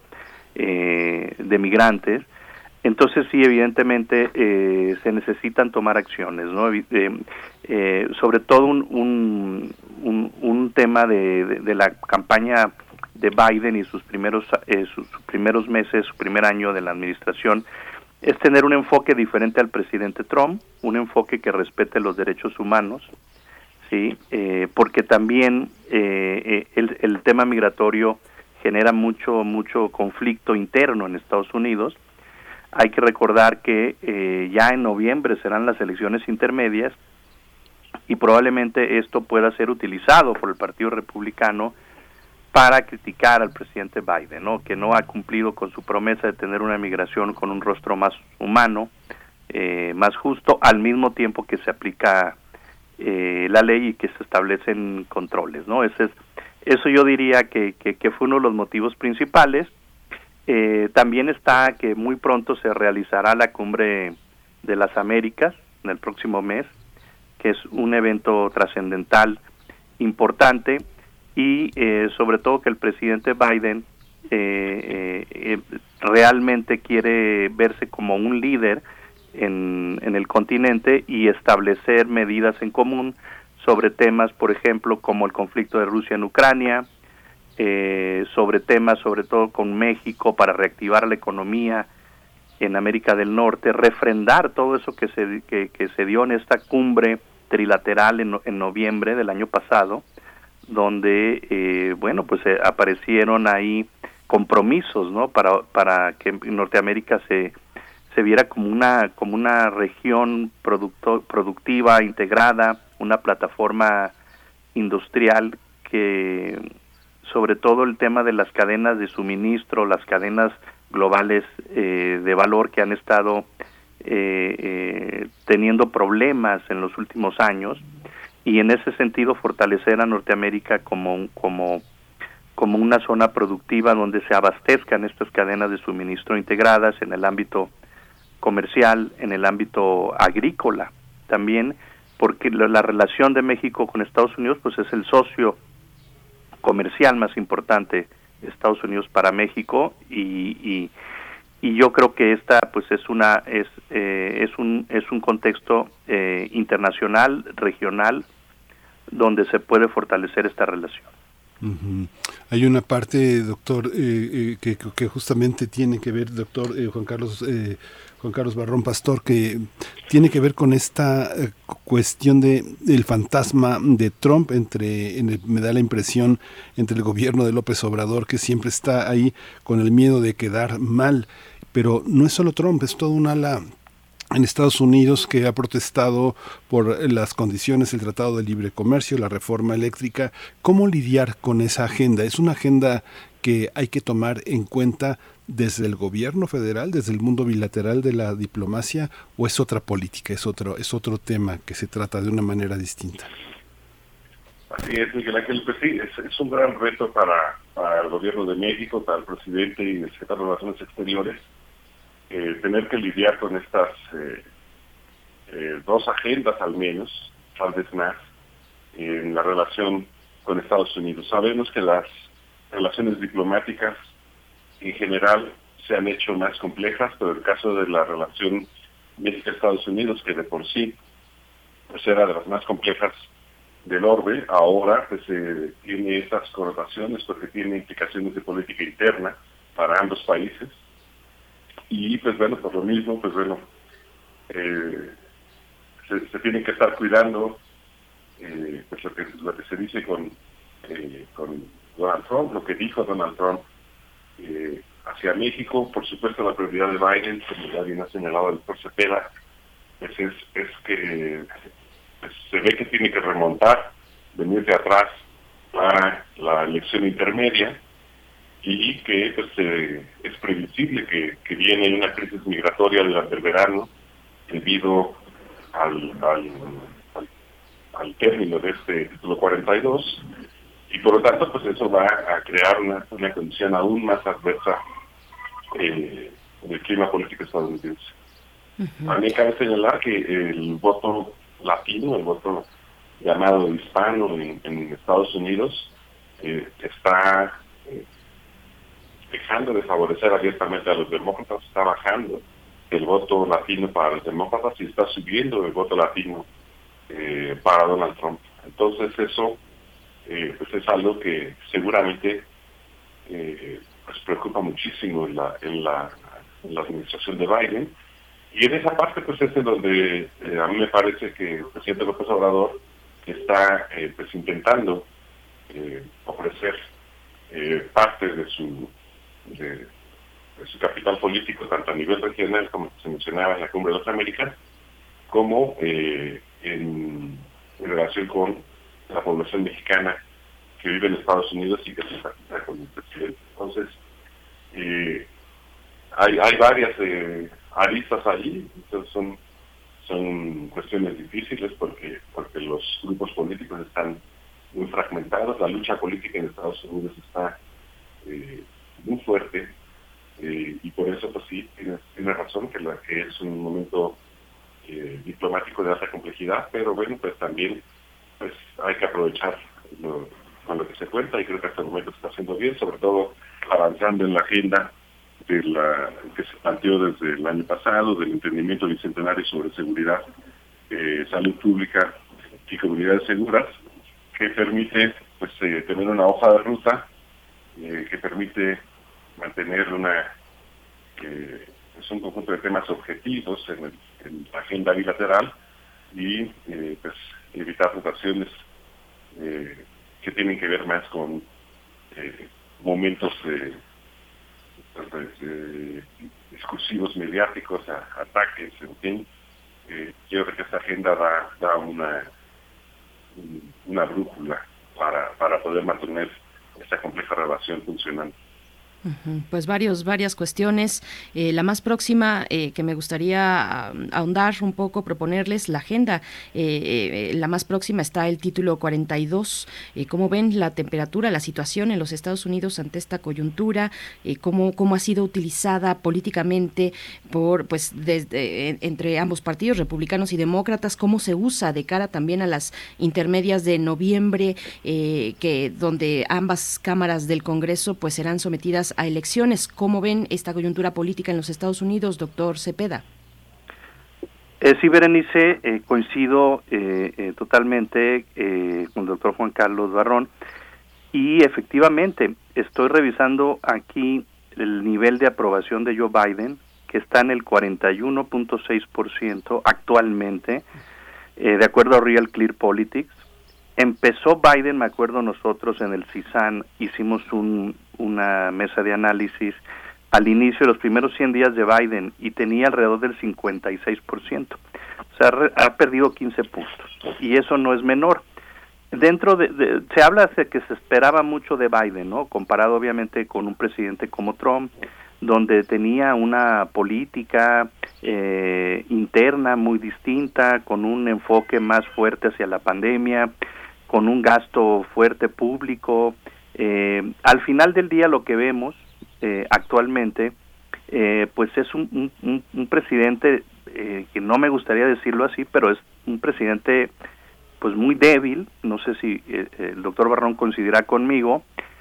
eh, de migrantes, entonces sí, evidentemente eh, se necesitan tomar acciones, ¿no? Eh, eh, sobre todo un, un, un, un tema de, de, de la campaña de Biden y sus primeros eh, sus, sus primeros meses, su primer año de la administración, es tener un enfoque diferente al presidente Trump, un enfoque que respete los derechos humanos, sí, eh, porque también eh, el, el tema migratorio genera mucho mucho conflicto interno en Estados Unidos. Hay que recordar que eh, ya en noviembre serán las elecciones intermedias, y probablemente esto pueda ser utilizado por el Partido Republicano para criticar al presidente Biden, ¿no? Que no ha cumplido con su promesa de tener una migración con un rostro más humano, eh, más justo, al mismo tiempo que se aplica eh, la ley y que se establecen controles, ¿no? Ese es, eso yo diría que, que, que fue uno de los motivos principales. Eh, también está que muy pronto se realizará la cumbre de las Américas en el próximo mes, que es un evento trascendental, importante, y eh, sobre todo que el presidente Biden eh, eh, realmente quiere verse como un líder en, en el continente y establecer medidas en común sobre temas, por ejemplo, como el conflicto de Rusia en Ucrania, eh, sobre temas sobre todo con México para reactivar la economía en América del Norte, refrendar todo eso que se que, que se dio en esta cumbre trilateral en, en noviembre del año pasado, donde eh, bueno pues eh, aparecieron ahí compromisos, ¿no? para para que Norteamérica se se viera como una como una región producto, productiva, integrada, una plataforma industrial que, sobre todo el tema de las cadenas de suministro, las cadenas globales eh, de valor que han estado eh, eh, teniendo problemas en los últimos años, y en ese sentido fortalecer a Norteamérica como como como una zona productiva donde se abastezcan estas cadenas de suministro integradas en el ámbito comercial, en el ámbito agrícola también, porque la, la relación de México con Estados Unidos pues es el socio comercial más importante de Estados Unidos para México, y, y y yo creo que esta pues es una es eh, es un es un contexto eh, internacional, regional, donde se puede fortalecer esta relación. Uh-huh. Hay una parte, doctor, eh, eh, que, que justamente tiene que ver, doctor eh, Juan Carlos eh, Juan Carlos Barrón Pastor, que tiene que ver con esta eh, cuestión de el fantasma de Trump, entre en el, me da la impresión, entre el gobierno de López Obrador, que siempre está ahí con el miedo de quedar mal. Pero no es solo Trump, es toda un ala en Estados Unidos que ha protestado por las condiciones del Tratado de Libre Comercio, la reforma eléctrica. ¿Cómo lidiar con esa agenda? ¿Es una agenda que hay que tomar en cuenta desde el gobierno federal, desde el mundo bilateral de la diplomacia, o es otra política, es otro, es otro tema que se trata de una manera distinta? Así es, Miguel Ángel, pues sí, es, es un gran reto para, para el gobierno de México, para el presidente y el secretario de Relaciones Exteriores, Eh, tener que lidiar con estas eh, eh, dos agendas al menos, tal vez más, en la relación con Estados Unidos. Sabemos que las relaciones diplomáticas en general se han hecho más complejas, pero el caso de la relación México-Estados Unidos, que de por sí pues era de las más complejas del orbe, ahora pues eh, tiene estas connotaciones porque tiene implicaciones de política interna para ambos países. Y pues bueno, por lo mismo, pues bueno, eh, se, se tienen que estar cuidando eh, pues lo que, lo que se dice con, eh, con Donald Trump, lo que dijo Donald Trump eh, hacia México. Por supuesto, la prioridad de Biden, como ya bien ha señalado el doctor Cepeda, pues es, es que pues, se ve que tiene que remontar, venir de atrás para la elección intermedia, y que pues eh, es previsible que, que viene una crisis migratoria durante el verano debido al, al, al, al término de este título cuarenta y dos, y por lo tanto pues eso va a crear una, una condición aún más adversa eh, en el clima político estadounidense. Uh-huh. También cabe señalar que el voto latino, el voto llamado hispano en, en Estados Unidos, eh, está eh, dejando de favorecer abiertamente a los demócratas, está bajando el voto latino para los demócratas y está subiendo el voto latino eh, para Donald Trump. Entonces eso eh, pues es algo que seguramente eh, pues preocupa muchísimo en la, en la en la administración de Biden, y en esa parte pues es en donde eh, a mí me parece que el presidente López Obrador está eh, pues intentando eh, ofrecer eh, parte de su De, de su capital político, tanto a nivel regional, como se mencionaba en la Cumbre de las Américas, como eh, en, en relación con la población mexicana que vive en Estados Unidos y que se está con el presidente. Entonces, eh, hay, hay varias eh, aristas allí, entonces son, son cuestiones difíciles porque, porque los grupos políticos están muy fragmentados, la lucha política en Estados Unidos está eh, muy fuerte, eh, y por eso pues sí, tiene, tiene razón que, la, que es un momento eh, diplomático de alta complejidad, pero bueno, pues también pues hay que aprovechar lo, con lo que se cuenta, y creo que hasta el momento se está haciendo bien, sobre todo avanzando en la agenda de la que se planteó desde el año pasado, del entendimiento bicentenario sobre seguridad, eh, salud pública y comunidades seguras, que permite pues eh, tener una hoja de ruta, eh, que permite mantener una eh, es un conjunto de temas objetivos en, el, en la agenda bilateral, y eh, pues evitar rotaciones eh, que tienen que ver más con eh, momentos eh, pues, eh, discursivos mediáticos, a, ataques, en fin. Eh, yo creo que esta agenda da, da una una brújula para, para poder mantener esta compleja relación funcionando. Pues varios, varias cuestiones. Eh, la más próxima eh, que me gustaría ahondar un poco, proponerles la agenda. Eh, eh, la más próxima está el título cuarenta y dos. Eh, ¿Cómo ven la temperatura, la situación en los Estados Unidos ante esta coyuntura? Eh, ¿cómo, cómo ha sido utilizada políticamente por, pues, desde eh, entre ambos partidos, republicanos y demócratas? ¿Cómo se usa de cara también a las intermedias de noviembre, eh, que donde ambas cámaras del Congreso pues serán sometidas a elecciones? ¿Cómo ven esta coyuntura política en los Estados Unidos, doctor Cepeda? Eh, sí, Berenice, eh, coincido eh, eh, totalmente eh, con el doctor Juan Carlos Barrón, y efectivamente estoy revisando aquí el nivel de aprobación de Joe Biden, que está en el cuarenta y uno punto seis por ciento actualmente, eh, de acuerdo a Real Clear Politics. Empezó Biden, me acuerdo nosotros en el CISAN, hicimos un, una mesa de análisis al inicio de los primeros cien días de Biden, y tenía alrededor del cincuenta y seis por ciento. O sea, re, ha perdido quince puntos, y eso no es menor. Dentro de, de se habla de que se esperaba mucho de Biden, ¿no? Comparado obviamente con un presidente como Trump, donde tenía una política eh, interna muy distinta, con un enfoque más fuerte hacia la pandemia, con un gasto fuerte público. Eh, al final del día lo que vemos eh, actualmente, eh, pues es un, un, un presidente eh, que no me gustaría decirlo así, pero es un presidente pues muy débil. No sé si eh, el doctor Barrón coincidirá conmigo,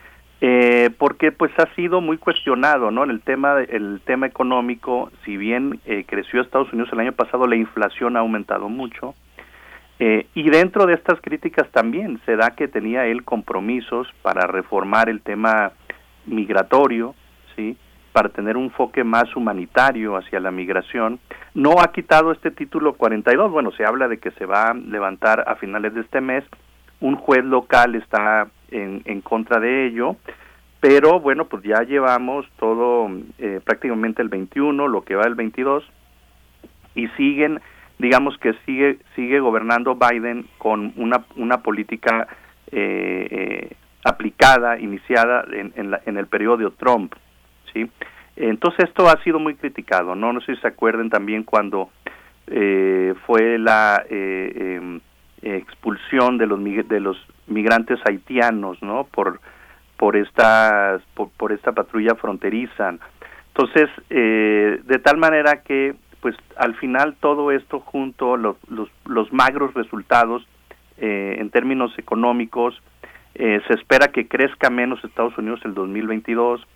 eh, porque pues ha sido muy cuestionado, ¿no? En el tema de, el tema económico, si bien eh, creció Estados Unidos el año pasado, la inflación ha aumentado mucho. Eh, y dentro de estas críticas también se da que tenía él compromisos para reformar el tema migratorio, ¿sí? Para tener un enfoque más humanitario hacia la migración. No ha quitado este título cuarenta y dos, bueno, se habla de que se va a levantar a finales de este mes. Un juez local está en, en contra de ello, pero bueno, pues ya llevamos todo eh, prácticamente el veintiuno, lo que va el veintidós, y siguen, digamos que sigue sigue gobernando Biden con una una política eh, eh, aplicada, iniciada en, en, la, en el periodo de Trump, ¿sí? Entonces esto ha sido muy criticado, ¿no? No sé si se acuerdan también cuando eh, fue la eh, eh, expulsión de los de los migrantes haitianos, ¿no? Por por estas por, por esta patrulla fronteriza. Entonces, eh, de tal manera que pues al final todo esto junto, los, los, los magros resultados eh, en términos económicos, eh, se espera que crezca menos Estados Unidos el dos mil veintidós,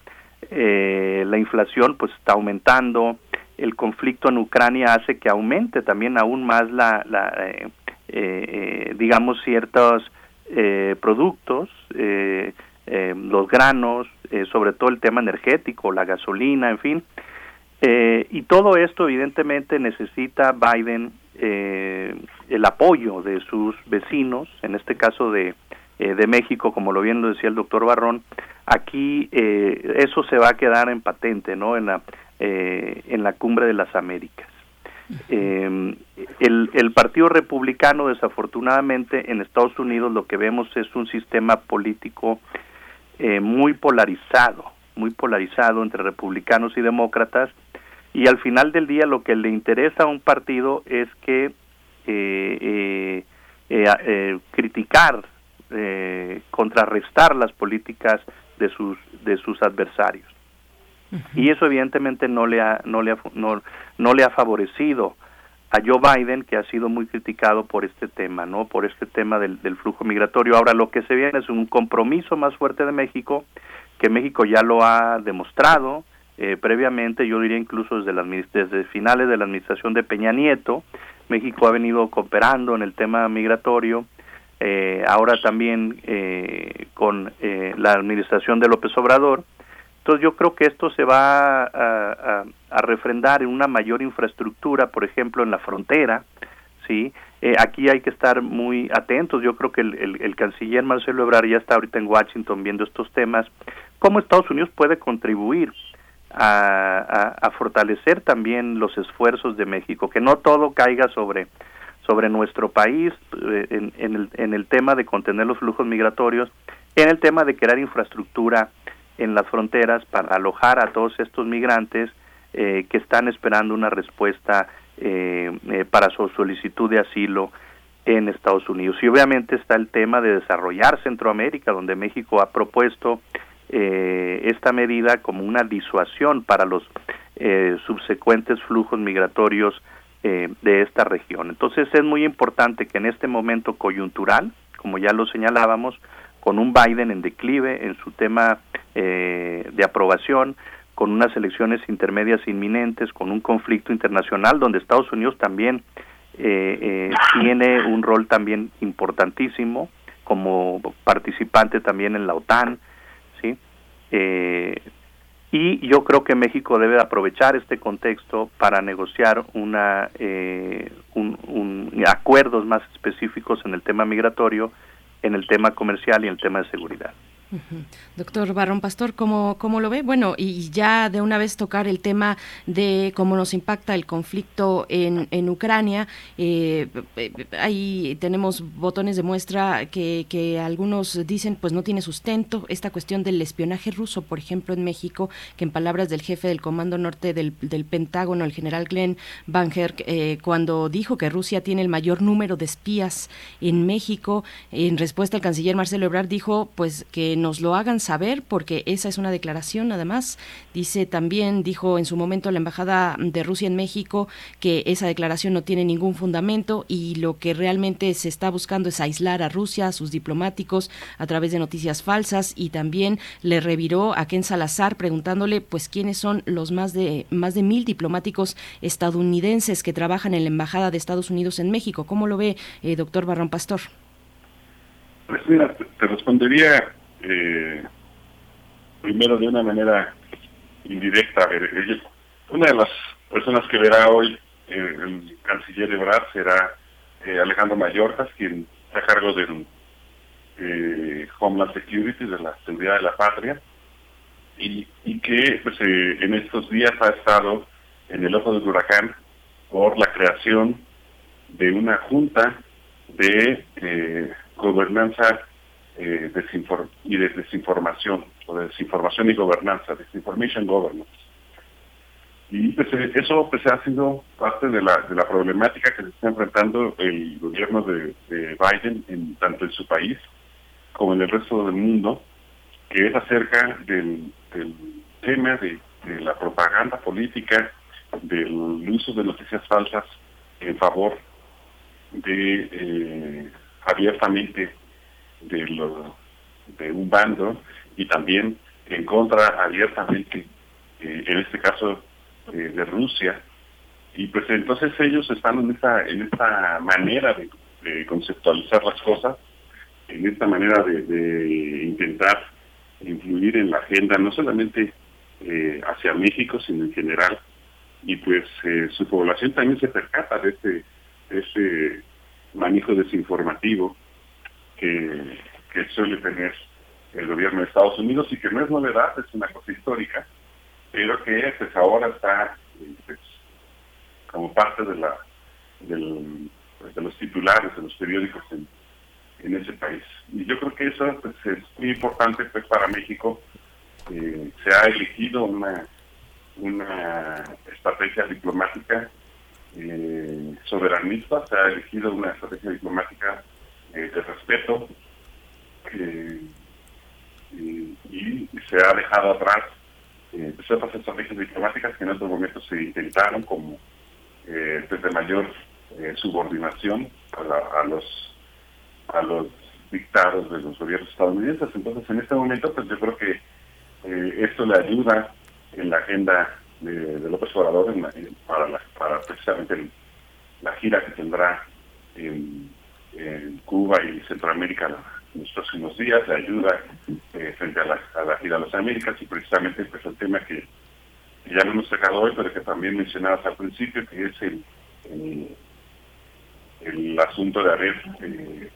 eh, la inflación pues está aumentando, el conflicto en Ucrania hace que aumente también aún más la, la eh, eh, digamos ciertos eh, productos, eh, eh, los granos, eh, sobre todo el tema energético, la gasolina, en fin. Eh, y todo esto evidentemente necesita Biden eh, el apoyo de sus vecinos, en este caso de, eh, de México, como lo bien lo decía el doctor Barrón. Aquí eh, eso se va a quedar en patente, ¿no? En la, eh, en la Cumbre de las Américas. Eh, el, el Partido Republicano, desafortunadamente, en Estados Unidos lo que vemos es un sistema político eh, muy polarizado, muy polarizado entre republicanos y demócratas, y al final del día lo que le interesa a un partido es que eh, eh, eh, eh, criticar, eh, contrarrestar las políticas de sus de sus adversarios. Uh-huh. Y eso evidentemente no le ha no le ha, no, no le ha favorecido a Joe Biden, que ha sido muy criticado por este tema, ¿no? Por este tema del, del flujo migratorio. Ahora lo que se viene es un compromiso más fuerte de México, que México ya lo ha demostrado eh, previamente, yo diría incluso desde, las, desde finales de la administración de Peña Nieto. México ha venido cooperando en el tema migratorio, eh, ahora también eh, con eh, la administración de López Obrador. Entonces yo creo que esto se va a, a, a refrendar en una mayor infraestructura, por ejemplo, en la frontera, ¿sí? Eh, aquí hay que estar muy atentos. Yo creo que el, el, el canciller Marcelo Ebrard ya está ahorita en Washington viendo estos temas, cómo Estados Unidos puede contribuir a, a, a fortalecer también los esfuerzos de México, que no todo caiga sobre, sobre nuestro país eh, en, en, el, en el tema de contener los flujos migratorios, en el tema de crear infraestructura en las fronteras para alojar a todos estos migrantes eh, que están esperando una respuesta eh, eh, para su solicitud de asilo en Estados Unidos. Y obviamente está el tema de desarrollar Centroamérica, donde México ha propuesto eh, esta medida como una disuasión para los eh, subsecuentes flujos migratorios eh, de esta región. Entonces es muy importante que en este momento coyuntural, como ya lo señalábamos, con un Biden en declive en su tema eh, de aprobación, con unas elecciones intermedias inminentes, con un conflicto internacional donde Estados Unidos también eh, eh, tiene un rol también importantísimo como participante también en la OTAN, ¿sí? Eh, y yo creo que México debe aprovechar este contexto para negociar una eh, un, un, acuerdos más específicos en el tema migratorio, en el tema comercial y en el tema de seguridad. Uh-huh. Doctor Barrón Pastor, ¿cómo, ¿cómo lo ve? Bueno, y ya de una vez tocar el tema de cómo nos impacta el conflicto en, en Ucrania. Eh, ahí tenemos botones de muestra que, que algunos dicen pues no tiene sustento. Esta cuestión del espionaje ruso, por ejemplo, en México, que en palabras del jefe del Comando Norte del, del Pentágono, el general Glenn Van Herk, eh, cuando dijo que Rusia tiene el mayor número de espías en México, en respuesta el canciller Marcelo Ebrard dijo pues que nos lo hagan saber, porque esa es una declaración. Además, dice también, dijo en su momento la Embajada de Rusia en México que esa declaración no tiene ningún fundamento y lo que realmente se está buscando es aislar a Rusia, a sus diplomáticos, a través de noticias falsas. Y también le reviró a Ken Salazar preguntándole pues quiénes son los más de más de mil diplomáticos estadounidenses que trabajan en la Embajada de Estados Unidos en México. ¿Cómo lo ve, eh, doctor Barrón Pastor? Pues mira, te, te respondería Eh, primero de una manera indirecta. Eh, una de las personas que verá hoy eh, el canciller Ebrard será eh, Alejandro Mayorkas, quien está a cargo del eh, Homeland Security, de la seguridad de la patria, y, y que pues, eh, en estos días ha estado en el ojo del huracán por la creación de una junta de eh, gobernanza Eh, desinform y de desinformación, o de desinformación y gobernanza, Disinformation Governance. Y pues, eso pues, ha sido parte de la de la problemática que se está enfrentando el gobierno de, de Biden, en, tanto en su país como en el resto del mundo, que es acerca del, del tema de, de la propaganda política, del uso de noticias falsas en favor de eh, abiertamente de, lo, de un bando, y también en contra abiertamente, eh, en este caso, eh, de Rusia. Y pues entonces ellos están en esta, en esta manera de, de conceptualizar las cosas, en esta manera de, de intentar influir en la agenda, no solamente eh, hacia México, sino en general. Y pues eh, su población también se percata de este, de este manejo desinformativo que, que suele tener el gobierno de Estados Unidos, y que no es novedad, es una cosa histórica, pero que pues ahora está pues, como parte de la del, pues, de los titulares de los periódicos en, en ese país. Y yo creo que eso pues, es muy importante pues para México. Eh, se ha elegido una una estrategia diplomática eh, soberanista, se ha elegido una estrategia diplomática eh, de respeto, eh, y, y se ha dejado atrás eh, ciertas estrategias diplomáticas que en otros momentos se intentaron, como eh, pues de mayor eh, subordinación a, la, a los a los dictados de los gobiernos estadounidenses. Entonces, en este momento, pues yo creo que eh, esto le ayuda en la agenda de, de López Obrador en la, en, para, la, para precisamente el, la gira que tendrá en, en Cuba y Centroamérica en los próximos días, le ayuda eh, frente a la, a la gira de las Américas, y precisamente pues el tema que, que ya lo hemos sacado hoy, pero que también mencionabas al principio, que es el, el, el asunto de haber eh,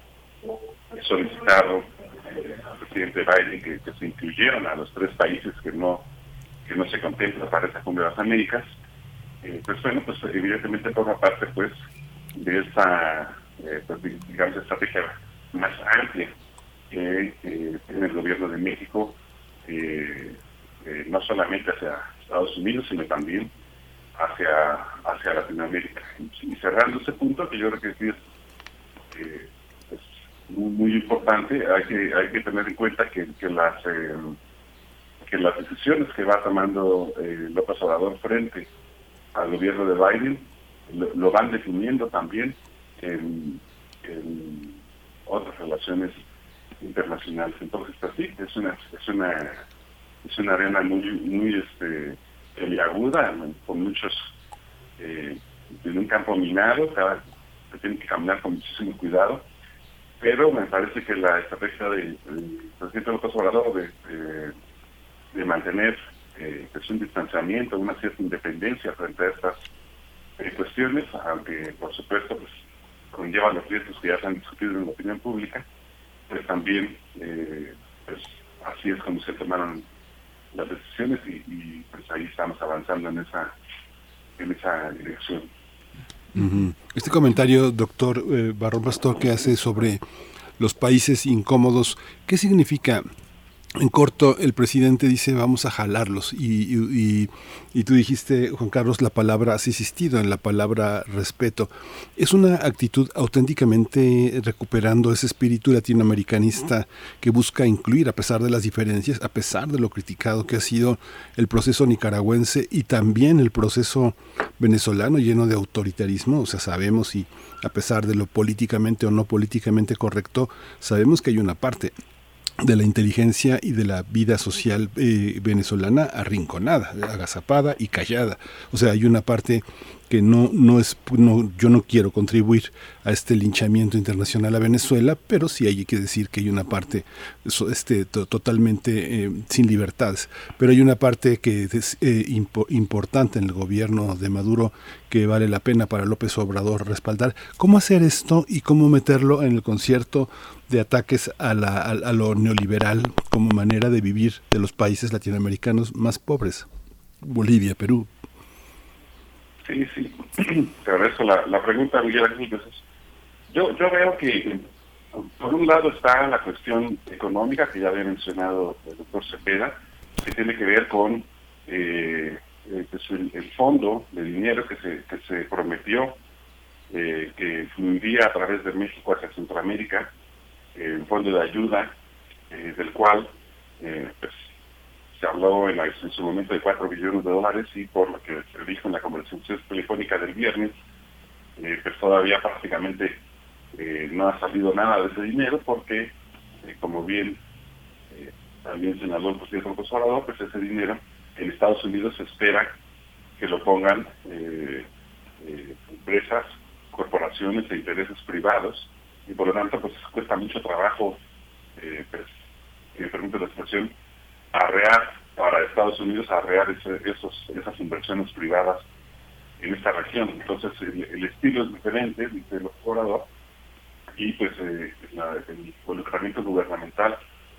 solicitado eh, al presidente Biden que, que se incluyeran a los tres países que no que no se contempla para esta cumbre de las Américas. Eh, pues bueno, pues evidentemente forma parte pues de esta eh, pues, digamos estrategia más amplia que eh, tiene el gobierno de México, eh, eh, no solamente hacia Estados Unidos, sino también hacia hacia Latinoamérica. Y cerrando ese punto, que yo creo que sí es eh, pues, muy, muy importante, hay que hay que tener en cuenta que, que las eh, que las decisiones que va tomando eh, López Obrador frente al gobierno de Biden lo, lo van definiendo también en, en otras relaciones internacionales. Entonces, pues sí, es una es una es una arena muy muy este peliaguda, con muchos eh, en un campo minado, cada se tiene que caminar con muchísimo cuidado, pero me parece que la estrategia del de presidente López Obrador de, de de mantener eh, pues un distanciamiento, una cierta independencia frente a estas eh, cuestiones, aunque por supuesto pues conllevan los riesgos que ya se han discutido en la opinión pública, pues también eh, pues así es como se tomaron las decisiones y, y pues ahí estamos avanzando en esa en esa dirección. Uh-huh. Este comentario, doctor eh, Barrón Pastor, que hace sobre los países incómodos, ¿qué significa? En corto, el presidente dice vamos a jalarlos y, y, y tú dijiste, Juan Carlos, la palabra, has insistido en la palabra respeto. Es una actitud auténticamente recuperando ese espíritu latinoamericanista que busca incluir a pesar de las diferencias, a pesar de lo criticado que ha sido el proceso nicaragüense y también el proceso venezolano lleno de autoritarismo. O sea, sabemos, y a pesar de lo políticamente o no políticamente correcto, sabemos que hay una parte de la inteligencia y de la vida social eh, venezolana arrinconada, agazapada y callada. O sea, hay una parte que no no es no yo no quiero contribuir a este linchamiento internacional a Venezuela, pero sí hay que decir que hay una parte este to, totalmente eh, sin libertades, pero hay una parte que es eh, impo, importante en el gobierno de Maduro que vale la pena para López Obrador respaldar. ¿Cómo hacer esto y cómo meterlo en el concierto de ataques a, la, a, a lo neoliberal como manera de vivir de los países latinoamericanos más pobres? Bolivia, Perú. Sí, sí. Te agradezco la, la pregunta, Miguel Ángel. Yo, yo veo que, por un lado, está la cuestión económica, que ya había mencionado el doctor Cepeda, que tiene que ver con eh, eh, pues el, el fondo de dinero que se, que se prometió, eh, que fluiría a través de México hacia Centroamérica, eh, un fondo de ayuda, eh, del cual eh, pues, se habló en, la, en su momento de cuatro billones de dólares, y por lo que se dijo en la conversación telefónica del viernes, eh, pues todavía prácticamente eh, no ha salido nada de ese dinero, porque, eh, como bien eh, también señaló el presidente López Obrador, pues ese dinero en Estados Unidos se espera que lo pongan eh, eh, empresas, corporaciones e intereses privados, y por lo tanto pues cuesta mucho trabajo, eh, pues, que me permite la expresión, arrear para Estados Unidos, arrear ese, esos, esas inversiones privadas en esta región. Entonces el, el estilo es diferente, dice el orador, y pues eh, la, el involucramiento gubernamental,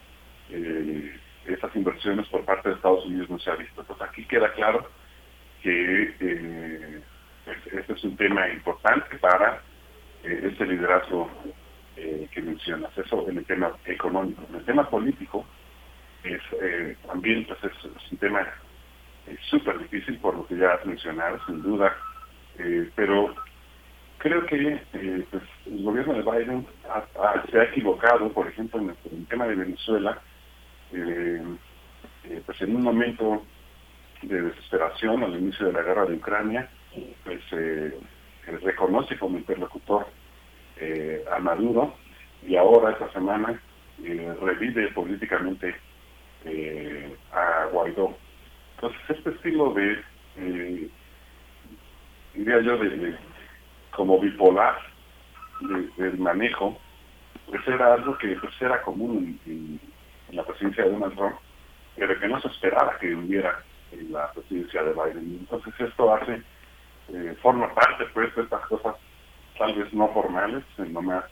eh, esas inversiones por parte de Estados Unidos no se ha visto. Entonces aquí queda claro que eh, este es un tema importante para eh, este liderazgo eh, que mencionas, eso en el tema económico. En el tema político, es eh, también pues es, es un tema eh, súper difícil, por lo que ya has mencionado, sin duda, eh, pero creo que eh, pues, el gobierno de Biden ha, ha, se ha equivocado, por ejemplo, en el, en el tema de Venezuela, eh, eh, pues en un momento de desesperación al inicio de la guerra de Ucrania, pues eh, reconoce como interlocutor eh, a Maduro, y ahora esta semana eh, revive políticamente eh, a Guaidó. Entonces este estilo de, eh, diría yo, de, de como bipolar de, del manejo, pues era algo que pues era común en, en, en la presidencia de Donald Trump, pero que no se esperaba que hubiera en la presidencia de Biden. Entonces esto hace, eh, forma parte pues de estas cosas tal vez no formales, no más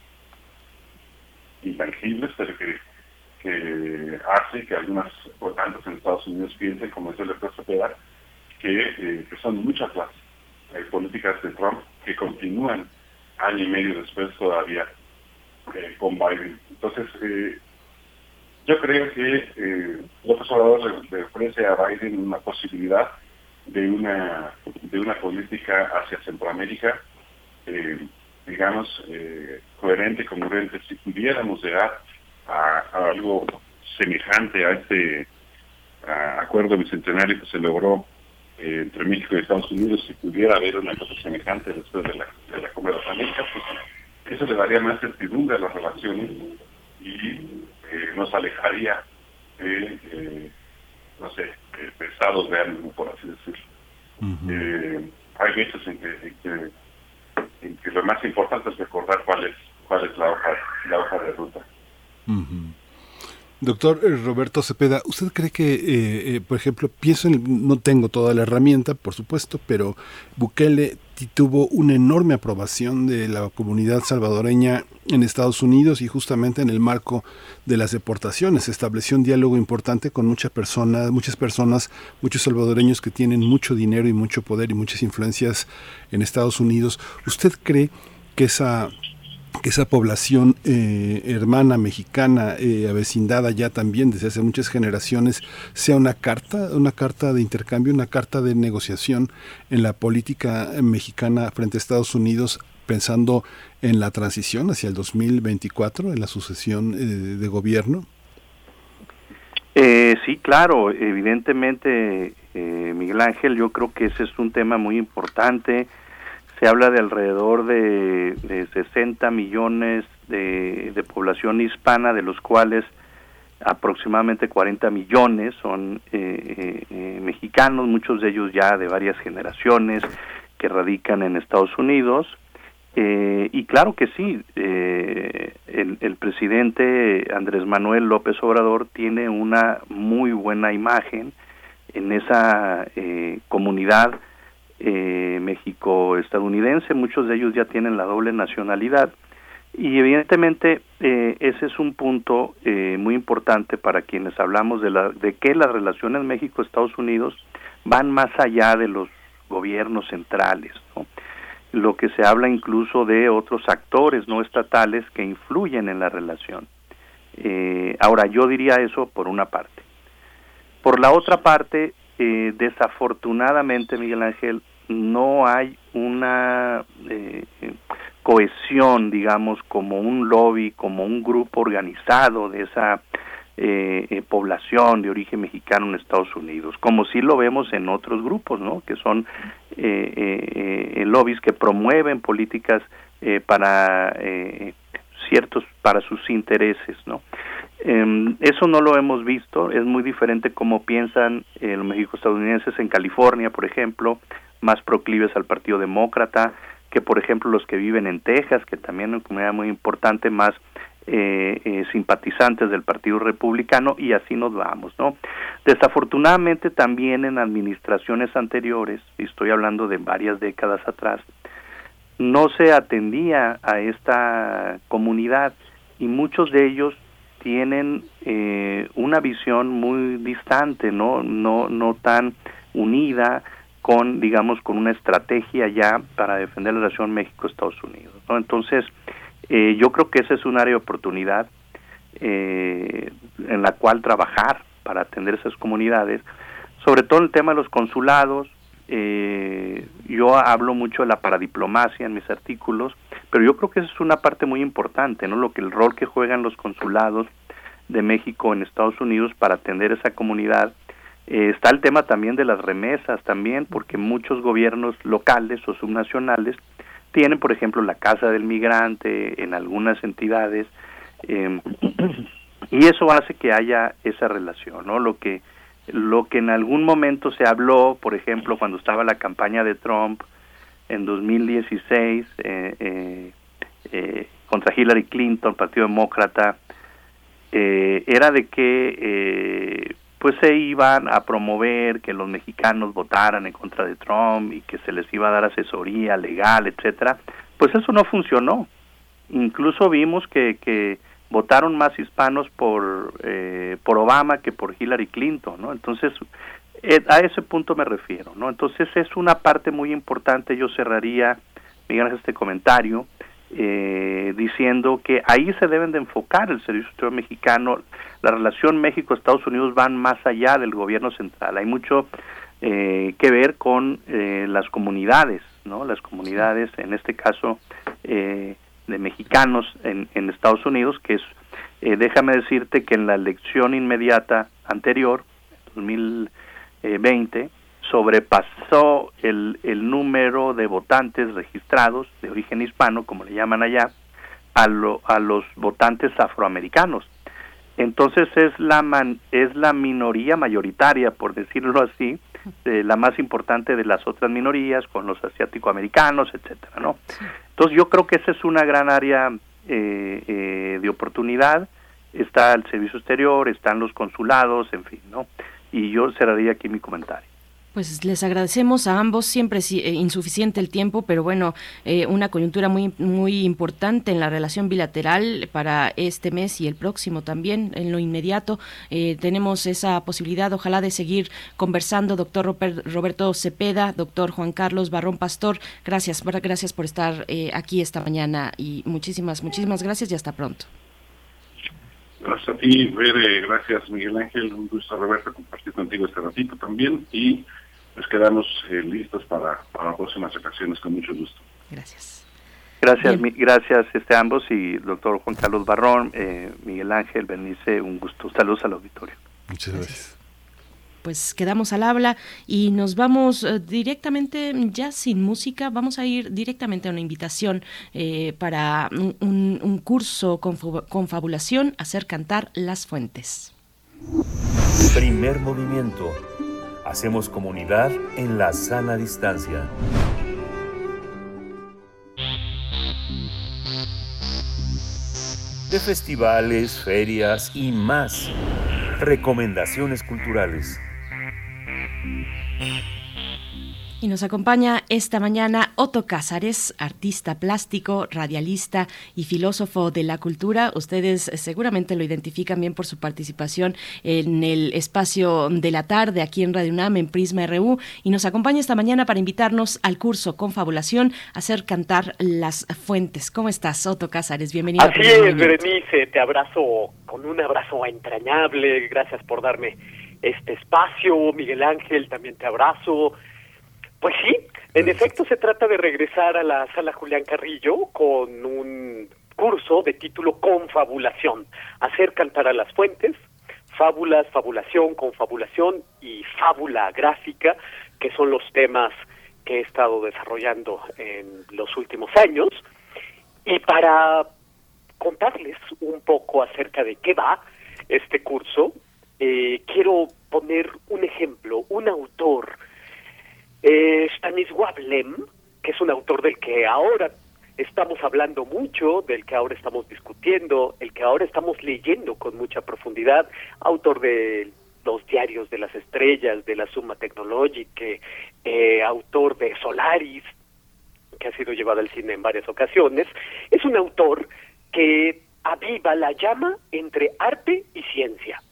intangibles, pero que, que hace que algunas votantes en Estados Unidos piensen, como dice el doctor Cepeda, que, eh, que son muchas las eh, políticas de Trump que continúan año y medio después todavía eh, con Biden. Entonces, eh, yo creo que eh, López Obrador le, le ofrece a Biden una posibilidad de una de una política hacia Centroamérica, eh, digamos, eh, coherente, congruente. Si pudiéramos llegar a, a algo semejante a este a acuerdo bicentenario que se logró eh, entre México y Estados Unidos, si pudiera haber una cosa semejante después de la, de la Cumbre de las Américas, pues eso le daría más certidumbre a las relaciones y eh, nos alejaría de, eh, no sé, eh, de estados de ánimo, por así decirlo. Uh-huh. eh, hay veces en que, en que, en que lo más importante es recordar cuál es cuál es la hoja, la hoja de ruta. Uh-huh. Doctor Roberto Cepeda, ¿usted cree que, eh, eh, por ejemplo, pienso en, no tengo toda la herramienta, por supuesto, pero Bukele tuvo una enorme aprobación de la comunidad salvadoreña en Estados Unidos y justamente en el marco de las deportaciones se estableció un diálogo importante con muchas personas, muchas personas, muchos salvadoreños que tienen mucho dinero y mucho poder y muchas influencias en Estados Unidos. ¿Usted cree que esa que esa población eh, hermana mexicana, eh, avecindada ya también desde hace muchas generaciones, sea una carta, una carta de intercambio, una carta de negociación en la política mexicana frente a Estados Unidos, pensando en la transición hacia el dos mil veinticuatro, en la sucesión eh, de gobierno? Eh, sí, claro, evidentemente, eh, Miguel Ángel, yo creo que ese es un tema muy importante. Se habla de alrededor de, de sesenta millones de, de población hispana, de los cuales aproximadamente cuarenta millones son eh, eh, mexicanos, muchos de ellos ya de varias generaciones que radican en Estados Unidos. Eh, y claro que sí, eh, el, el presidente Andrés Manuel López Obrador tiene una muy buena imagen en esa eh, comunidad Eh, México-estadounidense. Muchos de ellos ya tienen la doble nacionalidad y evidentemente eh, ese es un punto eh, muy importante para quienes hablamos de, la, de que las relaciones México-Estados Unidos van más allá de los gobiernos centrales, ¿no? Lo que se habla incluso de otros actores no estatales que influyen en la relación. Eh, ahora, yo diría eso por una parte. Por la otra parte, eh, desafortunadamente, Miguel Ángel, no hay una eh, cohesión, digamos, como un lobby, como un grupo organizado de esa eh, eh, población de origen mexicano en Estados Unidos, como sí lo vemos en otros grupos, ¿no? Que son eh, eh, eh, lobbies que promueven políticas eh, para eh, ciertos, para sus intereses, ¿no? Eh, eso no lo hemos visto. Es muy diferente cómo piensan eh, los mexico-estadounidenses en California, por ejemplo, más proclives al Partido Demócrata, que por ejemplo los que viven en Texas, que también es una comunidad muy importante, más eh, eh, simpatizantes del Partido Republicano, y así nos vamos, ¿no? Desafortunadamente también en administraciones anteriores, y estoy hablando de varias décadas atrás, no se atendía a esta comunidad y muchos de ellos tienen eh, una visión muy distante, no, no, no tan unida, con, digamos, con una estrategia ya para defender la relación México-Estados Unidos, ¿no? Entonces, eh, yo creo que ese es un área de oportunidad eh, en la cual trabajar para atender esas comunidades, sobre todo en el tema de los consulados. Eh, yo hablo mucho de la paradiplomacia en mis artículos, pero yo creo que esa es una parte muy importante, ¿no? Lo que el rol que juegan los consulados de México en Estados Unidos para atender esa comunidad Eh, está el tema también de las remesas también, porque muchos gobiernos locales o subnacionales tienen, por ejemplo, la Casa del Migrante en algunas entidades, eh, y eso hace que haya esa relación, ¿no? Lo que lo que en algún momento se habló, por ejemplo, cuando estaba la campaña de Trump en dos mil dieciséis eh, eh, eh, contra Hillary Clinton, Partido Demócrata, eh, era de que eh, pues se iban a promover que los mexicanos votaran en contra de Trump y que se les iba a dar asesoría legal, etcétera. Pues eso no funcionó. Incluso vimos que, que votaron más hispanos por eh, por Obama que por Hillary Clinton, ¿no? Entonces, eh, a ese punto me refiero, ¿no? Entonces es una parte muy importante. Yo cerraría, Miguel, este comentario eh, diciendo que ahí se deben de enfocar el Servicio Exterior Mexicano. La relación México-Estados Unidos van más allá del gobierno central. Hay mucho eh, que ver con eh, las comunidades, ¿no? Las comunidades, en este caso, eh, de mexicanos en, en Estados Unidos, que es, eh, déjame decirte que en la elección inmediata anterior, dos mil veinte, sobrepasó el, el número de votantes registrados de origen hispano, como le llaman allá, a, lo, a los votantes afroamericanos. Entonces es la man, es la minoría mayoritaria, por decirlo así, eh, la más importante de las otras minorías, con los asiático-americanos, etcétera, ¿no? Entonces yo creo que esa es una gran área eh, eh, de oportunidad. Está el servicio exterior, están los consulados, en fin, ¿no? Y yo cerraría aquí mi comentario. Pues les agradecemos a ambos, siempre es eh, insuficiente el tiempo, pero bueno, eh, una coyuntura muy muy importante en la relación bilateral para este mes y el próximo también, en lo inmediato. Eh, tenemos esa posibilidad, ojalá, de seguir conversando. Doctor Roberto Cepeda, doctor Juan Carlos Barrón Pastor, gracias, gracias por estar eh, aquí esta mañana y muchísimas, muchísimas gracias y hasta pronto. Gracias a ti, Bere, gracias Miguel Ángel, un gusto, Roberto, compartir contigo este ratito también, y pues quedamos eh, listos para, para próximas ocasiones con mucho gusto. Gracias. Gracias, mi, gracias este ambos, y doctor Juan Carlos Barrón, eh, Miguel Ángel, Bernice, un gusto. Saludos al auditorio. Muchas gracias. Pues quedamos al habla y nos vamos uh, directamente, ya sin música, vamos a ir directamente a una invitación eh, para un, un, un curso con confabulación, hacer cantar las fuentes. Primer movimiento. Hacemos comunidad en la sana distancia. De festivales, ferias y más. Recomendaciones culturales. Y nos acompaña esta mañana Otto Cázares, artista plástico, radialista y filósofo de la cultura. Ustedes seguramente lo identifican bien por su participación en el espacio de la tarde aquí en Radio UNAM, en Prisma R U, y nos acompaña esta mañana para invitarnos al curso Confabulación, hacer cantar las fuentes. ¿Cómo estás, Otto Cázares? Bienvenido. Así es, Berenice, te abrazo con un abrazo entrañable. Gracias por darme este espacio. Miguel Ángel, también te abrazo. Pues sí, en efecto se trata de regresar a la Sala Julián Carrillo con un curso de título Confabulación, hacer cantar a las fuentes, fábulas, fabulación, confabulación y fábula gráfica, que son los temas que he estado desarrollando en los últimos años. Y para contarles un poco acerca de qué va este curso, eh, quiero poner un ejemplo, un autor, Eh, Stanisław Lem, que es un autor del que ahora estamos hablando mucho, del que ahora estamos discutiendo, el que ahora estamos leyendo con mucha profundidad, autor de los diarios de las estrellas, de la Summa Technologique, eh, autor de Solaris, que ha sido llevado al cine en varias ocasiones. Es un autor que aviva la llama entre arte y ciencia,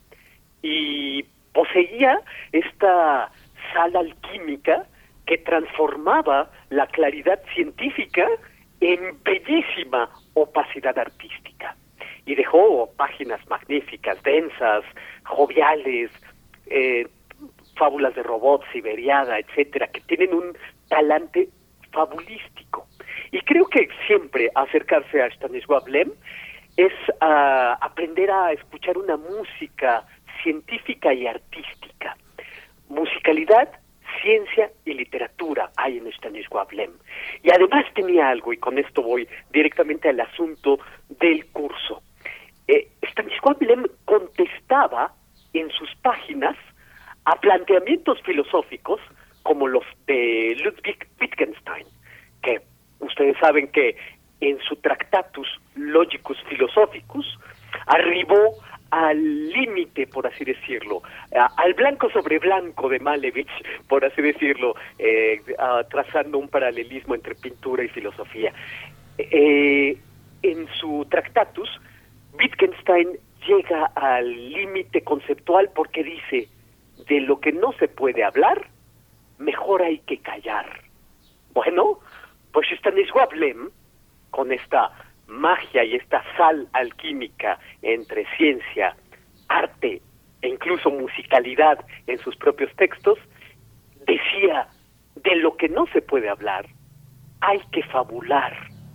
y poseía esta sal alquímica que transformaba la claridad científica en bellísima opacidad artística. Y dejó páginas magníficas, densas, joviales, eh, fábulas de robots, Siberiada, etcétera, que tienen un talante fabulístico. Y creo que siempre acercarse a Stanisław Lem es uh, aprender a escuchar una música científica y artística. musicalidad, ciencia y literatura hay en Stanisław Lem. Y además tenía algo, y con esto voy directamente al asunto del curso. Eh, Stanisław Lem contestaba en sus páginas a planteamientos filosóficos como los de Ludwig Wittgenstein, que ustedes saben que en su Tractatus Logicus Philosophicus arribó al límite, por así decirlo, a, al blanco sobre blanco de Malevich, por así decirlo, eh, a, trazando un paralelismo entre pintura y filosofía. Eh, en su Tractatus, Wittgenstein llega al límite conceptual porque dice, de lo que no se puede hablar, mejor hay que callar. Bueno, pues Stanisław Lem, con esta magia y esta sal alquímica entre ciencia, arte e incluso musicalidad en sus propios textos, decía, de lo que no se puede hablar, hay que fabular.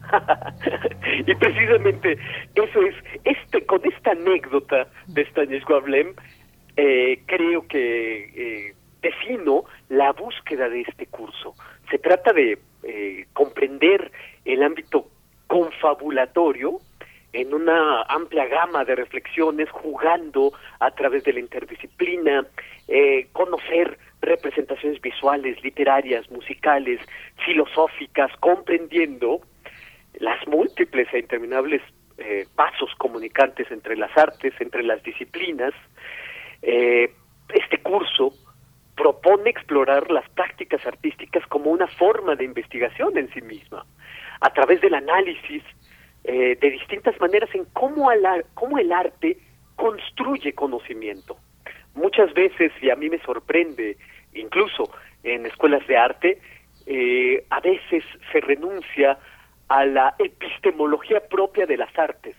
Y precisamente eso es, este, con esta anécdota de Stanisław Lem, eh, creo que eh, defino la búsqueda de este curso. Se trata de eh, comprender el ámbito confabulatorio en una amplia gama de reflexiones, jugando a través de la interdisciplina, eh, conocer representaciones visuales, literarias, musicales, filosóficas, comprendiendo las múltiples e interminables eh, pasos comunicantes entre las artes, entre las disciplinas. Eh, este curso propone explorar las prácticas artísticas como una forma de investigación en sí misma, a través del análisis eh, de distintas maneras en cómo, al, cómo el arte construye conocimiento. Muchas veces, y a mí me sorprende, incluso en escuelas de arte, eh, a veces se renuncia a la epistemología propia de las artes.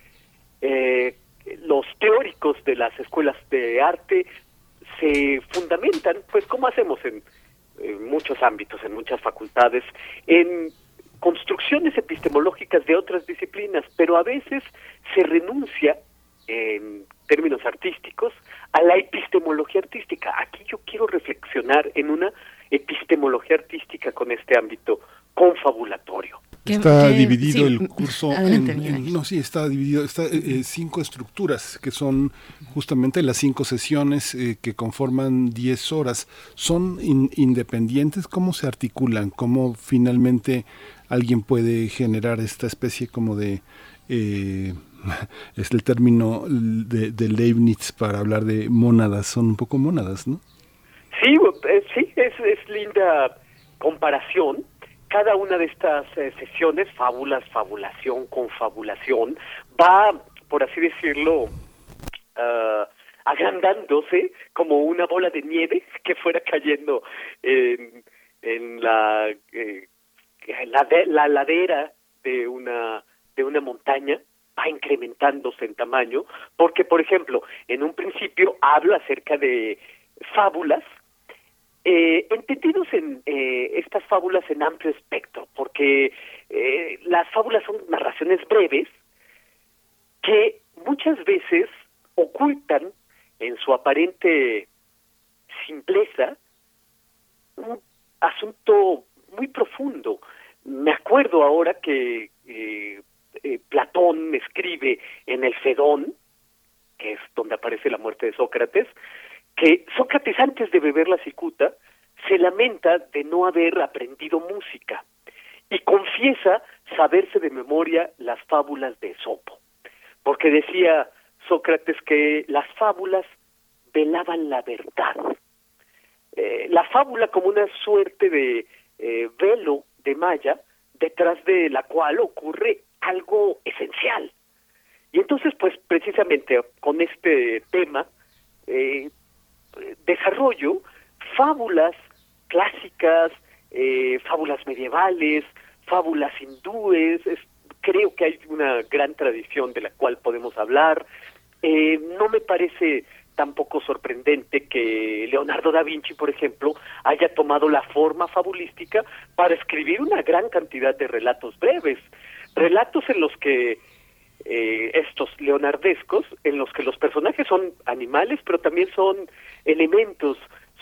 Eh, los teóricos de las escuelas de arte se fundamentan, pues como hacemos en, en muchos ámbitos, en muchas facultades, en construcciones epistemológicas de otras disciplinas, pero a veces se renuncia, en términos artísticos, a la epistemología artística. Aquí yo quiero reflexionar en una epistemología artística con este ámbito confabulatorio. Está ¿Qué? dividido Sí, el curso adelante, en, Miguel en- no sí está dividido está eh, eh, cinco estructuras que son justamente las cinco sesiones eh, que conforman diez horas. Son in- independientes. ¿Cómo se articulan? ¿Cómo finalmente alguien puede generar esta especie como de eh, es el término de, de Leibniz para hablar de mónadas? Son un poco mónadas, ¿no? Sí, eh, sí, es, es linda comparación. Cada una de estas eh, sesiones, fábulas, fabulación, confabulación, va, por así decirlo, uh, agrandándose como una bola de nieve que fuera cayendo en, en la, eh, la, de- la ladera de una, de una montaña, va incrementándose en tamaño, porque, por ejemplo, en un principio hablo acerca de fábulas, Eh, entendidos en eh, estas fábulas en amplio espectro, porque eh, las fábulas son narraciones breves que muchas veces ocultan en su aparente simpleza un asunto muy profundo. Me acuerdo ahora que eh, eh, Platón escribe en el Fedón, que es donde aparece la muerte de Sócrates, que Sócrates, antes de beber la cicuta, se lamenta de no haber aprendido música y confiesa saberse de memoria las fábulas de Esopo, porque decía Sócrates que las fábulas velaban la verdad. Eh, la fábula como una suerte de eh, velo de malla detrás de la cual ocurre algo esencial. Y entonces, pues precisamente con este tema, eh, desarrollo fábulas clásicas, eh, fábulas medievales, fábulas hindúes. Es, creo que hay una gran tradición de la cual podemos hablar. Eh, no me parece tampoco sorprendente que Leonardo da Vinci, por ejemplo, haya tomado la forma fabulística para escribir una gran cantidad de relatos breves, relatos en los que eh, estos leonardescos, en los que los personajes son animales, pero también son elementos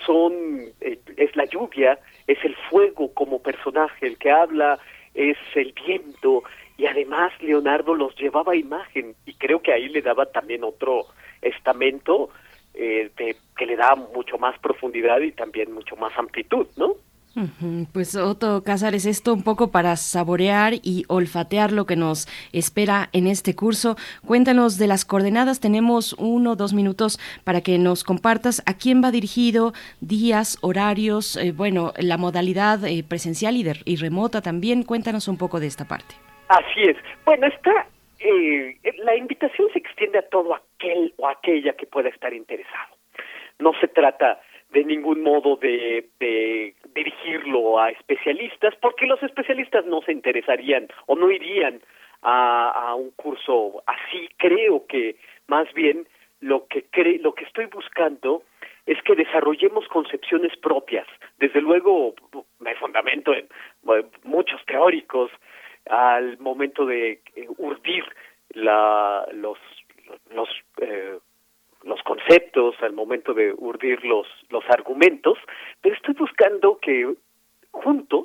son eh, es la lluvia, es el fuego como personaje el que habla, es el viento, y además Leonardo los llevaba a imagen, y creo que ahí le daba también otro estamento eh, de, que le da mucho más profundidad y también mucho más amplitud, ¿no? Uh-huh. Pues Otto Cázares, esto un poco para saborear y olfatear lo que nos espera en este curso. Cuéntanos de las coordenadas, tenemos uno o dos minutos para que nos compartas a quién va dirigido, días, horarios, eh, bueno, la modalidad eh, presencial y, de, y remota también. Cuéntanos un poco de esta parte. Así es. Bueno, está, eh, la invitación se extiende a todo aquel o aquella que pueda estar interesado. No se trata de ningún modo de, de dirigirlo a especialistas, porque los especialistas no se interesarían o no irían a, a un curso así. Creo que más bien lo que cre- lo que estoy buscando es que desarrollemos concepciones propias. Desde luego me fundamento en muchos teóricos al momento de eh, urdir la, los los eh, los conceptos, al momento de urdir los, los argumentos, pero estoy buscando que juntos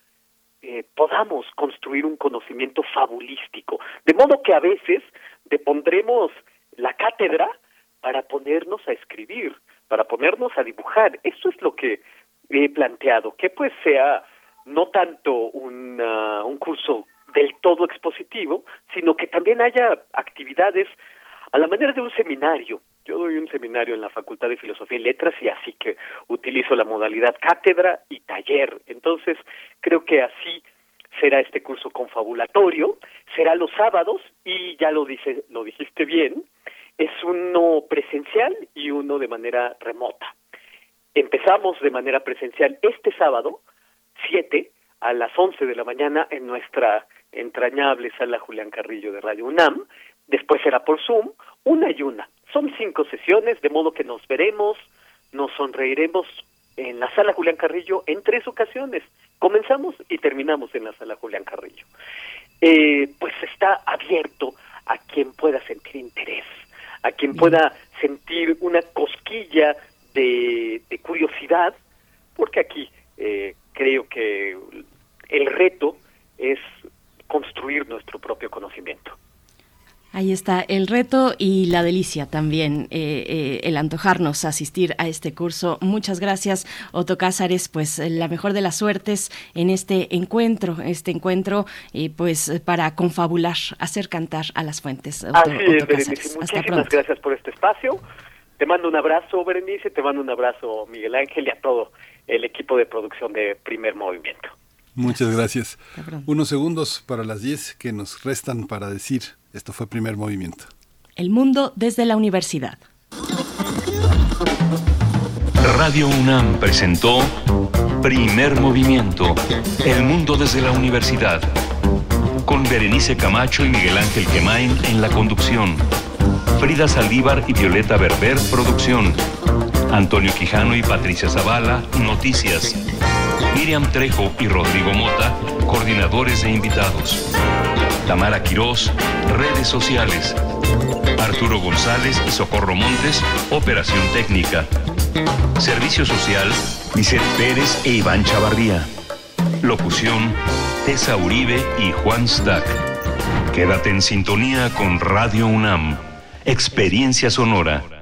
eh, podamos construir un conocimiento fabulístico, de modo que a veces depondremos la cátedra para ponernos a escribir, para ponernos a dibujar. Eso es lo que he planteado, que pues sea no tanto una, un curso del todo expositivo, sino que también haya actividades a la manera de un seminario. Yo doy un seminario en la Facultad de Filosofía y Letras y así que utilizo la modalidad cátedra y taller. Entonces, creo que así será este curso confabulatorio, será los sábados y ya lo dice, lo dijiste bien, es uno presencial y uno de manera remota. Empezamos de manera presencial este sábado, siete, a las once de la mañana en nuestra entrañable sala Julián Carrillo de Radio UNAM. Después será por Zoom, una y una. Son cinco sesiones, de modo que nos veremos, nos sonreiremos en la sala Julián Carrillo en tres ocasiones. Comenzamos y terminamos en la sala Julián Carrillo. Eh, pues está abierto a quien pueda sentir interés, a quien pueda sentir una cosquilla de, de curiosidad, porque aquí eh, creo que el reto es construir nuestro propio conocimiento. Ahí está el reto y la delicia también, eh, eh, el antojarnos a asistir a este curso. Muchas gracias, Otto Cázares, pues la mejor de las suertes en este encuentro, este encuentro eh, pues para confabular, hacer cantar a las fuentes. Otto, Así es, Otto Berenice, muchísimas gracias por este espacio. Te mando un abrazo, Berenice, te mando un abrazo, Miguel Ángel, y a todo el equipo de producción de Primer Movimiento. Muchas gracias. Unos segundos para las diez que nos restan para decir, esto fue Primer Movimiento. El mundo desde la universidad. Radio UNAM presentó Primer Movimiento, El mundo desde la universidad, con Berenice Camacho y Miguel Ángel Quemain en la conducción, Frida Saldívar y Violeta Berber, producción, Antonio Quijano y Patricia Zavala, noticias, Miriam Trejo y Rodrigo Mota, coordinadores e invitados, Tamara Quirós, redes sociales, Arturo González y Socorro Montes, operación técnica, servicio social, Vicente Pérez e Iván Chavarría, locución, Tessa Uribe y Juan Stack. Quédate en sintonía con Radio UNAM, experiencia sonora.